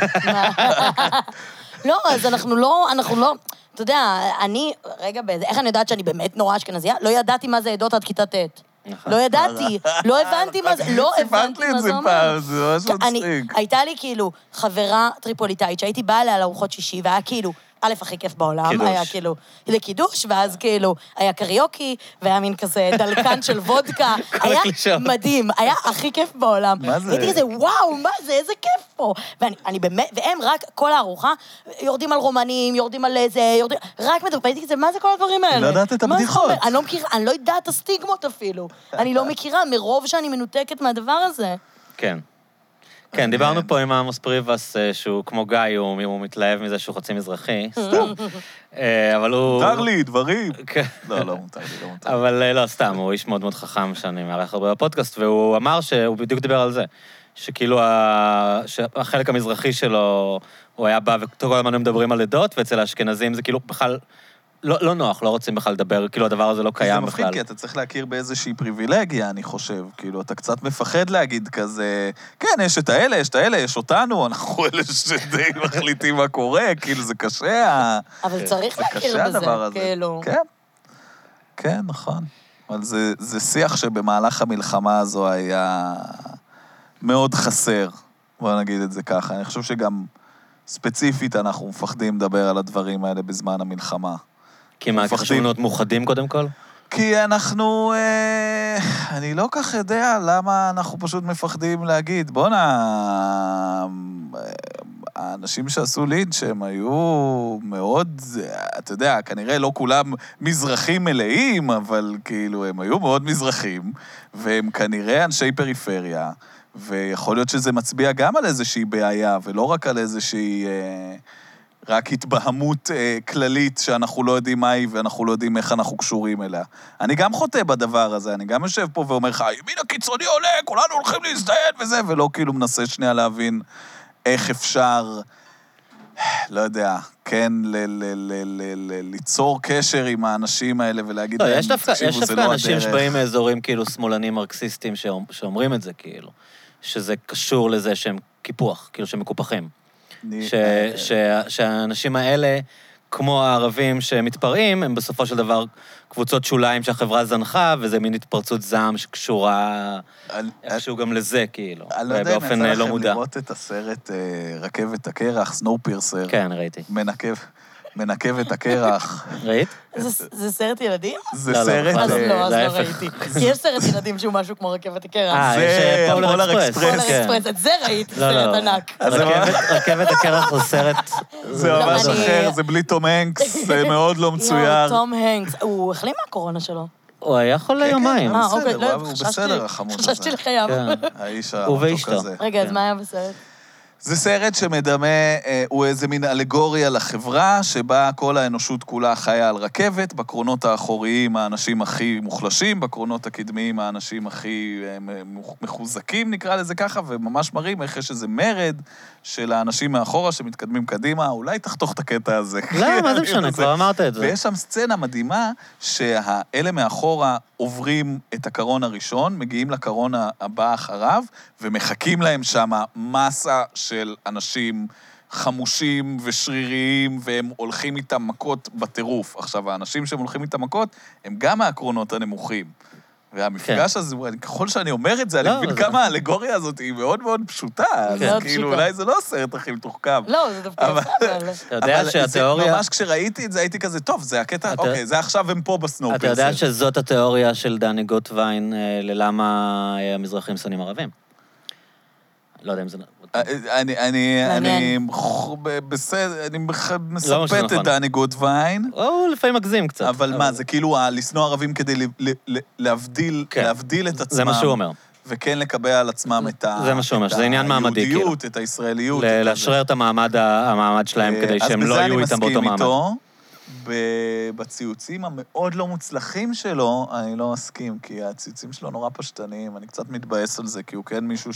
לא, אז אנחנו לא... אתה יודע, איך אני יודעת שאני באמת נורא אשכנזייה? לא ידעתי מה זה עדות עד כיתה ט'. לא ידעתי, לא הבנתי מה זה, סיפרת לי את זה פעם, זה ממש מצחיק. הייתה לי כאילו חברה טריפוליטאית שהייתי באה אליה לארוחות שישי, והיה כאילו, א', הכי כיף בעולם, היה כאילו לקידוש, ואז כאילו היה קריוקי, והיה מין כזה דלקן של וודקה, היה מדהים, היה הכי כיף בעולם. מה זה? הייתי כזה, וואו, מה זה, איזה כיף פה. ואני באמת, והם רק כל הארוחה, יורדים על רומנים, יורדים על איזה, רק מדברים, הייתי כזה, מה זה כל הדברים האלה? לא יודעת את הבדיחות. אני לא יודעת את הסטיגמות אפילו. אני לא מכירה, מרוב שאני מנותקת מהדבר הזה. כן. כן, דיברנו פה עם עמוס פריבס, שהוא כמו גיא, הוא מתלהב מזה שהוא חצי מזרחי, סתם. אבל הוא... מותר לי, דברים. לא, מותר לי, לא מותר לי. אבל לא, סתם, הוא איש מאוד מאוד חכם שאני מארח הרבה בפודקאסט, והוא אמר שהוא בדיוק דיבר על זה, שכאילו החלק המזרחי שלו, הוא היה בא וכל הזמן מדברים על עדות, ואצל האשכנזים זה כאילו בכלל... לא נוח, לא רוצים בכלל לדבר, כאילו הדבר הזה לא קיים בכלל. זה מפחיד, כי אתה צריך להכיר באיזושהי פריבילגיה, אני חושב. כאילו, אתה קצת מפחד להגיד כזה, כן, יש את האלה, יש אותנו, אנחנו אלה שדי מחליטים מה קורה, כאילו, זה קשה. אבל צריך להכיר בזה, כאילו. כן, כן, נכון. אבל זה שיח שבמהלך המלחמה הזו היה מאוד חסר, בוא נגיד את זה ככה. אני חושב שגם ספציפית אנחנו מפחדים לדבר על הדברים האלה בזמן המלחמה. כי מה, חשוב להיות מאוחדים קודם כל? כי אנחנו... אני לא כך יודע למה אנחנו פשוט מפחדים להגיד. בוא'נה, האנשים שעשו לינץ' שהם היו מאוד... אתה יודע, כנראה לא כולם מזרחים מלאים, אבל כאילו הם היו מאוד מזרחים, והם כנראה אנשי פריפריה, ויכול להיות שזה מצביע גם על איזושהי בעיה, ולא רק על איזושהי... רק התבהמות כללית שאנחנו לא יודעים מה היא, ואנחנו לא יודעים איך אנחנו קשורים אליה. אני גם חוטא בדבר הזה, אני גם יושב פה ואומר לך, הימין הקיצוני עולה, כולנו הולכים להזדיין וזה, ולא כאילו מנסה שנייה להבין איך אפשר, לא יודע, כן, ליצור קשר עם האנשים האלה ולהגיד להם, תקשיבו, זה לא הדרך. יש דווקא אנשים שבאים מאזורים כאילו שמאלנים מרקסיסטים שאומרים את זה כאילו, שזה קשור לזה שהם קיפוח, כאילו שהם מקופחים. שהאנשים האלה, כמו הערבים שמתפרעים, הם בסופו של דבר קבוצות שוליים שהחברה זנחה, וזה מין התפרצות זעם שקשורה איכשהו גם לזה, כאילו, באופן לא מודע. לראות את הסרט רכבת הקרח, סנואופירסר. כן, ראיתי. מנקב את הקרח. ראית? זה סרט ילדים? זה סרט... אז לא ראיתי. כי יש סרט ילדים שהוא משהו כמו רכבת הקרח. זה פולר אקספרס. את זה ראיתי, סרט ענק. רכבת הקרח זה סרט... זה ממש אחר, זה בלי תום הנקס, זה מאוד לא מצויר. תום הנקס, הוא החלים מהקורונה שלו. הוא היה חולה יומיים. הוא בסדר, החמוד הזה. חשבתי לחייו. האיש המתוק הזה. רגע, אז מה היה בסרט? זה סרט שמדמה, הוא איזה מין אלגוריה לחברה, שבה כל האנושות כולה חיה על רכבת, בקרונות האחוריים האנשים הכי מוחלשים, בקרונות הקדמיים האנשים הכי מחוזקים, נקרא לזה ככה, וממש מראים איך יש איזה מרד של האנשים מאחורה שמתקדמים קדימה, אולי תחתוך את הקטע הזה. לא, מה זה משנה, כבר אמרת את זה. ויש שם סצנה מדהימה, שהאלה מאחורה עוברים את הקרון הראשון, מגיעים לקרון הבא אחריו, ומחכים להם שם מסה של אנשים חמושים ושריריים, והם הולכים איתם מכות בטירוף. עכשיו, האנשים שהם הולכים איתם מכות, הם גם מהקרונות הנמוכים. והמפגש הזה, ככל שאני אומר את זה, אני מבין כמה האלגוריה הזאת היא מאוד מאוד פשוטה. אז כאילו, אולי זה לא הסרט הכי מתוחכם. לא, זה דווקא יפה. אתה יודע שהתיאוריה... ממש כשראיתי את זה, הייתי כזה, טוב, זה הקטע, אוקיי, זה עכשיו הם פה בסנואופירסר. אתה יודע שזאת התיאוריה של דני גוטווין ללמה המזרחים שונאים ערבים? לא יודע אם זה... אני מספט את דני גוטווין. הוא לפעמים מגזים קצת. אבל מה, זה כאילו לשנוא ערבים כדי להבדיל את עצמם. זה מה שהוא אומר. וכן לקבל על עצמם את היהודיות, את הישראליות. לשרר את המעמד שלהם כדי שהם לא יהיו איתם באותו מעמד. בציוצים המאוד לא מוצלחים שלו, אני לא מסכים, כי הציוצים שלו נורא פשטניים, אני קצת מתבאס על זה, כי הוא כן מישהו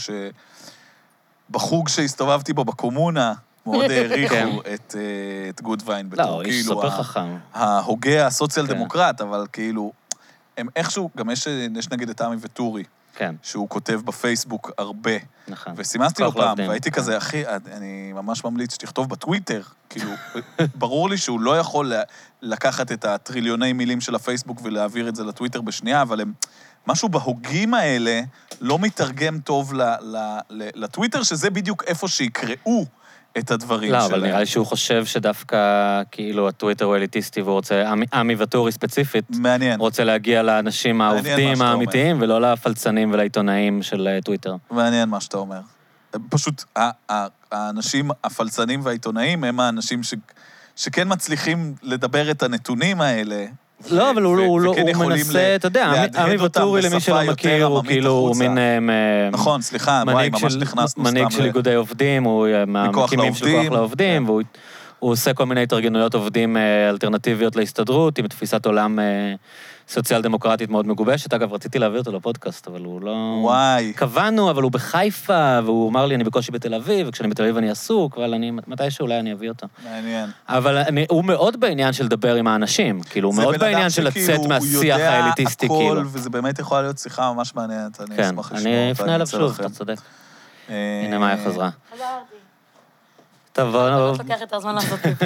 בחוג שהסתובבתי בו, בקומונה, מאוד העריכו את גוטווין בתור, כאילו, ההוגה הסוציאל דמוקרט, אבל כאילו, הם איכשהו, גם יש נגיד את עמי וטורי, שהוא כותב בפייסבוק הרבה, וסימסתי לו פעם, והייתי כזה, אחי, אני ממש ממליץ שתכתוב בטוויטר, כאילו, ברור לי שהוא לא יכול לקחת את הטריליוני מילים של הפייסבוק ולהעביר את זה לטוויטר בשנייה, אבל הם... משהו בהוגים האלה לא מתרגם טוב לטוויטר, שזה בדיוק איפה שיקראו את הדברים שלהם. לא, אבל נראה לי שהוא חושב שדווקא כאילו הטוויטר הוא אליטיסטי, והוא רוצה, עמי וטורי ספציפית, מעניין. רוצה להגיע לאנשים העובדים האמיתיים, ולא לפלצנים ולעיתונאים של טוויטר. מעניין מה שאתה אומר. פשוט האנשים הפלצנים והעיתונאים הם האנשים שכן מצליחים לדבר את הנתונים האלה, לא, אבל הוא מנסה, אתה יודע, עמי וטורי למי שלא מכיר, הוא כאילו מין... נכון, סליחה, וואי, ממש נכנסנו סתם... מנהיג של איגודי עובדים, הוא מהמקימים של כוח לעובדים, והוא עושה כל מיני התארגנויות עובדים אלטרנטיביות להסתדרות, עם תפיסת עולם סוציאל דמוקרטית מאוד מגובשת. אגב, רציתי להביא אותו לפודקאסט, אבל הוא לא... וואי. קבענו, אבל הוא בחיפה, והוא אמר לי, אני בקושי בתל אביב, וכשאני בתל אביב אני עסוק, אבל מתישהו אולי אני אביא אותו. מעניין. אבל הוא מאוד בעניין של לדבר עם האנשים, כאילו, הוא מאוד בעניין של לצאת מהשיח האליטיסטי, כאילו. זה בן אדם שכאילו, וזה באמת יכולה להיות שיחה ממש מעניינת, אני אשמח לשמוע אותה. אני אפנה אליו שוב, אתה צודק. הנה מאיה חזרה. חזרתי. טוב, בואו... לא לוקח את הזמן לעשות פיפי.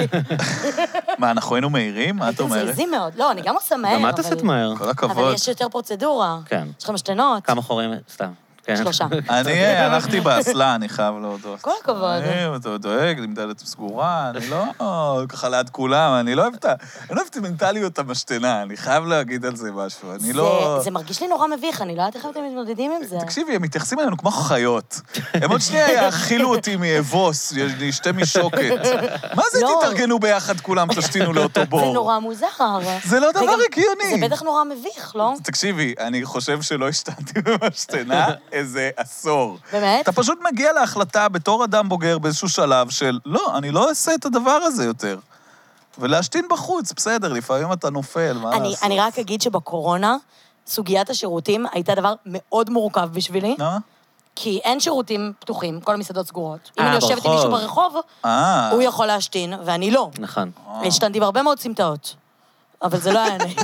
מה, אנחנו היינו מהירים? מה את אומרת? זה זזים מאוד. לא, אני גם עושה מהר, אבל... גם את עשית מהר. כל הכבוד. אבל יש יותר פרוצדורה. כן. יש לך משתנות. כמה חורים? סתם. 3. אני הלכתי באסלה, אני חייב להודות. כל הכבוד. אתה דואג, עם דלת סגורה, אני לא ככה ליד כולם, אני לא אוהב את המנטליות המשתנה, אני חייב להגיד על זה משהו, אני לא... זה מרגיש לי נורא מביך, אני לא יודעת איך אתם מתמודדים עם זה. תקשיבי, הם מתייחסים אלינו כמו חיות. הם עוד שנייה יאכילו אותי מאבוס, נשתה משוקת. מה זה תתארגנו ביחד כולם, תשתינו לאותו בור? זה נורא מוזר. זה לא דבר הגיוני. זה בטח נורא מביך, לא? תקשיבי, אני חושב שלא השתנתי במשתנה איזה עשור. באמת? אתה פשוט מגיע להחלטה בתור אדם בוגר באיזשהו שלב של, לא, אני לא אעשה את הדבר הזה יותר. ולהשתין בחוץ, בסדר, לפעמים אתה נופל, מה לעשות? אני רק אגיד שבקורונה, סוגיית השירותים הייתה דבר מאוד מורכב בשבילי. כי אין שירותים פתוחים, כל המסעדות סגורות. אם אני יושבת עם מישהו ברחוב, הוא יכול להשתין, ואני לא. נכון. השתנתי בהרבה מאוד סמטאות. אבל זה לא היה נעים.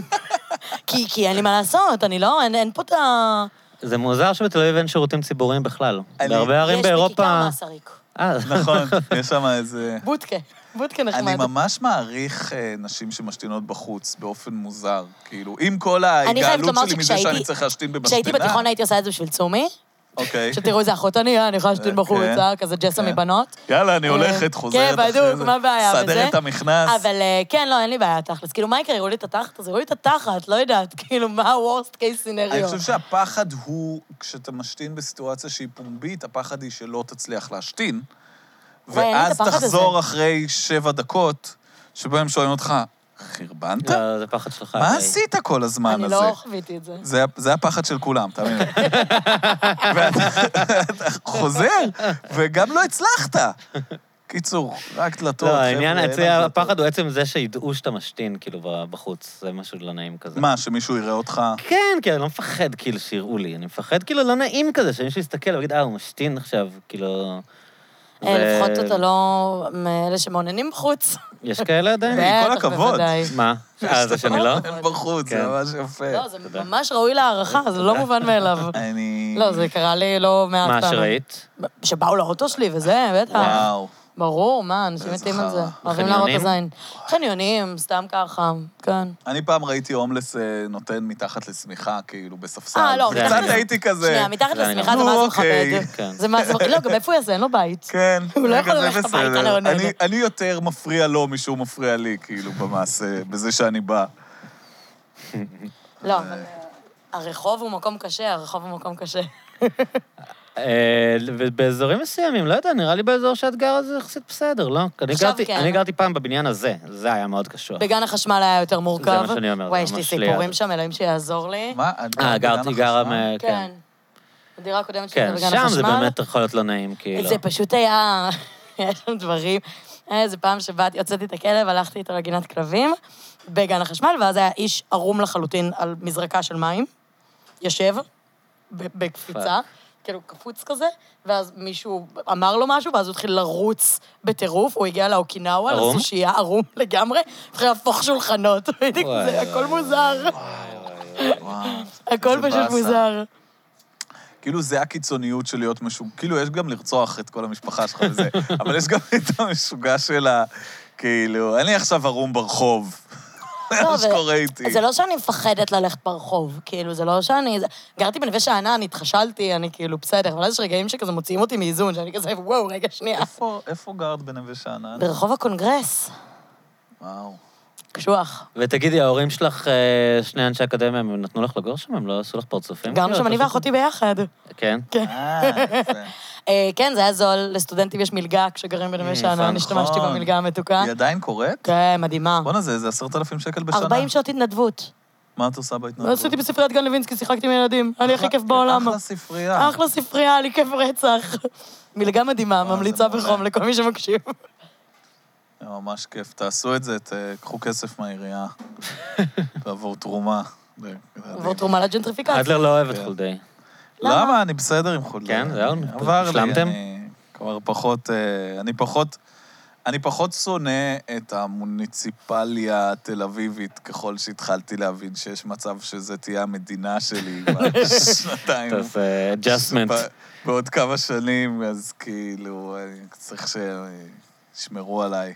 כי אין לי מה לעשות, אני לא, אין פה את ה... זה מוזר שבתל אביב אין שירותים ציבוריים בכלל. בהרבה ערים באירופה... יש בכיכר מסריק. נכון, יש שם איזה... בוטקה נחמד. אני ממש מעריך נשים שמשתינות בחוץ באופן מוזר. כאילו, עם כל ההתגעלות שלי מזה שאני צריך להשתין במשתנה. כשהייתי בתיכון הייתי עושה את זה בשביל צומי. אוקיי. שתראו איזה אחות אני יכולה להשתין בחוץ, כזה ג'סה מבנות. יאללה, אני הולכת, חוזרת אחרי זה. כן, בדיוק, מה הבעיה? סדר את המכנס. אבל כן, לא, אין לי בעיה תכלס. כאילו, מה יקרה, יראו לי את התחת? אז יראו לי את התחת, לא יודעת, כאילו, מה ה-worst case scenario? אני חושב שהפחד הוא, כשאתה משתין בסיטואציה שהיא פומבית, הפחד היא שלא תצליח להשתין, ואז תחזור אחרי 7 דקות, שבו הם שואלים אותך, חרבנת? לא, זה פחד שלך. מה עשית כל הזמן הזה? אני לא חוויתי את זה. זה הפחד של כולם, תאמין לי. ואתה חוזר, וגם לא הצלחת. קיצור, רק דלתות. לא, העניין, אצלי הפחד הוא עצם זה שידעו שאתה משתין, כאילו, בחוץ. זה משהו לא נעים כזה. מה, שמישהו יראה אותך? כן, כי אני לא מפחד, כאילו, שיראו לי. אני מפחד, כאילו, לא נעים כזה, שמישהו יסתכל ויגיד, הוא משתין עכשיו, כאילו... לפחות אתה לא מאלה שמעוננים בחוץ. יש כאלה עדיין? כל הכבוד. מה? זה שאני לא? הם בחוץ, זה ממש יפה. לא, זה ממש ראוי להערכה, זה לא מובן מאליו. לא, זה קרה לי לא מעט פעמים. מה שראית? שבאו לאוטו שלי וזה, בטח. וואו. ברור, מה, אנשים מתים על זה. אוהבים להראות את הזין. חניונים, סתם ככה, כן. אני פעם ראיתי הומלס נותן מתחת לשמיכה, כאילו, בספסל. לא, קצת הייתי כזה... שנייה, מתחת לשמיכה זה מה זה מכבד. זה מה זה... לא, גם איפה הוא יעשה? אין לו בית. כן. הוא לא יכול ללכת הביתה לעונן. אני יותר מפריע לו משהו מפריע לי, כאילו, במעשה, בזה שאני בא. לא, אבל הרחוב הוא מקום קשה, הרחוב הוא מקום קשה. ובאזורים מסוימים, לא יודע, נראה לי באזור שאת גרה זה יחסית בסדר, לא? אני גרתי פעם בבניין הזה, זה היה מאוד קשוח. בגן החשמל היה יותר מורכב. זה מה שאני אומר, וואי, יש לי סיפורים שם, אלוהים שיעזור לי. מה? גרה, כן. בדירה הקודמת שלי כן, בגן החשמל. שם זה באמת יכול להיות לא נעים, כאילו. זה פשוט היה... יש שם דברים. היה איזה פעם שבאתי, הוצאתי את הכלב, הלכתי איתו לגינת כלבים, בגן החשמל, ואז היה איש ערום לחלוטין על מזרקה של מים, יושב, בקפיצה, כאילו קפוץ כזה, ואז מישהו אמר לו משהו, ואז הוא התחיל לרוץ בטירוף, הוא הגיע לאוקינאווה, לסושייה, ערום לגמרי, התחיל להפוך שולחנות, זה הכל מוזר. הכל פשוט מוזר. כאילו זה הקיצוניות של להיות משוגע, כאילו יש גם לרצוח את כל המשפחה שלך וזה, אבל יש גם את המשוגע שלה, כאילו, אני עכשיו ערום ברחוב. זה מה שקורה איתי. זה לא שאני מפחדת ללכת ברחוב, כאילו, זה לא שאני... גרתי בנווה שאנן, התחשלתי, אני כאילו בסדר, אבל יש רגעים שכזה מוציאים אותי מאיזון, שאני כזה, וואו, רגע, שנייה. איפה גרת בנווה שאנן? ברחוב הקונגרס. וואו. קשוח. ותגידי, ההורים שלך, שני אנשי אקדמיה, הם נתנו לך לגור שם? הם לא עשו לך פרצופים? גם שם אני ואחותי ביחד. כן? כן. יפה. כן, זה היה זול, לסטודנטים יש מלגה כשגרים בנווה שאנן, השתמשתי במלגה המתוקה. היא עדיין קורית? כן, מדהימה. בוא'נה, זה 10,000 שקל בשנה. 40 שעות התנדבות. מה את עושה בהתנדבות? עשיתי בספריית גן לוינסקי, שיחקתי עם ילדים, היה לי הכי כיף בעולם. אחלה ספרייה. אחלה ספרייה, היה לי כיף רצח. מלגה מדהימה, ממליצה בחום לכל מי שמקשיב. זה ממש כיף. תעשו את זה, קחו כסף מהעירייה. תעבור תרומה. עבור תרומה לג'נטריפיקציה. אדלר לא אוהב את חולדאי. למה? אני בסדר עם חולדאי. כן, זהו, השלמתם? כבר פחות... אני פחות שונא את המוניציפליה התל אביבית, ככל שהתחלתי להבין שיש מצב שזה תהיה המדינה שלי בשנתיים. תעשה adjustment. בעוד כמה שנים, אז כאילו, אני צריך שישמרו עליי.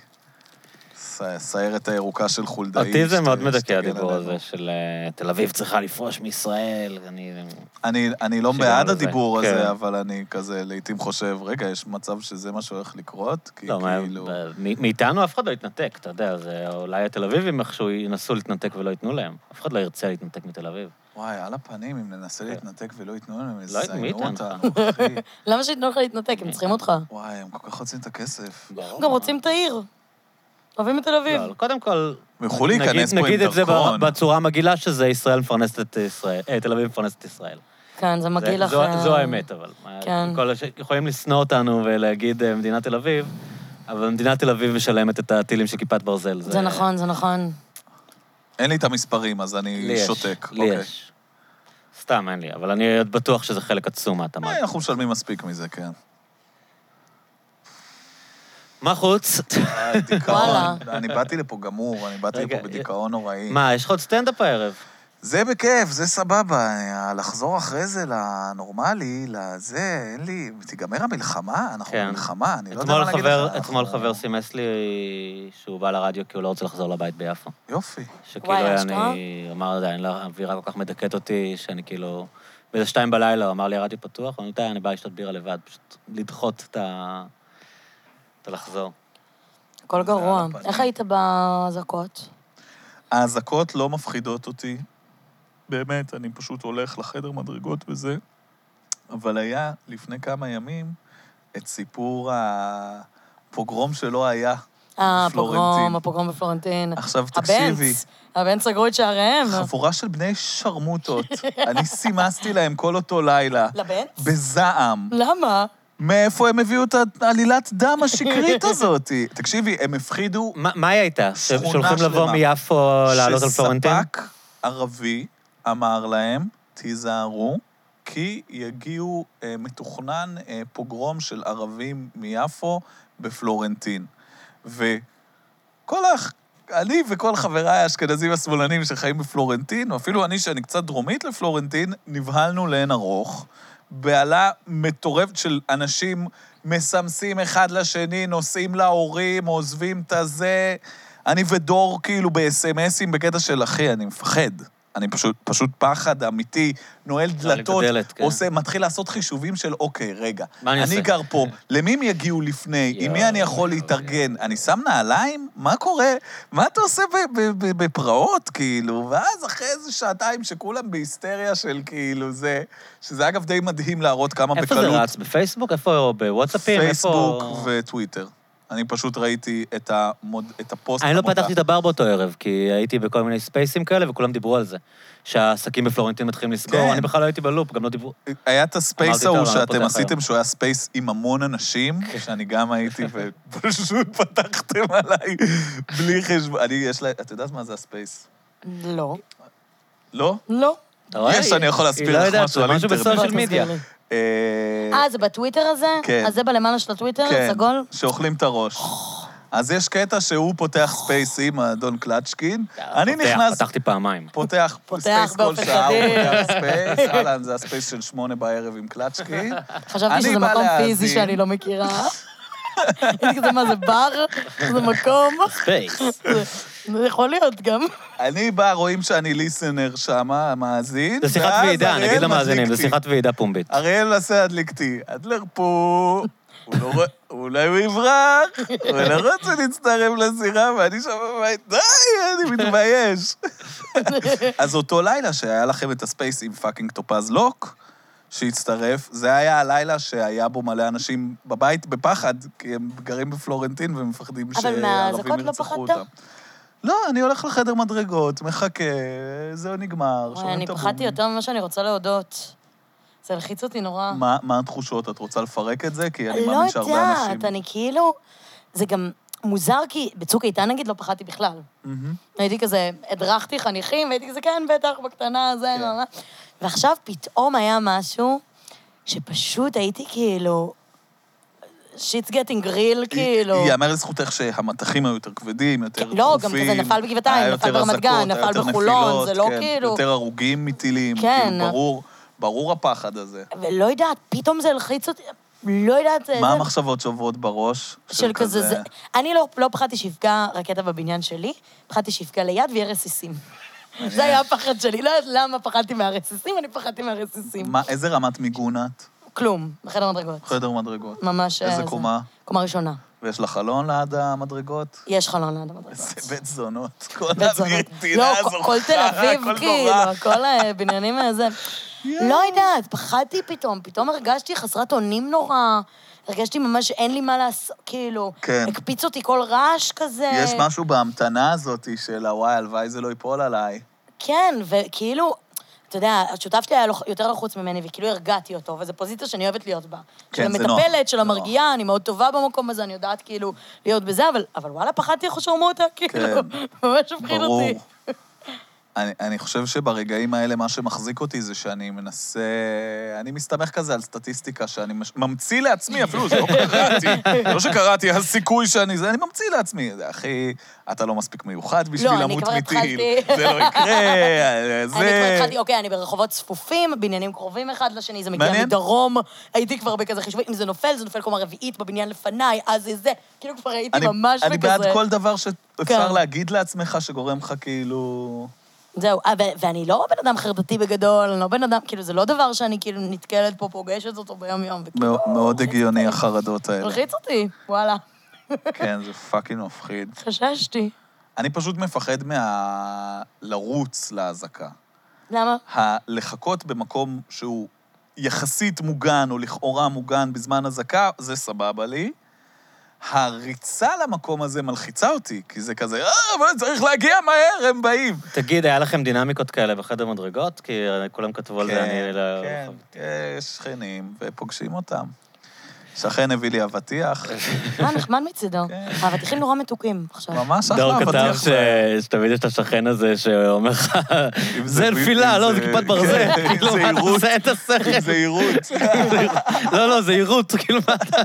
הסיירת הירוקה של חולדאי. אותי זה מאוד מדכא הדיבור הזה של תל אביב צריכה לפרוש מישראל. אני לא בעד הדיבור הזה, אבל אני כזה לעתים חושב, רגע, יש מצב שזה מה שהולך לקרות? לא, מאיתנו אף אחד לא יתנתק, אתה יודע, אולי התל אביבים איכשהו ינסו להתנתק ולא ייתנו להם. אף אחד לא ירצה להתנתק מתל אביב. וואי, על הפנים, אם ננסה להתנתק ולא ייתנו להם, לא ייתנו אותנו, אחי. למה שייתנו לך להתנתק? הם צריכים אותך. וואי, הם כל כך רוצים את הכסף. הם גם רוצים את העיר. אוהבים את תל אביב. קודם כל, ויכולו להיכנס פה עם נגיד את זה דרכון. בצורה מגעילה שזה ישראל מפרנסת את ישראל, תל אביב מפרנסת את ישראל. כן, זה מגעיל אחר. זו האמת, אבל. כן. יכולים לשנוא אותנו ולהגיד מדינת תל אביב, אבל מדינת תל אביב משלמת את הטילים של כיפת ברזל. זה נכון, זה נכון. אין לי את המספרים, אז אני שותק. לי יש. סתם, אין לי, אבל אני עוד בטוח שזה חלק עצום מהתמ"ג. אנחנו משלמים מספיק מזה, כן. מה חוץ? דיכאון. אני באתי לפה גמור, אני באתי לפה בדיכאון נוראי. מה, יש לך עוד סטנדאפ הערב? זה בכיף, זה סבבה. לחזור אחרי זה לנורמלי, לזה, אין לי... תיגמר המלחמה, אנחנו במלחמה, אני לא יודע מה להגיד לך. אתמול חבר סימס לי שהוא בא לרדיו כי הוא לא רוצה לחזור לבית ביפו. יופי. שכאילו אני אמר, אני לא, האווירה כל כך מדכאת אותי, שאני כאילו... באיזה 2 בלילה, הוא אמר לי, הרדיו פתוח, ואני יודע, אני בא לשתות בירה לבד, פשוט לדחות את הלחזור. הכל גרוע. איך היית באזעקות? האזעקות לא מפחידות אותי. באמת, אני פשוט הולך לחדר מדרגות וזה. אבל היה לפני כמה ימים את סיפור הפוגרום שלא היה. הפוגרום בפלורנטין. עכשיו תקשיבי. הבן סגרו את שעריהם. חבורה של בני שרמוטות. אני סימסתי להם כל אותו לילה. לבן? בזעם. למה? מאיפה הם הביאו את העלילת דם השקרית הזאת? תקשיבי, הם הפחידו... מה היא הייתה? שהולכים לבוא מיפו לעלות על פלורנטין? שספק ערבי אמר להם, תיזהרו, כי יגיעו מתוכנן פוגרום של ערבים מיפו בפלורנטין. אני וכל חבריי האשכנזים השמאלנים שחיים בפלורנטין, או אפילו אני שאני קצת דרומית לפלורנטין, נבהלנו לאין ארוך. בעלה מטורפת של אנשים מסמסים אחד לשני, נוסעים להורים, עוזבים את הזה. אני ודור כאילו ב-SMSים בקטע של אחי, אני מפחד. אני פשוט פחד אמיתי, נועל דלתות, מתחיל לעשות חישובים של אוקיי, רגע, אני גר פה, למי הם יגיעו לפני, עם מי אני יכול להתארגן, אני שם נעליים? מה קורה? מה אתה עושה בפרעות, כאילו? ואז אחרי איזה שעתיים שכולם בהיסטריה של כאילו זה, שזה אגב די מדהים להראות כמה בקלות. איפה זה רץ? בפייסבוק? איפה? בוואטסאפים? פייסבוק וטוויטר. אני פשוט ראיתי את הפוסט... אני לא פתחתי את הבר באותו ערב, כי הייתי בכל מיני ספייסים כאלה, וכולם דיברו על זה. שהעסקים בפלורנטין מתחילים לסגור, אני בכלל לא הייתי בלופ, גם לא דיברו. היה את הספייס ההוא שאתם עשיתם, שהוא היה ספייס עם המון אנשים, שאני גם הייתי, ופשוט פתחתם עליי בלי חשבון. אתה יודעת מה זה הספייס? לא. לא? לא. יש, אני יכול להסביר לך משהו על משהו בסושיאל מדיה. זה בטוויטר הזה? כן. אז זה בלמעלה של הטוויטר, סגול? כן, שאוכלים את הראש. אז יש קטע שהוא פותח ספייסים, האדון קלצ'קין. אני נכנס... פתחתי פעמיים. פותח ספייס כל שעה, הוא פותח ספייס. אהלן, זה הספייס של 8 בערב עם קלצ'קין. חשבתי שזה מקום פיזי שאני לא מכירה. הייתי כזה, מה זה בר? זה מקום? ספייס. זה יכול להיות גם. אני בא, רואים שאני ליסנר שם, המאזין. זה שיחת ועידה, נגיד למאזינים, זה שיחת ועידה פומבית. אריאל נסה הדליקתי. אדלר פה, אולי הוא יברח, הוא לא רוצה להצטרף לשיחה, ואני שם בבית, די, אני מתבייש. אז אותו לילה שהיה לכם את הספייס עם פאקינג טופז לוק, שהצטרף, זה היה הלילה שהיה בו מלא אנשים בבית בפחד, כי הם גרים בפלורנטין ומפחדים שערבים ירצחו אותם. לא, אני הולך לחדר מדרגות, מחכה, זהו נגמר. אני פחדתי יותר ממה שאני רוצה להודות. זה הלחיץ אותי נורא. מה התחושות? את רוצה לפרק את זה? כי אני מאמין שהרבה אנשים... לא יודעת, אני כאילו... זה גם מוזר, כי בצוק איתן, נגיד, לא פחדתי בכלל. הייתי כזה, הדרכתי חניכים, והייתי כזה, כן, בטח, בקטנה, זה, ועכשיו פתאום היה משהו שפשוט הייתי כאילו... שיט's getting real, כאילו... יאמר לזכותך שהמתחים היו יותר כבדים, יותר דחופים. לא, גם כזה נפל בגבעתיים, נפל ברמת גן, נפל בחולון, זה לא כאילו... יותר הרוגים מטילים, כאילו ברור הפחד הזה. ולא יודעת, פתאום זה הלחיץ אותי, לא יודעת... מה המחשבות שעוברות בראש? של כזה... אני לא פחדתי שיפגע רקטה בבניין שלי, פחדתי שיפגע ליד ויהיה רסיסים. זה היה הפחד שלי, לא יודעת למה פחדתי מהרסיסים, אני פחדתי מהרסיסים. איזה רמת מיגון את? כלום, בחדר מדרגות. חדר מדרגות. ממש... איזה קומה? קומה ראשונה. ויש לך חלון ליד המדרגות? יש חלון ליד המדרגות. איזה בית זונות. בית זונות. לא, כל תל אביב, כאילו, כל הבניינים הזה. לא יודעת, פחדתי פתאום הרגשתי חסרת אונים נורא, הרגשתי ממש שאין לי מה לעשות, כאילו, הקפיץ אותי כל רעש כזה. יש משהו בהמתנה הזאת של הוואי, הלוואי זה לא ייפול עליי. כן, וכאילו... אתה יודע, השותף שלי היה יותר לחוץ ממני, וכאילו הרגעתי אותו, וזו פוזיציה שאני אוהבת להיות בה. כן, של המטפלת, של המרגיעה, אני מאוד טובה במקום הזה, אני יודעת כאילו להיות בזה, אבל וואלה, פחדתי איך שרמו אותה, כאילו, ממש הפחיד אותי. אני חושב שברגעים האלה מה שמחזיק אותי זה שאני מנסה... אני מסתמך כזה על סטטיסטיקה שאני ממציא לעצמי, אפילו זה לא קראתי. לא שקראתי, הסיכוי שאני זה, אני ממציא לעצמי. אחי, אתה לא מספיק מיוחד בשביל למות מטיל. זה לא יקרה, אני כבר התחלתי, אוקיי, אני ברחובות צפופים, בניינים קרובים אחד לשני, זה מגיע מדרום, הייתי כבר בכזה חישובי, אם זה נופל קומה רביעית בבניין לפניי, אז זה, כאילו כבר הייתי ממש בכזה. אני בעד כל דבר שאפשר להגיד לעצמך שגורם לך כאילו... זהו, ואני לא בן אדם חרדתי בגדול, אני לא בן אדם, כאילו, זה לא דבר שאני כאילו נתקלת פה, פוגשת אותו ביום-יום. מאוד הגיוני החרדות האלה. מלחיץ אותי, וואלה. כן, זה פאקינג מפחיד. חששתי. אני פשוט מפחד לרוץ להזקה. למה? לחכות במקום שהוא יחסית מוגן, או לכאורה מוגן בזמן הזקה, זה סבבה לי. הריצה למקום הזה מלחיצה אותי, כי זה כזה, אבל צריך להגיע מהר, הם באים. תגיד, היה לכם דינמיקות כאלה בחדר מדרגות? כי כולם כתבו על זה, אני לא... כן, יש שכנים, ופוגשים אותם. שכן הביא לי אבטיח. נחמד מצידו. האבטיחים נורא מתוקים עכשיו. ממש אחלה דור אבטיח. כתב שתמיד יש את השכן הזה שאומר לך, זה נפילה, לא, זה כיפת ברזל. כאילו, מה, תעשה את השכל. זה עירות. לא, זה עירות, כאילו, מה אתה...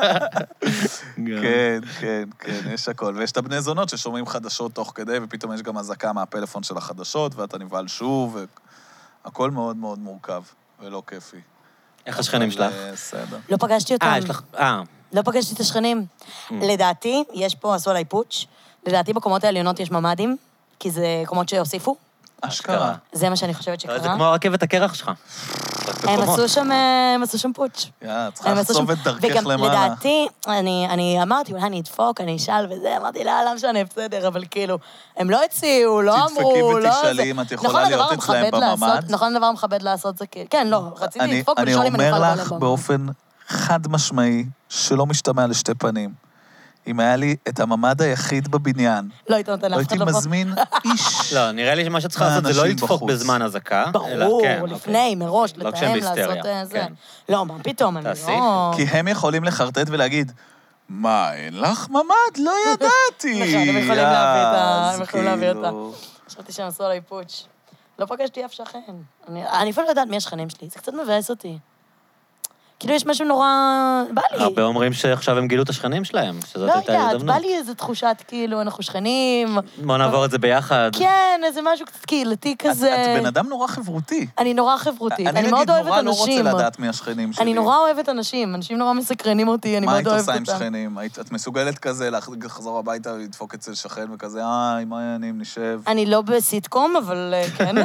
כן, יש הכל. ויש את הבני זונות ששומעים חדשות תוך כדי, ופתאום יש גם הזקה מהפלאפון של החדשות, ואתה נבהל שוב, והכל מאוד מאוד מורכב, ולא כיפי. איך השכנים שלך? בסדר. לא פגשתי אותם. יש לך... לא פגשתי את השכנים. לדעתי, יש פה, עשו עליי פוץ', לדעתי בקומות העליונות יש ממ"דים, כי זה קומות שהוסיפו. אשכרה. זה מה שאני חושבת שקרה. זה כמו הרכבת הקרח שלך. הם עשו שם פוץ'. צריכה לחשוב את דרכך למעלה. וגם לדעתי, אני אמרתי, אולי אני אדפוק, אני אשאל וזה, אמרתי, לא, למה שאני בסדר, אבל כאילו, הם לא הציעו, לא אמרו, לא... תדפקי ותשאלי אם את יכולה להיות אצלהם בממ"ד. נכון, הדבר מכבד לעשות זה כאילו, כן, לא, רציתי לדפוק ולשאול אם אני יכולה לבוא אני אומר לך באופן חד משמעי, שלא משתמע לשתי פנים. אם היה לי את הממ"ד היחיד בבניין, לא היית נותן לאף אחד לבוא. הייתי מזמין איש. לא, נראה לי שמה שצריכה לעשות זה לא לדפוק בזמן הזקה. ברור, לפני, מראש, לא כשהם לתאם, לעשות בהיסטריה, זה. לא, מה פתאום, אני תעשי. לא... כי הם יכולים לחרטט ולהגיד, מה, אין לך ממ"ד? לא ידעתי. נכון, הם יכולים להביא את ה... הם יכולים להביא אותה. כאילו- חשבתי שהם עשו עליי פוץ'. לא פגשתי אף שכן. אני אפילו לא יודעת מי השכנים שלי, זה קצת מבאס אותי. כאילו יש משהו נורא... בא לי. הרבה אומרים שעכשיו הם גילו את השכנים שלהם, שזאת לא הייתה יודעת, הזדמנות. בא לי איזו תחושת כאילו, אנחנו שכנים. בוא נעבור את זה ביחד. כן, איזה משהו קצת קהילתי כזה. את בן אדם נורא חברותי. אני נורא חברותית, אני מאוד אוהבת אני נגיד נורא לא אנשים. רוצה לדעת מי השכנים שלי. אני נורא אוהבת אנשים, אנשים נורא מסקרנים אותי, אני מה מאוד היית אוהבת עושה אותם. עם שכנים? את מסוגלת כזה לחזור הביתה ולדפוק אצל שכן וכזה, מה העניינים, נשב. אני לא בסיטקום, אבל כן.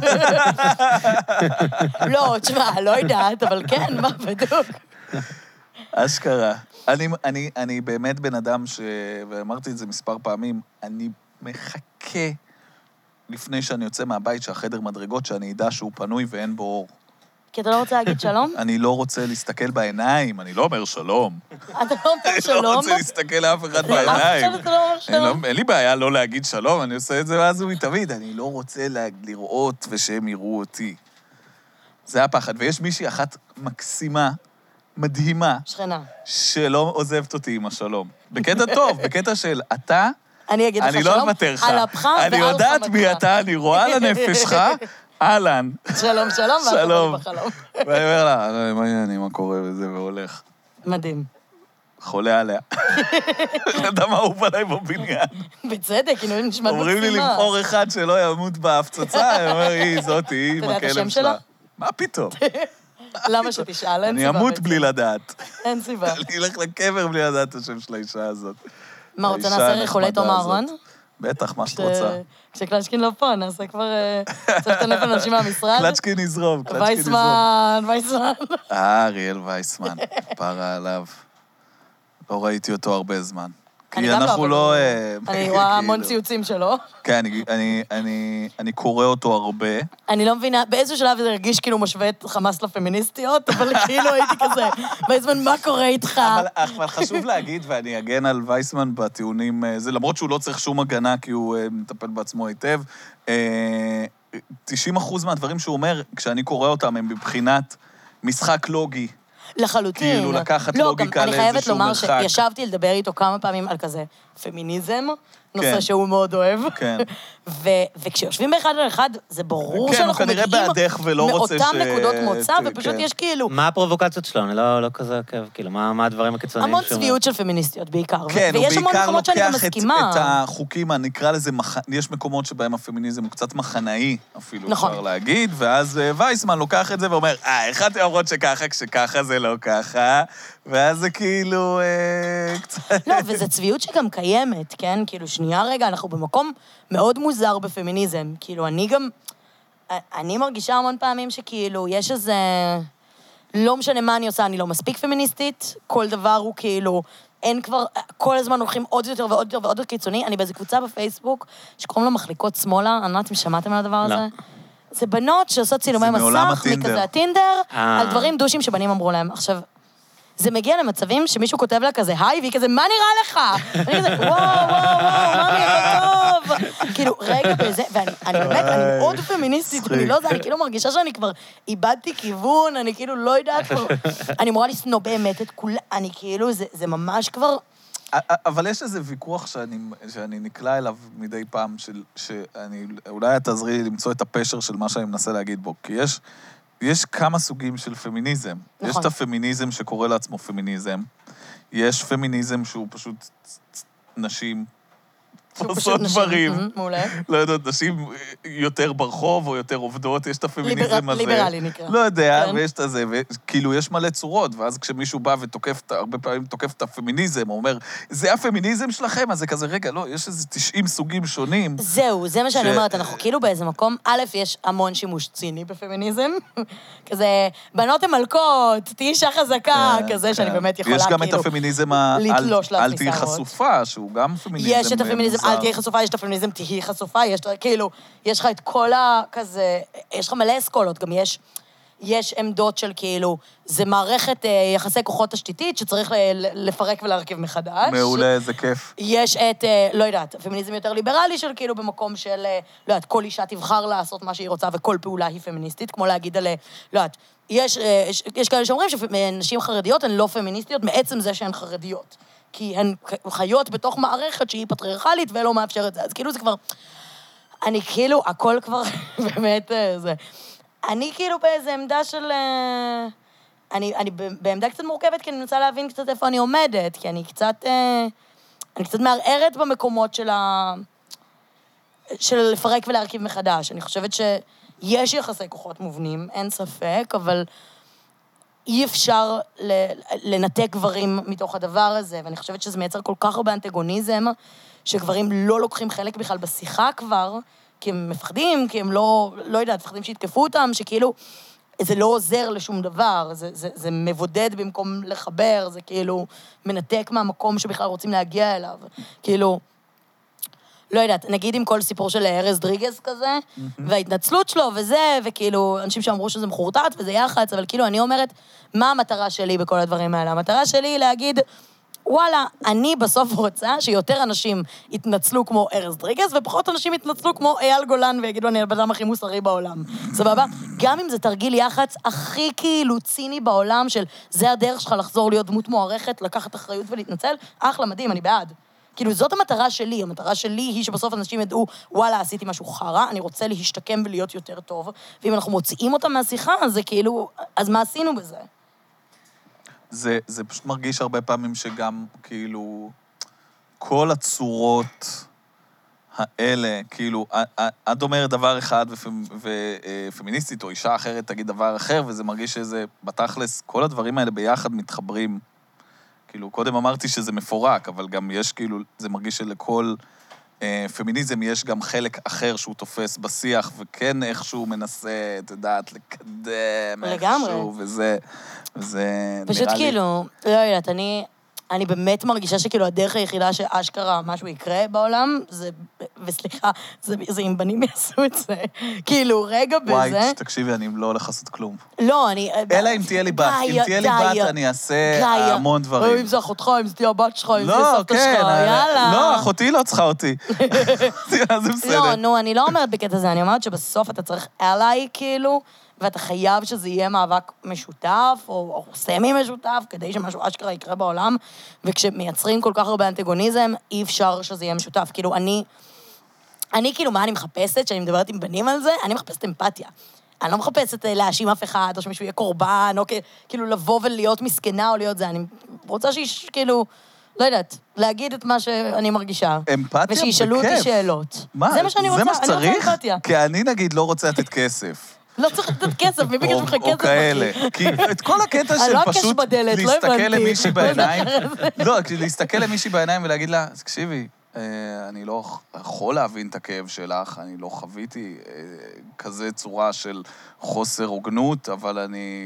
לא, תשמע, לא יודעת, אבל כן, מה בדיוק. אשכרה. אני באמת בן אדם ואמרתי את זה מספר פעמים, אני מחכה לפני שאני יוצא מהבית שהחדר מדרגות, שאני אדע שהוא פנוי ואין בו אור. כי אתה לא רוצה להגיד שלום? אני לא רוצה להסתכל בעיניים, אני לא אומר שלום. אתה לא אומר שלום? אני לא רוצה להסתכל לאף אחד בעיניים. אף אחד אתה לא אומר שלום? אין לי בעיה לא להגיד שלום, אני עושה את זה מאז ומתמיד. אני לא רוצה לראות ושהם יראו אותי. זה הפחד. ויש מישהי אחת מקסימה, מדהימה, שכנה. שלא עוזבת אותי עם השלום. בקטע טוב, בקטע של אתה, אני אגיד לך אני שלום, לא אוותר לך. על אפך ועל אני יודעת מי אתה, אני רואה על הנפש שלך, אהלן. שלום, שלום, שלום. ואתה בחלום. ואני אומר לה, מה העניינים, מה קורה וזה, והולך. מדהים. חולה עליה. אתה יודע מה אהוב עליי בבניין. בצדק, כאילו, נשמע מקסימה. אומרים לי לבחור אחד שלא ימות בהפצצה, אני אומר, היא זאתי, היא עם אתה יודע את הכלב השם שלה. שלה? מה פתאום? למה שתשאל? אין אני סיבה. אמות בעצם. בלי לדעת. אין סיבה. אני אלך לקבר בלי לדעת את השם של האישה הזאת. מה, רוצה האישה נעשה ריחולי תום הנחמדה אהרון? הזאת. בטח, מה שאת רוצה. כשקלצ'קין לא פה, נעשה כבר... צריך לטנף על אנשים מהמשרד? קלצ'קין יזרום, קלצ'קין יזרום. וייסמן. אריאל וייסמן, פרה עליו. לא ראיתי אותו הרבה זמן. אני כי גם אנחנו לא, לא... אני רואה המון כאילו. ציוצים שלו. כן, אני קורא אותו הרבה. אני לא מבינה, באיזשהו שלב זה הרגיש כאילו משווה את חמאס לפמיניסטיות, אבל כאילו הייתי כזה, וייסמן, מה קורה איתך? אבל חשוב להגיד, ואני אגן על וייסמן בטיעונים, זה למרות שהוא לא צריך שום הגנה, כי הוא מטפל בעצמו היטב, 90% מהדברים שהוא אומר, כשאני קורא אותם, הם בבחינת משחק לוגי. לחלוטין. כאילו, לקחת לוגיקה לאיזשהו מרחק. אני חייבת לומר שישבתי לדבר איתו כמה פעמים על כזה פמיניזם, נושא שהוא מאוד אוהב. כן. וכשיושבים באחד על אחד, זה ברור שאנחנו מגיעים מאותם נקודות מוצא, ופשוט יש כאילו... מה הפרובוקציות שלו? אני לא כזה עוקב, כאילו, מה הדברים הקיצוניים? המון צביעות של פמיניסטיות בעיקר. כן, הוא בעיקר לוקח מסכימה. את החוקים, נקרא לזה, יש מקומות שבהם הפמיניזם הוא קצת מחנאי, אפילו אפשר להגיד, ואז וייסמן לוקח את זה ואומר, איך אתם אומרות שככה, כשככה זה לא ככה, ואז זה כאילו קצת... לא, וזו צביעות שגם קיימת, כן? כאילו, שנייה רגע, אנחנו במקום מאוד מוזר בפמיניזם. כאילו, אני מרגישה המון פעמים שכאילו, יש איזה... לא משנה מה אני עושה, אני לא מספיק פמיניסטית, כל דבר הוא כאילו... אין כבר, כל הזמן הולכים עוד יותר ועוד יותר ועוד יותר קיצוני. אני באיזו קבוצה בפייסבוק, שקוראים לה מחליקות שמאלה, אני לא יודעת אם שמעתם על הדבר הזה? לא. זה בנות שעושות צילומי מסך, מכזה הטינדר, על דברים דושים שבנים אמרו להם. עכשיו, זה מגיע למצבים שמישהו כותב לה כזה, היי, והיא כזה, מה נראה לך? ואני כזה, וואו, ממי, אתה טוב. כאילו, רגע בזה, ואני באמת, אני מאוד פמיניסטית, אני לא זה, אני כאילו מרגישה שאני כבר איבדתי כיוון, אני כאילו לא יודעת כבר, אני אמורה לשנוא באמת את כולה, אני כאילו, זה ממש כבר... אבל יש איזה ויכוח שאני נקלע אליו מדי פעם, אולי את תעזרי לי למצוא את הפשר של מה שאני מנסה להגיד בו, כי יש כמה סוגים של פמיניזם. נכון. יש את הפמיניזם שקורא לעצמו פמיניזם. יש פמיניזם שהוא פשוט נשים עושות דברים. מעולה. לא יודעת, נשים יותר ברחוב או יותר עובדות, יש את הפמיניזם הזה. ליברלי נקרא. לא יודע, ויש את הזה, וכאילו יש מלא צורות, ואז כשמישהו בא ותוקף, הרבה פעמים תוקף את הפמיניזם, הוא אומר, זה הפמיניזם שלכם? אז זה כזה, רגע, לא, יש איזה 90 סוגים שונים. זהו, זה מה שאני אומרת, אנחנו כאילו באיזה מקום, א', יש המון שימוש ציני בפמיניזם, כזה, בנות הן מלכות, תהי אישה חזקה, כזה שאני באמת יכולה כאילו... יש גם את הפמיניזם אל תהי חשופה, שהוא גם פמיניזם. יש את הפמיניזם, אל תהי חשופה, יש את הפמיניזם, תהי חשופה, יש כאילו, יש לך את כל כזה, יש לך מלא אסכולות, גם יש עמדות של כאילו, זה מערכת יחסי כוחות תשתיתית שצריך לפרק ולהרכיב מחדש. מעולה, זה כיף. יש את, לא יודעת, פמיניזם יותר ליברלי של כאילו במקום של, לא יודעת, כל אישה תבחר לעשות מה שהיא רוצה וכל פעולה היא פמיניסטית, כמו להגיד על, לא יודעת, יש כאלה שאומרים שנשים חרדיות הן לא פמיניסטיות מעצם זה שהן חרדיות. כי הן חיות בתוך מערכת שהיא פטריארכלית ולא מאפשרת זה. אז כאילו זה כבר... אני כאילו, הכל כבר באמת זה... אני כאילו באיזו עמדה של... אני בעמדה קצת מורכבת, כי אני מנסה להבין קצת איפה אני עומדת, כי אני קצת מערערת במקומות של לפרק ולהרכיב מחדש. אני חושבת שיש יחסי כוחות מובנים, אין ספק, אבל... אי אפשר לנתק גברים מתוך הדבר הזה, ואני חושבת שזה מייצר כל כך הרבה אנטגוניזם, שגברים לא לוקחים חלק בכלל בשיחה כבר, כי הם מפחדים, כי הם לא יודעת, מפחדים שיתקפו אותם, שכאילו, זה לא עוזר לשום דבר, זה מבודד במקום לחבר, זה כאילו מנתק מהמקום שבכלל רוצים להגיע אליו. כאילו, לא יודעת, נגיד עם כל סיפור של ארז דריגז כזה, וההתנצלות שלו וזה, וכאילו, אנשים שאמרו שזה מחורטט וזה יחץ, אבל כאילו, אני אומרת, מה המטרה שלי בכל הדברים האלה? המטרה שלי היא להגיד, וואלה, אני בסוף רוצה שיותר אנשים יתנצלו כמו ארז דריגז, ופחות אנשים יתנצלו כמו אייל גולן, ויגידו, אני הבן אדם הכי מוסרי בעולם. סבבה? גם אם זה תרגיל יחץ הכי כאילו ציני בעולם, של זה הדרך שלך לחזור להיות דמות מוערכת, לקחת אחריות ולהתנצל, אחלה, מדהים, אני בעד. כאילו, זאת המטרה שלי. המטרה שלי היא שבסוף אנשים ידעו, וואלה, עשיתי משהו חרא, אני רוצה להשתקם ולהיות יותר טוב, ואם אנחנו מוציאים אותם מהשיחה, אז זה כאילו, אז מה עשינו בזה? זה פשוט מרגיש הרבה פעמים שגם, כאילו, כל הצורות האלה, כאילו, את אומרת דבר אחד ופמיניסטית, או אישה אחרת תגיד דבר אחר, וזה מרגיש שזה, בתכלס, כל הדברים האלה ביחד מתחברים. כאילו, קודם אמרתי שזה מפורק, אבל גם יש, כאילו, זה מרגיש שלכל פמיניזם יש גם חלק אחר שהוא תופס בשיח, וכן איכשהו מנסה, את יודעת, לקדם איכשהו, וזה נראה לי... פשוט כאילו, לא יודעת, אני באמת מרגישה שכאילו הדרך היחידה שאשכרה משהו יקרה בעולם, זה, וסליחה, זה אם בנים יעשו את זה. כאילו, רגע בזה... וואי, תקשיבי, אני לא הולך לעשות כלום. לא, אני... אלא אם תהיה לי בת. אם תהיה לי בת, אני אעשה המון דברים. אם זה אחותך, אם זה תהיה הבת שלך, אם זה סבתא שלך, יאללה. לא, אחותי לא צריכה אותי. זה בסדר. לא, נו, אני לא אומרת בקטע הזה, אני אומרת שבסוף אתה צריך אליי, כאילו, ואתה חייב שזה יהיה מאבק משותף, או סמי משותף, כדי שמשהו אשכרה יקרה בעולם, וכשמייצרים כל כך הרבה אנטגוניזם, אי אפשר שזה יהיה משותף. כאילו, אני כאילו, מה אני מחפשת, שאני מדברת עם בנים על זה? אני מחפשת אמפתיה. אני לא מחפשת להאשים אף אחד, או שמישהו יהיה קורבן, או כאילו לבוא ולהיות מסכנה, או להיות זה. אני רוצה כאילו, לא יודעת, להגיד את מה שאני מרגישה. אמפתיה בכיף. ושישאלו אותי שאלות. מה? זה מה שאני רוצה, זה מה שצריך? אני רוצה אמפתיה. כי אני, נגיד, לא רוצה לתת כסף. לא צריך לתת כסף, מי ביקש ממך כסף? או כאלה. כי את כל הקטע של פשוט להסתכל למישהי בעיניים, לא, להסתכל למישהי בעיניים ולהגיד לה, תקשיבי, אני לא יכול להבין את הכאב שלך, אני לא חוויתי כזה צורה של חוסר הוגנות, אבל אני...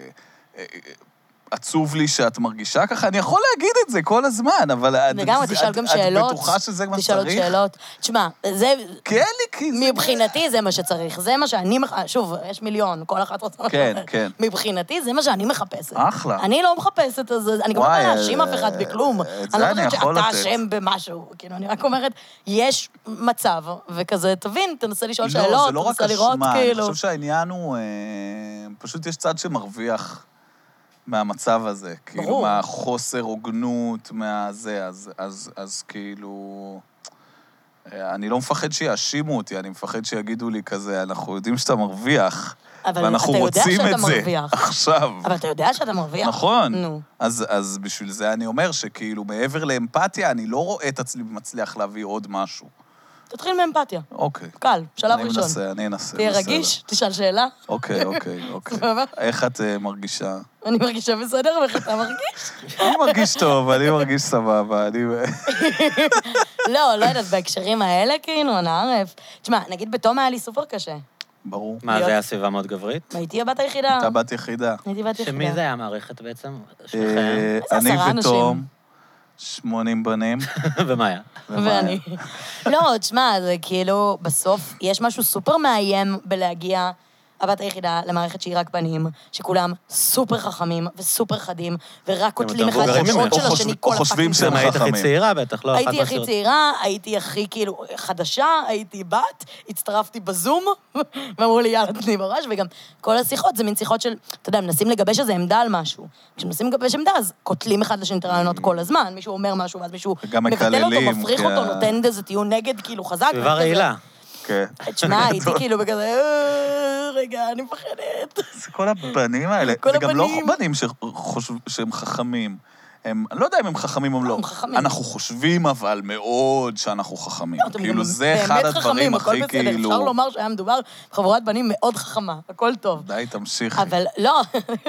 עצוב לי שאת מרגישה ככה, אני יכול להגיד את זה כל הזמן, אבל... וגם, תשאל גם שאלות. את בטוחה שזה מה שצריך? תשאל עוד שאלות. תשמע, זה... כן, כי זה... מבחינתי זה מה שצריך, זה מה שאני... שוב, יש מיליון, כל אחת רוצה... כן, כן. מבחינתי זה מה שאני מחפשת. אחלה. אני לא מחפשת, אז אני גם לא יכולה להאשים אף אחד בכלום. את זה אני יכול לתת. אני לא חושבת שאתה אשם במשהו, כאילו, אני רק אומרת, יש מצב, וכזה, תבין, תנסה לשאול שאלות, תנסה לראות, כאילו... אני חושב שהעניין הוא... פשוט יש צד שמרוויח מהמצב הזה, כאילו, מהחוסר הוגנות, מהזה, אז כאילו... אני לא מפחד שיאשימו אותי, אני מפחד שיגידו לי כזה, אנחנו יודעים שאתה מרוויח, ואנחנו רוצים את זה עכשיו. אבל אתה יודע שאתה מרוויח. נכון. אז בשביל זה אני אומר שכאילו, מעבר לאמפתיה, אני לא רואה את עצמי מצליח להביא עוד משהו. תתחיל מאמפתיה. אוקיי. קל, שלב ראשון. אני אנסה. תהיה רגיש, תשאל שאלה. אוקיי. איך את מרגישה? אני מרגישה בסדר, ואיך אתה מרגיש? אני מרגיש טוב, אני מרגיש סבבה, לא יודעת, בהקשרים האלה, כאילו, אני ערף. תשמע, נגיד בתום היה לי סופר קשה. ברור. מה, זה היה סביבה מאוד גברית? הייתי הבת היחידה. הייתה בת יחידה. הייתי בת יחידה. שמי זה היה המערכת בעצם? אני ותום, 80 בנים. ומאיה. ואני. לא, תשמע, זה כאילו, בסוף יש משהו סופר מאיים בלהגיע הבת היחידה למערכת שהיא רק בנים, שכולם סופר חכמים וסופר חדים, ורק קוטלים אחד את של השני כל או חושבים שהם היית חכמים. הכי צעירה בטח, לא? הייתי הכי צעירה, הייתי הכי כאילו חדשה, הייתי בת, הצטרפתי בזום, ואמרו לי, יאללה, תני בראש, וגם כל השיחות זה מין שיחות של, אתה יודע, מנסים לגבש איזה עמדה על משהו. כשמנסים לגבש עמדה, אז קוטלים אחד לשני את הרעיונות כל הזמן, מישהו אומר משהו, ואז מישהו מבטל אותו, מפריך אותו, נותן איזה טיעון נגד, כאילו חזק. סביבה רעילה. כן. תשמע, הייתי כאילו בכזה, רגע, אני מפחדת. זה כל הבנים האלה. זה גם לא בנים שהם חכמים. אני לא יודע אם הם חכמים או לא. אנחנו חושבים אבל מאוד שאנחנו חכמים. כאילו זה אחד הדברים הכי כאילו... אפשר לומר שהיה מדובר בחבורת בנים מאוד חכמה, הכל טוב. די, תמשיכי. אבל לא,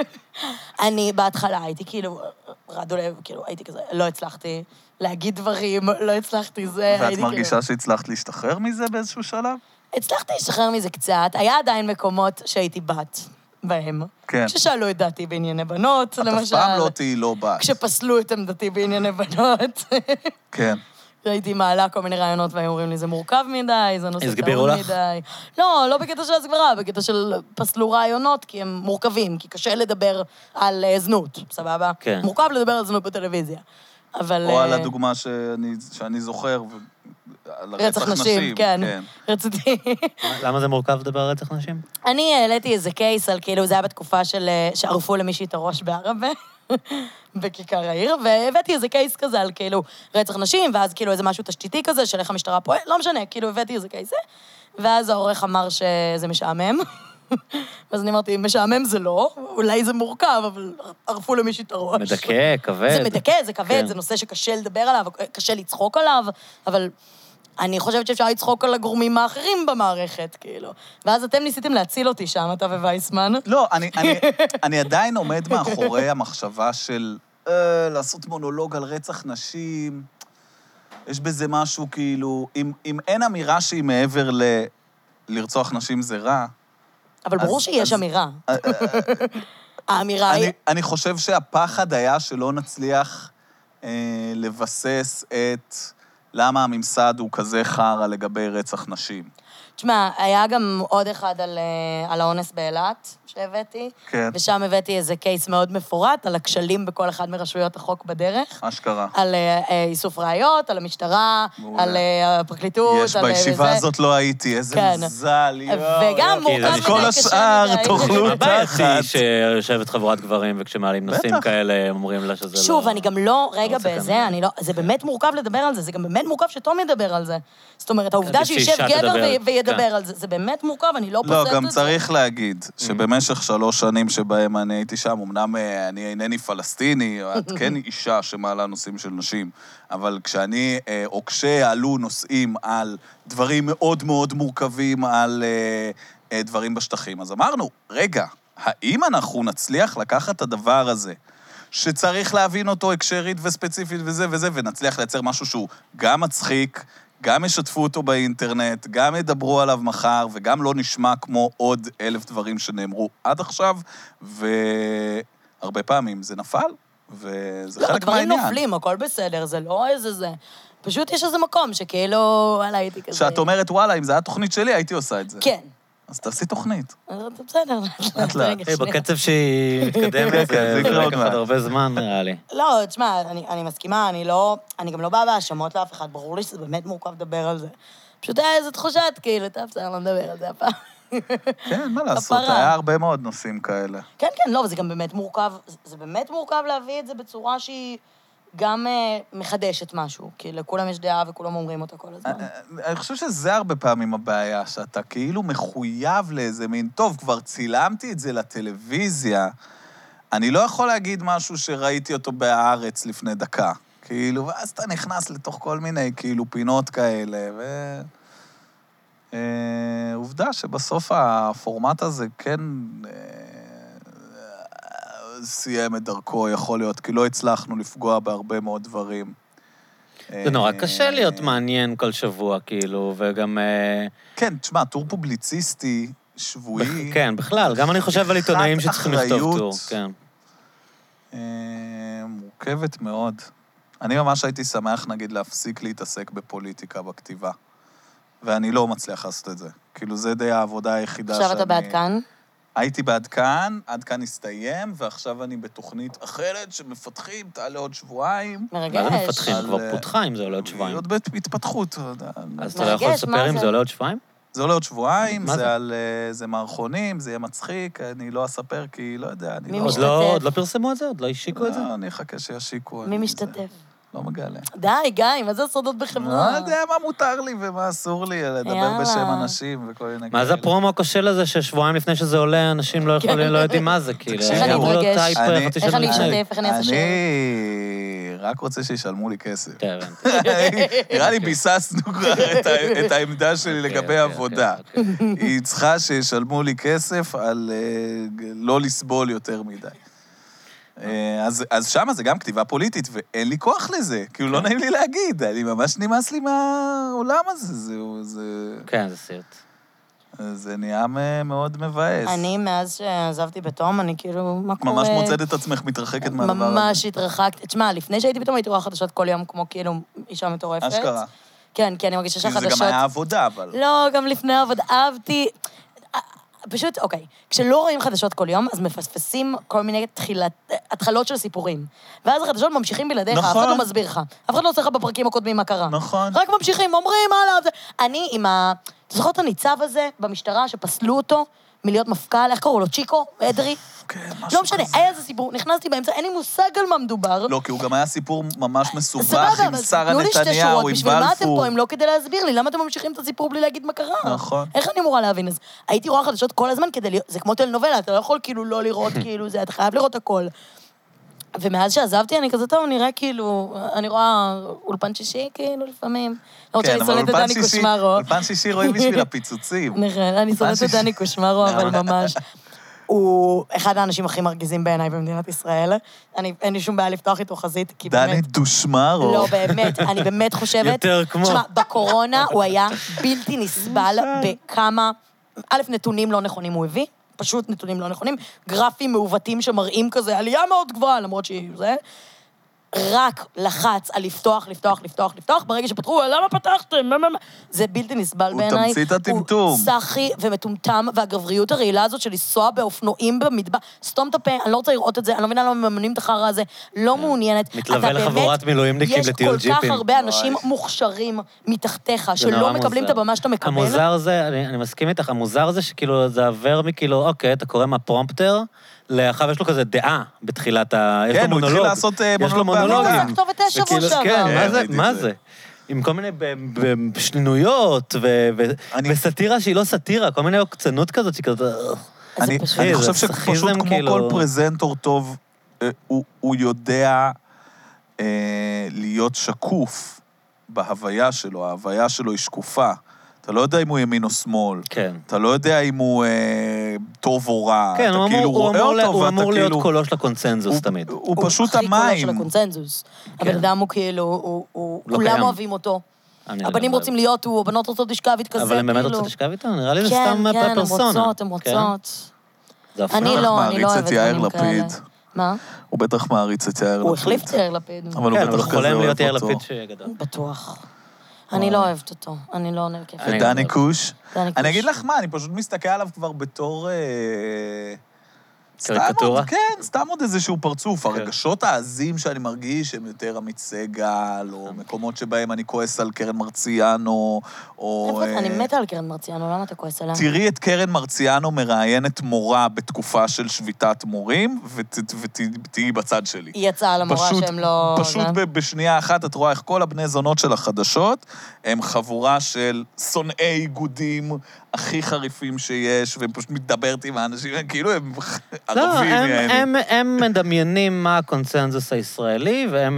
אני בהתחלה הייתי כאילו, רדו לב, כאילו הייתי כזה, לא הצלחתי להגיד דברים, לא הצלחתי זה. ואת מרגישה שהצלחת להשתחרר מזה באיזשהו שלב? הצלחתי להשתחרר מזה קצת, היה עדיין מקומות שהייתי בת. בהם. כן. כששאלו את דעתי בענייני בנות, למשל. את אף פעם לא תהיי לא בת. כשפסלו את עמדתי בענייני בנות. כן. הייתי מעלה כל מיני רעיונות, והיו אומרים לי, זה מורכב מדי, זה נושא טעון מדי. לא בקטע של הסגברה, בקטע של פסלו רעיונות, כי הם מורכבים, כי קשה לדבר על זנות, סבבה? כן. מורכב לדבר על זנות בטלוויזיה. אבל... או על הדוגמה שאני זוכר, על רצח נשים. כן. רציתי... למה זה מורכב לדבר על רצח נשים? אני העליתי איזה קייס על כאילו, זה היה בתקופה של שערפו למישהי את הראש בערבה, בכיכר העיר, והבאתי איזה קייס כזה על כאילו רצח נשים, ואז כאילו איזה משהו תשתיתי כזה, של איך המשטרה פועל, לא משנה, כאילו הבאתי איזה קייס, ואז העורך אמר שזה משעמם, ואז אני אמרתי, משעמם זה לא, אולי זה מורכב, אבל ערפו למישהי את הראש. מדכא, כבד. זה מדכא, זה כבד, זה נושא שקשה לדבר עליו, קשה לצחוק עליו, אבל אני חושבת שאפשר לצחוק על הגורמים האחרים במערכת, כאילו. ואז אתם ניסיתם להציל אותי שם, אתה ווייסמן. לא, אני עדיין עומד מאחורי המחשבה של לעשות מונולוג על רצח נשים. יש בזה משהו כאילו, אם אין אמירה שהיא מעבר לרצוח נשים זה רע. אבל ברור שיש אמירה. האמירה היא... אני חושב שהפחד היה שלא נצליח לבסס את למה הממסד הוא כזה חרא לגבי רצח נשים. תשמע, היה גם עוד אחד על האונס באילת שהבאתי, כן. ושם הבאתי איזה קייס מאוד מפורט על הכשלים בכל אחד מרשויות החוק בדרך. אשכרה. על איסוף ראיות, על המשטרה, מעולה. על הפרקליטות, יש, על בישיבה וזה. הזאת לא הייתי, איזה כן. מזל, וגם מורכב אז כל השאר תאכלו מה בעייתי תחת. שיושבת חברת גברים, וכשמעלים נושאים בטח. כאלה, הם אומרים לה שזה לא... שוב, אני גם לא, רגע רוצה בזה, כאן. אני לא, זה באמת מורכב לדבר על זה, זה גם באמת מורכב שתום ידבר על זה. זאת אומרת, העובדה עדיף שישב שאישה גבר תדבר, וידבר כן. על זה, זה באמת מורכב, אני לא לא, פוסלת גם את זה. צריך להגיד שבמשך 3 שנים שבהם אני הייתי שם, אמנם אני אינני פלסטיני, את כן אישה שמעלה נושאים של נשים, אבל כשאני, או כשעלו נושאים על דברים מאוד מאוד מורכבים, על דברים בשטחים, אז אמרנו, רגע, האם אנחנו נצליח לקחת את הדבר הזה, שצריך להבין אותו הקשרית וספציפית וזה וזה, ונצליח לייצר משהו שהוא גם מצחיק, גם ישתפו אותו באינטרנט, גם ידברו עליו מחר, וגם לא נשמע כמו עוד 1000 דברים שנאמרו עד עכשיו, והרבה פעמים זה נפל, וזה לא, חלק הדברים מהעניין. נופלים, הכל בסדר, זה לא איזה זה. פשוט יש איזה מקום שכאילו, וואלה, הייתי כזה... שאת אומרת, וואלה, אם זו הייתה תוכנית שלי, הייתי עושה את זה. כן. אז תעשי תוכנית. אז אתה בסדר. לאט. רגע, היי, שנייה. בקצב שהיא מתקדמת, זה יקרה זה עוד לקח מעט. עוד הרבה זמן, נראה לי. לא, תשמע, אני מסכימה, אני גם לא באה בהאשמות לאף אחד, ברור לי שזה באמת מורכב לדבר על זה. פשוט היה איזו תחושת, כאילו, אתה בסדר, לא מדבר על זה הפעם. כן, מה לעשות, הפרה. היה הרבה מאוד נושאים כאלה. כן, כן, לא, וזה גם באמת מורכב, זה באמת מורכב להביא את זה בצורה שהיא גם מחדשת משהו, כי לכולם יש דעה וכולם אומרים אותה כל הזמן. אני חושב שזה הרבה פעמים הבעיה, שאתה כאילו מחויב לאיזה מין, טוב, כבר צילמתי את זה לטלוויזיה, אני לא יכול להגיד משהו שראיתי אותו בהארץ לפני דקה. כאילו, ואז אתה נכנס לתוך כל מיני כאילו פינות כאלה, עובדה שבסוף הפורמט הזה כן סיים את דרכו, יכול להיות, כי לא הצלחנו לפגוע בהרבה מאוד דברים. זה נורא קשה להיות מעניין כל שבוע, כאילו, וגם... כן, תשמע, טור פובליציסטי, שבועי... כן, בכלל, גם אני חושב על עיתונאים חתיכת שצריכים לכתוב אחריות. טור, כן. מורכבת מאוד. אני ממש הייתי שמח, נגיד, להפסיק להתעסק בפוליטיקה בכתיבה. ואני לא מצליח לעשות את זה. כאילו, זה די העבודה היחידה שאני... עכשיו אתה בעד כאן? הייתי בעד כאן, עד כאן הסתיים, ועכשיו אני בתוכנית אחרת שמפתחים, תעלה עוד שבועיים. מרגש. מה זה מפתחים? על- כבר פותחה אם זה עולה עוד שבועיים. היא עוד בהתפתחות, אתה יודע. אז אתה לא יכול מרגש, מה לספר אם זה? זה עולה עוד שבועיים? זה עולה עוד שבועיים, מה זה? זה על... זה מערכונים, זה יהיה מצחיק, אני לא אספר כי לא יודע, אני מי לא... משתתף? עוד לא פרסמו את זה? עוד לא השיקו את זה? לא, אני אחכה שישיקו. מי אני- משתתף? זה לא מגלה. די, גיא, מה זה הסודות לא בחברה? יודע מה מותר לי ומה אסור לי, לדבר יאללה. בשם אנשים וכל מיני מה זה הפרומו הכושל הזה ששבועיים לפני שזה עולה, אנשים לא יכולים, לא יודעים מה זה, כאילו. תקשיב, איך אני אמור להיות אתרגש? טייפ חצי איך שנה אני לפני. אשתף? איך אני אעשה שיעור? אני רק רוצה שישלמו לי כסף. כן, הבנתי. נראה לי ביססנו כבר את העמדה שלי לגבי אוקיי, עבודה. אוקיי. היא צריכה שישלמו לי כסף על לא לסבול יותר מדי. אז שמה זה גם כתיבה פוליטית, ואין לי כוח לזה. כאילו, לא נעים לי להגיד, אני ממש נמאס לי מהעולם הזה, זה... כן, זה סרט. זה נהיה מאוד מבאס. אני, מאז שעזבתי בתום, אני כאילו, מה קורה? ממש מוצאת את עצמך מתרחקת מהדבר הזה. ממש התרחקתי. תשמע, לפני שהייתי בתום, הייתי רואה חדשות כל יום, כמו כאילו אישה מטורפת. אשכרה. כן, כי אני מרגישה כי שהחדשות... זה גם היה עבודה, אבל... לא, גם לפני העבודה, אהבתי... פשוט, אוקיי, כשלא רואים חדשות כל יום, אז מפספסים כל מיני התחלות של סיפורים. ואז החדשות ממשיכים בלעדיך, אף אחד נכון. לא מסביר לך. אף אחד לא עושה לך בפרקים הקודמים מה קרה. נכון. רק ממשיכים, אומרים, הלאה. אני עם ה... אתה זוכר את הניצב הזה במשטרה שפסלו אותו מלהיות מפכ"ל? איך קראו לו? צ'יקו? אדרי? כן, משהו לא משנה, כזה. היה איזה סיפור, נכנסתי באמצע, אין לי מושג על מה מדובר. לא, כי הוא גם היה סיפור ממש מסובך סבבה, עם אבל שרה תנו לי שתי נתניהו, שורות, עם בשביל מה אתם בלפור. פה, אם לא כדי להסביר לי? למה אתם ממשיכים את הסיפור בלי להגיד מה קרה? נכון. איך אני אמורה להבין? אז הייתי רואה חדשות כל הזמן כדי להיות, זה כמו טלנובלה, אתה לא יכול כאילו לא לראות כאילו זה, אתה חייב לראות הכל. ומאז שעזבתי, אני כזה טוב, נראה כאילו, אני רואה אולפן שישי כאילו לפעמים. למרות שאני שונאת את דני קושמרו. אולפן שישי רואים בשביל הפיצוצים. נכון, אני שונאת את דני קושמרו, אבל ממש. הוא אחד האנשים הכי מרגיזים בעיניי במדינת ישראל. אין לי שום בעיה לפתוח איתו חזית, כי באמת... דני דושמרו. לא, באמת, אני באמת חושבת... יותר כמו. תשמע, בקורונה הוא היה בלתי נסבל בכמה... א', נתונים לא נכונים הוא הביא, פשוט נתונים לא נכונים, גרפים מעוותים שמראים כזה עלייה מאוד גבוהה, למרות שהיא זה. רק לחץ על לפתוח, ברגע שפתחו, למה פתחתם? זה בלתי נסבל בעיניי. הוא תמצית הטמטום. הוא סחי ומטומטם, והגבריות הרעילה הזאת של לנסוע באופנועים במדבר, סתום את הפה, אני לא רוצה לראות את זה, אני לא מבינה למה מממנים את החרא הזה, לא מעוניינת. מתלווה לחבורת מילואימניקים לטיול ג'יפים. יש כל כך הרבה אנשים מוכשרים מתחתיך, שלא מקבלים את הבמה שאתה מקבל. המוזר זה, אני מסכים איתך, המוזר זה שכאילו זה עבר מכאילו, אוקיי, אתה קורא מהפרומפטר, לאחר יש לו כזה דעה בתחילת יש לו מונולוג. הוא התחיל לעשות יש לו מונולוגים. זה כתוב את השבוע שעבר. כן, מה זה? עם כל מיני שנויות, וסטירה שהיא לא סטירה, כל מיני עוקצנות כזאת שהיא כזאת... אני חושב שפשוט כמו כל פרזנטור טוב, הוא יודע להיות שקוף בהוויה שלו, ההוויה שלו היא שקופה. אתה לא יודע אם הוא ימין או שמאל. כן. אתה לא יודע אם הוא טוב או רע. כן, אתה כאילו רואה אותו, הוא אמור להיות קולו של הקונצנזוס תמיד. הוא פשוט המים. הוא הכי קולו של הקונצנזוס. הבן אדם הוא כאילו, כולם אוהבים אותו. הבנים רוצים להיות הוא, הבנות רוצות לשכב איתו כזה, אבל הם באמת רוצות לשכב איתו? נראה לי זה סתם פרסונה. כן, הן רוצות. אני לא אוהבת דברים כאלה. מה? הוא בטח מעריץ את יאיר לפיד. הוא החליף את יאיר לפיד. אבל הוא בטח כזה חולם להיות אוהב יאיר אותו. לפיד שגדול. בטוח. אני לא אוהבת אותו. אני לא נרקפת. ודני קוש. אני אגיד לך מה, אני פשוט מסתכל עליו כבר בתור... קריקטורה? כן, סתם עוד איזשהו פרצוף. הרגשות העזים שאני מרגיש הם יותר עמית סגל, או מקומות שבהם אני כועס על קרן מרציאנו, או... אני מתה על קרן מרציאנו, למה אתה כועס עליה? תראי את קרן מרציאנו מראיינת מורה בתקופה של שביתת מורים, ותהיי בצד שלי. היא יצאה על המורה שהם לא... פשוט בשנייה אחת את רואה איך כל הבני זונות של החדשות, הם חבורה של שונאי איגודים הכי חריפים שיש, והם פשוט מדברת עם האנשים, כאילו הם ערבים. הם מדמיינים מה הקונצנזוס הישראלי, והם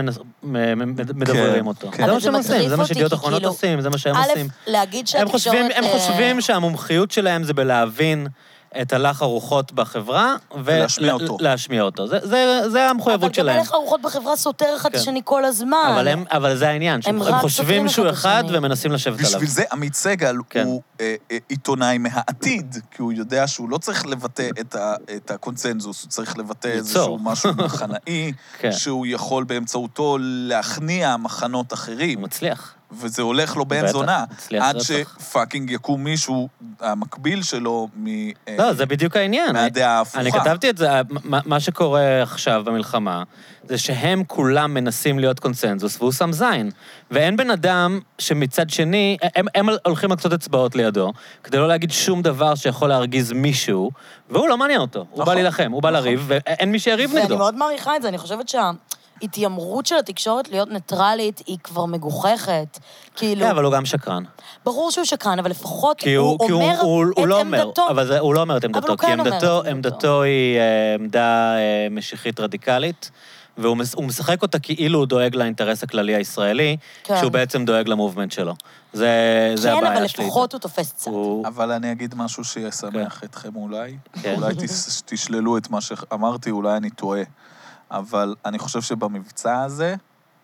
מדברים אותו. זה מה שהם עושים, זה מה שידיעות אחרונות עושים, זה מה שהם עושים. להגיד שהתקשורת... הם חושבים שהמומחיות שלהם זה בלהבין את הלך הרוחות בחברה, ולהשמיע אותו. זה המחויבות שלהם. אבל גם הלך הרוחות בחברה סותר אחד השני כל הזמן. אבל זה העניין, הם חושבים שהוא אחד ומנסים לשבת עליו. בשביל זה עמית סגל הוא עיתונאי מהעתיד, כי הוא יודע שהוא לא צריך לבטא את הקונצנזוס, הוא צריך לבטא איזשהו משהו מחנאי, שהוא יכול באמצעותו להכניע מחנות אחרים. הוא מצליח. וזה הולך לו בן זונה, עד שפאקינג יקום מישהו, המקביל שלו לא, זה בדיוק העניין. מהדעה ההפוכה. אני כתבתי את זה, מה שקורה עכשיו במלחמה, זה שהם כולם מנסים להיות קונצנזוס, והוא שם זין. ואין בן אדם שמצד שני, הם הולכים לקצות אצבעות לידו, כדי לא להגיד שום דבר שיכול להרגיז מישהו, והוא לא מעניין אותו. הוא בא להילחם, הוא בא לריב, ואין מי שיריב נגדו. ואני מאוד מעריכה את זה, אני חושבת ההתיימרות של התקשורת להיות ניטרלית היא כבר מגוחכת. כאילו... כן, אבל הוא גם שקרן. ברור שהוא שקרן, אבל לפחות הוא אומר את עמדתו. אבל הוא לא אומר את עמדתו, כי עמדתו היא עמדה משיחית רדיקלית, והוא משחק אותה כאילו הוא דואג לאינטרס הכללי הישראלי, שהוא בעצם דואג למובמנט שלו. זה הבעיה שלי. כן, אבל לפחות הוא תופס צד. אבל אני אגיד משהו שישמח אתכם אולי. אולי תשללו את מה שאמרתי, אולי אני טועה. אבל אני חושב שבמבצע הזה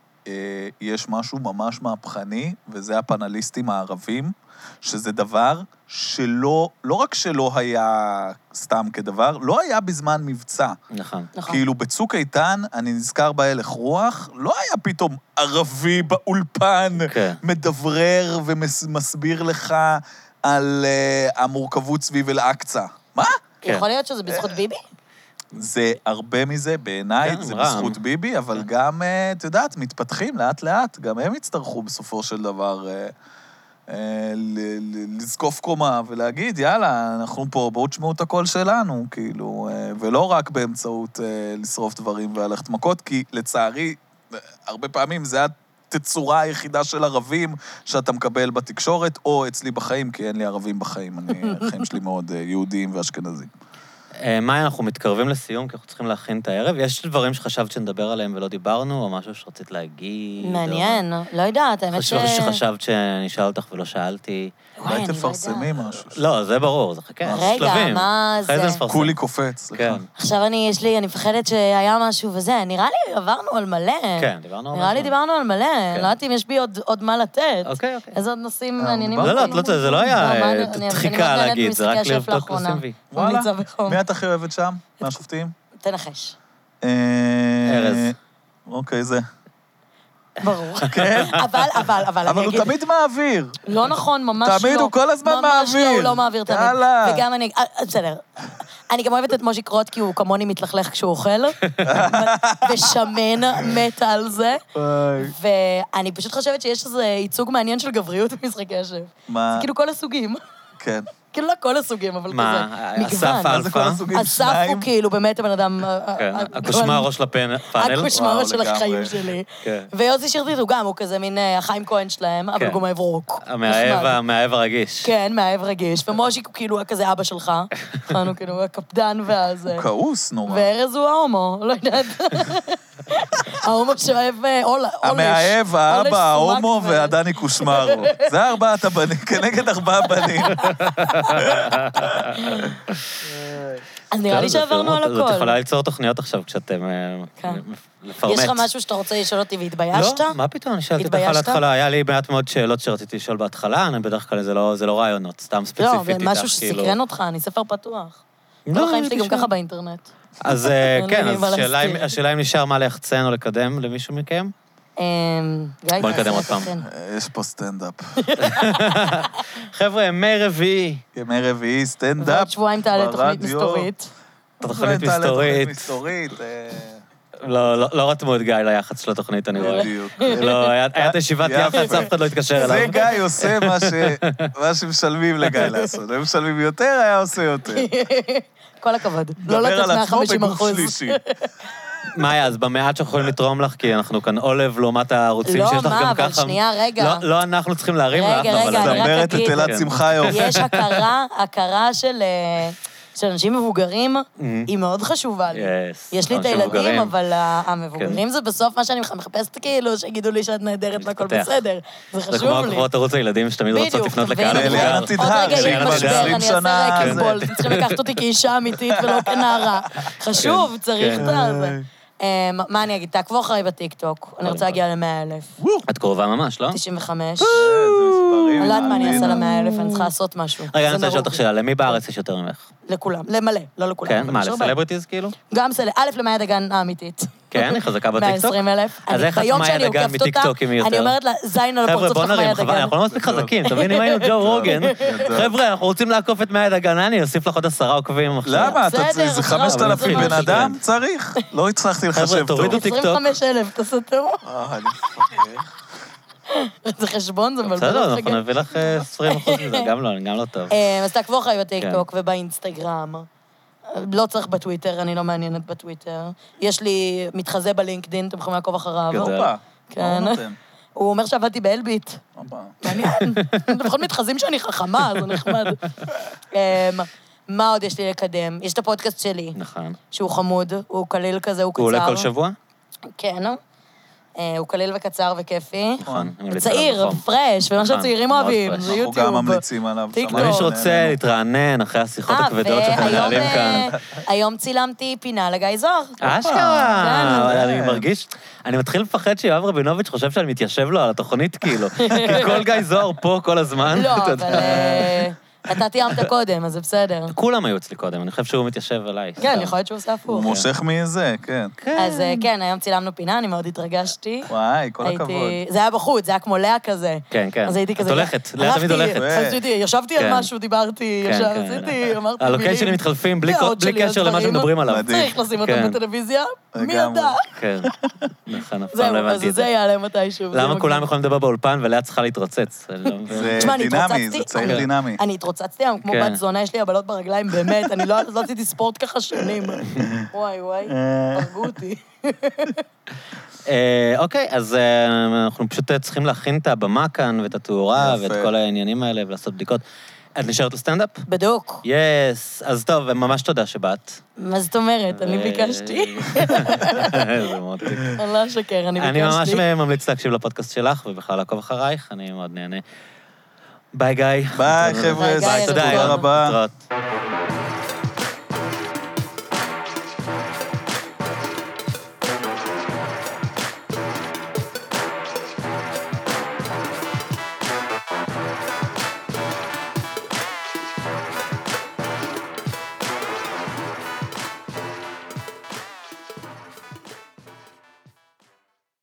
יש משהו ממש מהפכני, וזה הפנליסטים הערבים, שזה דבר שלא, לא רק שלא היה סתם כדבר, לא היה בזמן מבצע. נכון. כאילו בצוק איתן, אני נזכר בהלך רוח, לא היה פתאום ערבי באולפן, מדברר ומסביר לך על המורכבות סביב אל-אקצא. מה? יכול להיות שזה בזכות ביבי? זה הרבה מזה, בעיניי, זה בזכות ביבי, אבל גם, את יודעת, מתפתחים לאט לאט, גם הם יצטרכו בסופו של דבר לזקוף קומה ולהגיד, יאללה, אנחנו פה, בואו תשמעו את הקול שלנו, כאילו, ולא רק באמצעות לשרוף דברים והלכת מכות, כי לצערי, הרבה פעמים זה התצורה היחידה של ערבים שאתה מקבל בתקשורת, או אצלי בחיים, כי אין לי ערבים בחיים, החיים שלי מאוד יהודיים ואשכנזים. מאי, אנחנו מתקרבים לסיום, כי אנחנו צריכים להכין את הערב. יש דברים שחשבת שנדבר עליהם ולא דיברנו, או משהו שרצית להגיד? מעניין, לא יודעת, האמת שחשבת שאני אשאל אותך ולא שאלתי. אולי תפרסמי משהו. לא, זה ברור, זה חכה. רגע, מה זה? כולי קופץ, סליחה. עכשיו אני מפחדת שהיה משהו וזה, נראה לי עברנו על מלא. כן, דיברנו על מלא. נראה לי דיברנו על מלא, לא יודעת אם יש בי עוד מה לתת. אוקיי. איזה עוד נושאים מעניינים. לא, זה לא היה דחיקה להגיד, זה רק לבדוק קוסמבי. וואלה, מי את הכי אוהבת שם, מהשופטים? תנחש. ארז. אוקיי, זה. ברור. כן? אבל אבל אני הוא אגיד... תמיד מעביר. לא נכון, ממש לא. תמיד הוא כל הזמן מעביר. ממש לא, הוא לא מעביר תמיד. יאללה. וגם אני... בסדר. אני גם אוהבת את מושיק רוט, כי הוא כמוני מתלכלך כשהוא אוכל, ושמן מתה על זה. ואני פשוט חושבת שיש איזה ייצוג מעניין של גבריות במשחקי השף. מה? זה כאילו כל הסוגים. כן. כאילו לא כל הסוגים, אבל כזה. מה, מגוון. אסף מה זה כל אלפא? הסוגים? אסף הוא שניים? כאילו באמת הבן אדם... כן, הקושמרו של הפאנל. הקושמרו וואו, של לגמרי. החיים שלי. כן. ויוסי שרזית הוא גם, הוא כזה מין החיים כהן שלהם, אבל כן. הוא גם אוהב רוק. נחמד. המאהב הרגיש. כן, מהאהב רגיש. ומושיק הוא כאילו כזה אבא שלך. הוא כאילו הקפדן והזה. הוא כעוס נורא. וארז הוא ההומו, לא יודעת. ההומו שאוהב עולש. המאהב, האבא, ההומו והדני קושמרו. זה ארבעת הבנים, כנגד 4 בנים. אז נראה לי שעברנו על את הכל. יכולה ליצור תוכניות עכשיו כשאתם כן. לפרמט. יש לך משהו שאתה רוצה לשאול אותי והתביישת? לא, מה פתאום, אני שאלתי אותך על התביישת? ההתחלה, היה לי מעט מאוד שאלות שרציתי לשאול בהתחלה, אני בדרך כלל זה לא רעיונות, סתם לא, ספציפית זה איתך, משהו שסקרן אותך, אני ספר פתוח. כל החיים שלי גם ככה באינטרנט. אז כן, אין לי מה אז להסתיר. השאלה אם נשאר מה ליחצן או לקדם למישהו מכם? גיא, בוא נקדם עוד פעם. כן. יש פה סטנדאפ. חבר'ה, ימי רביעי, ימי רביעי, סטנדאפ. ועוד שבועיים תעלה תוכנית ברדיו. מסתורית. תוכנית תעלה מסתורית. מסתורית. לא רתמו את גיא ליח"צ של התוכנית, אני רואה. בדיוק. לא, היה את ישיבת יח"צ, אף אחד לא התקשר זה אליו. גיא עושה מה שמשלמים לגיא לעשות. הם משלמים יותר, היה עושה יותר. כל הכבוד. לא דבר לתת על עצמו 150%. בגוף שלישי. מאיה, אז במעט שאנחנו יכולים לתרום לך, כי אנחנו כאן עולב לעומת הערוצים לא, שיש לך מה, גם אבל ככה. שנייה, רגע. לא אנחנו צריכים להרים לך, רגע, אבל... רגע, אני רק מדברת את אגיד. אלעד כן. שמחיוף. יש הכרה של אנשים מבוגרים, היא מאוד חשובה לי. Yes, יש לי את אנשים הילדים, מבוגרים. אבל המבוגרים זה בסוף מה שאני מחפשת, כאילו, שיגידו לי שאת נהדרת והכל להתפתח. בסדר. זה זה חשוב כמו לי. חברות ערוץ הילדים שתמיד רוצות בדיוק, לפנות לקהל והנה, לאן המבוגר. תדהר, עוד רגע שהיא יהיה כבר משבר, 20 אני שנה, אעשה זה. רקינבול, אתם צריכים לקחת אותי כאישה אמיתית ולא כנערה. חשוב, צריך את זה. מה אני אגיד? תעקבו אחריי בטיקטוק, אני רוצה להגיע ל-100,000. את קרובה ממש, לא? 95. איזה מספרים. אני לא יודעת מה אני אעשה מדהים. ל-100,000, אני צריכה לעשות משהו. רגע, אני זה רוצה לשאול מרוב. אותך שאלה, למי בארץ יש יותר ממך? לכולם, למלא, לא לכולם. כן? אבל מה, יש הרבה. לסלבריטיז כאילו? גם א' למאיה דגן האמיתית. כן? היא חזקה בטיקטוק? 120,000. אז איך את ביום מאיה שאני דגן עוקבת אותה, מטיקטוק אם היא אני יותר? אומרת לה, זין על חבר'ה, הפרצוף בוא שלך נרים, מאיה חבל, דגן. אנחנו לא מספיק חזקים, אתה מבין? אם היינו ג'ו רוגן, חבר'ה, אנחנו רוצים לעקוף את מאיה דגן, אני אוסיף לך עוד 10 עוקבים עכשיו. למה? בסדר, זה בסדר, 5,000 אבל בן אדם? כן. צריך. לא הצלחתי לחשב חבר'ה, טוב. תורידו טיקטוק. 25,000, תעשה טוב. אני מפחד. זה חשבון, זה מבלבל בסדר, אותך אנחנו גם. נביא לך 20% מזה, גם לא טוב. אז תעקבו אחריי בטיקטוק כן. ובאינסטגרם. לא צריך בטוויטר, אני לא מעניינת בטוויטר. יש לי מתחזה בלינקדין, אתם יכולים לעקוב אחריו. גדול. הופה. כן. מה הוא נותן? הוא אומר שעבדתי באלביט. הופה. מעניין. לפחות מתחזים שאני חכמה, זה נחמד. מה עוד יש לי לקדם? יש את הפודקאסט שלי, נכון. שהוא חמוד, הוא קליל כזה, הוא קצר. הוא עולה כל שבוע? כן. הוא קליל וקצר וכיפי. נכון. אני ממליץ עליו צעיר, בחום. פרש, ומה נכון, שהצעירים מאוד אוהבים, פרש. זה אנחנו יוטיוב. גם ממליצים עליו. טיקטוק. שמענו, מי שרוצה נהנינו. להתרענן אחרי השיחות הכבדות שאתם מנהלים כאן. היום צילמתי פינה לגיא זוהר. אשכרה, כן. אבל אני מרגיש, אני מתחיל לפחד שיואב רבינוביץ' חושב שאני מתיישב לו על התוכנית, כאילו. כי כל גיא זוהר פה כל הזמן. לא, אתה אבל יודע. אתה תיאמת קודם, אז זה בסדר. כולם היו אצלי קודם, אני חושב שהוא מתיישב עליי. כן, סתם. יכול להיות שהוא עושה הפוך. הוא מושך מזה, כן. אז כן, היום צילמנו פינה, אני מאוד התרגשתי. וואי, כל הכבוד. זה היה בחוץ, זה היה כמו לאה כזה. כן, כן. אז הייתי את כזה... הולכת, לאה תמיד הלכתי, הולכת. עשיתי, ישבתי על כן. משהו, דיברתי, כן, ישר כן. עשיתי, אמרתי הלוקיישנים מתחלפים בלי דעות שלי על קשר למה דברים. שמדברים עליו. מדהים. צריך לשים כן. אותם בטלוויזיה, מי לגמרי. ידע? כן. נכון, אף פעם זהו, לא אז הבנתי את זה זה. יעלה מתישהו. זה למה מגניב. כולם יכולים לדבר באולפן ולאה צריכה להתרוצץ? אני לא מבין. זה תשמע, אני דינמי, התרוצצתי. זה צעיר אני- דינמי. אני התרוצצתי היום כמו כן. בת זונה, יש לי הבלות ברגליים, באמת, אני לא עשיתי ספורט ככה שנים. וואי, וואי, הרגו אותי. אוקיי, אז אנחנו פשוט צריכים להכין את הבמה כאן ואת התאורה יפה. ואת כל העניינים האלה ולעשות בדיקות. את נשארת לסטנדאפ? בדוק. יס. אז טוב, ממש תודה שבאת. מה זאת אומרת? אני ביקשתי. זה מאוד כיף. אני לא אשקר, אני אני ממש ביקשתי. ממליץ להקשיב לפודקאסט שלך ובכלל לעקוב אחרייך, אני מאוד נהנה. ביי גיא. ביי, חבר'ה, ביי, גיא, תודה, תודה יואב. רבה. להתראות.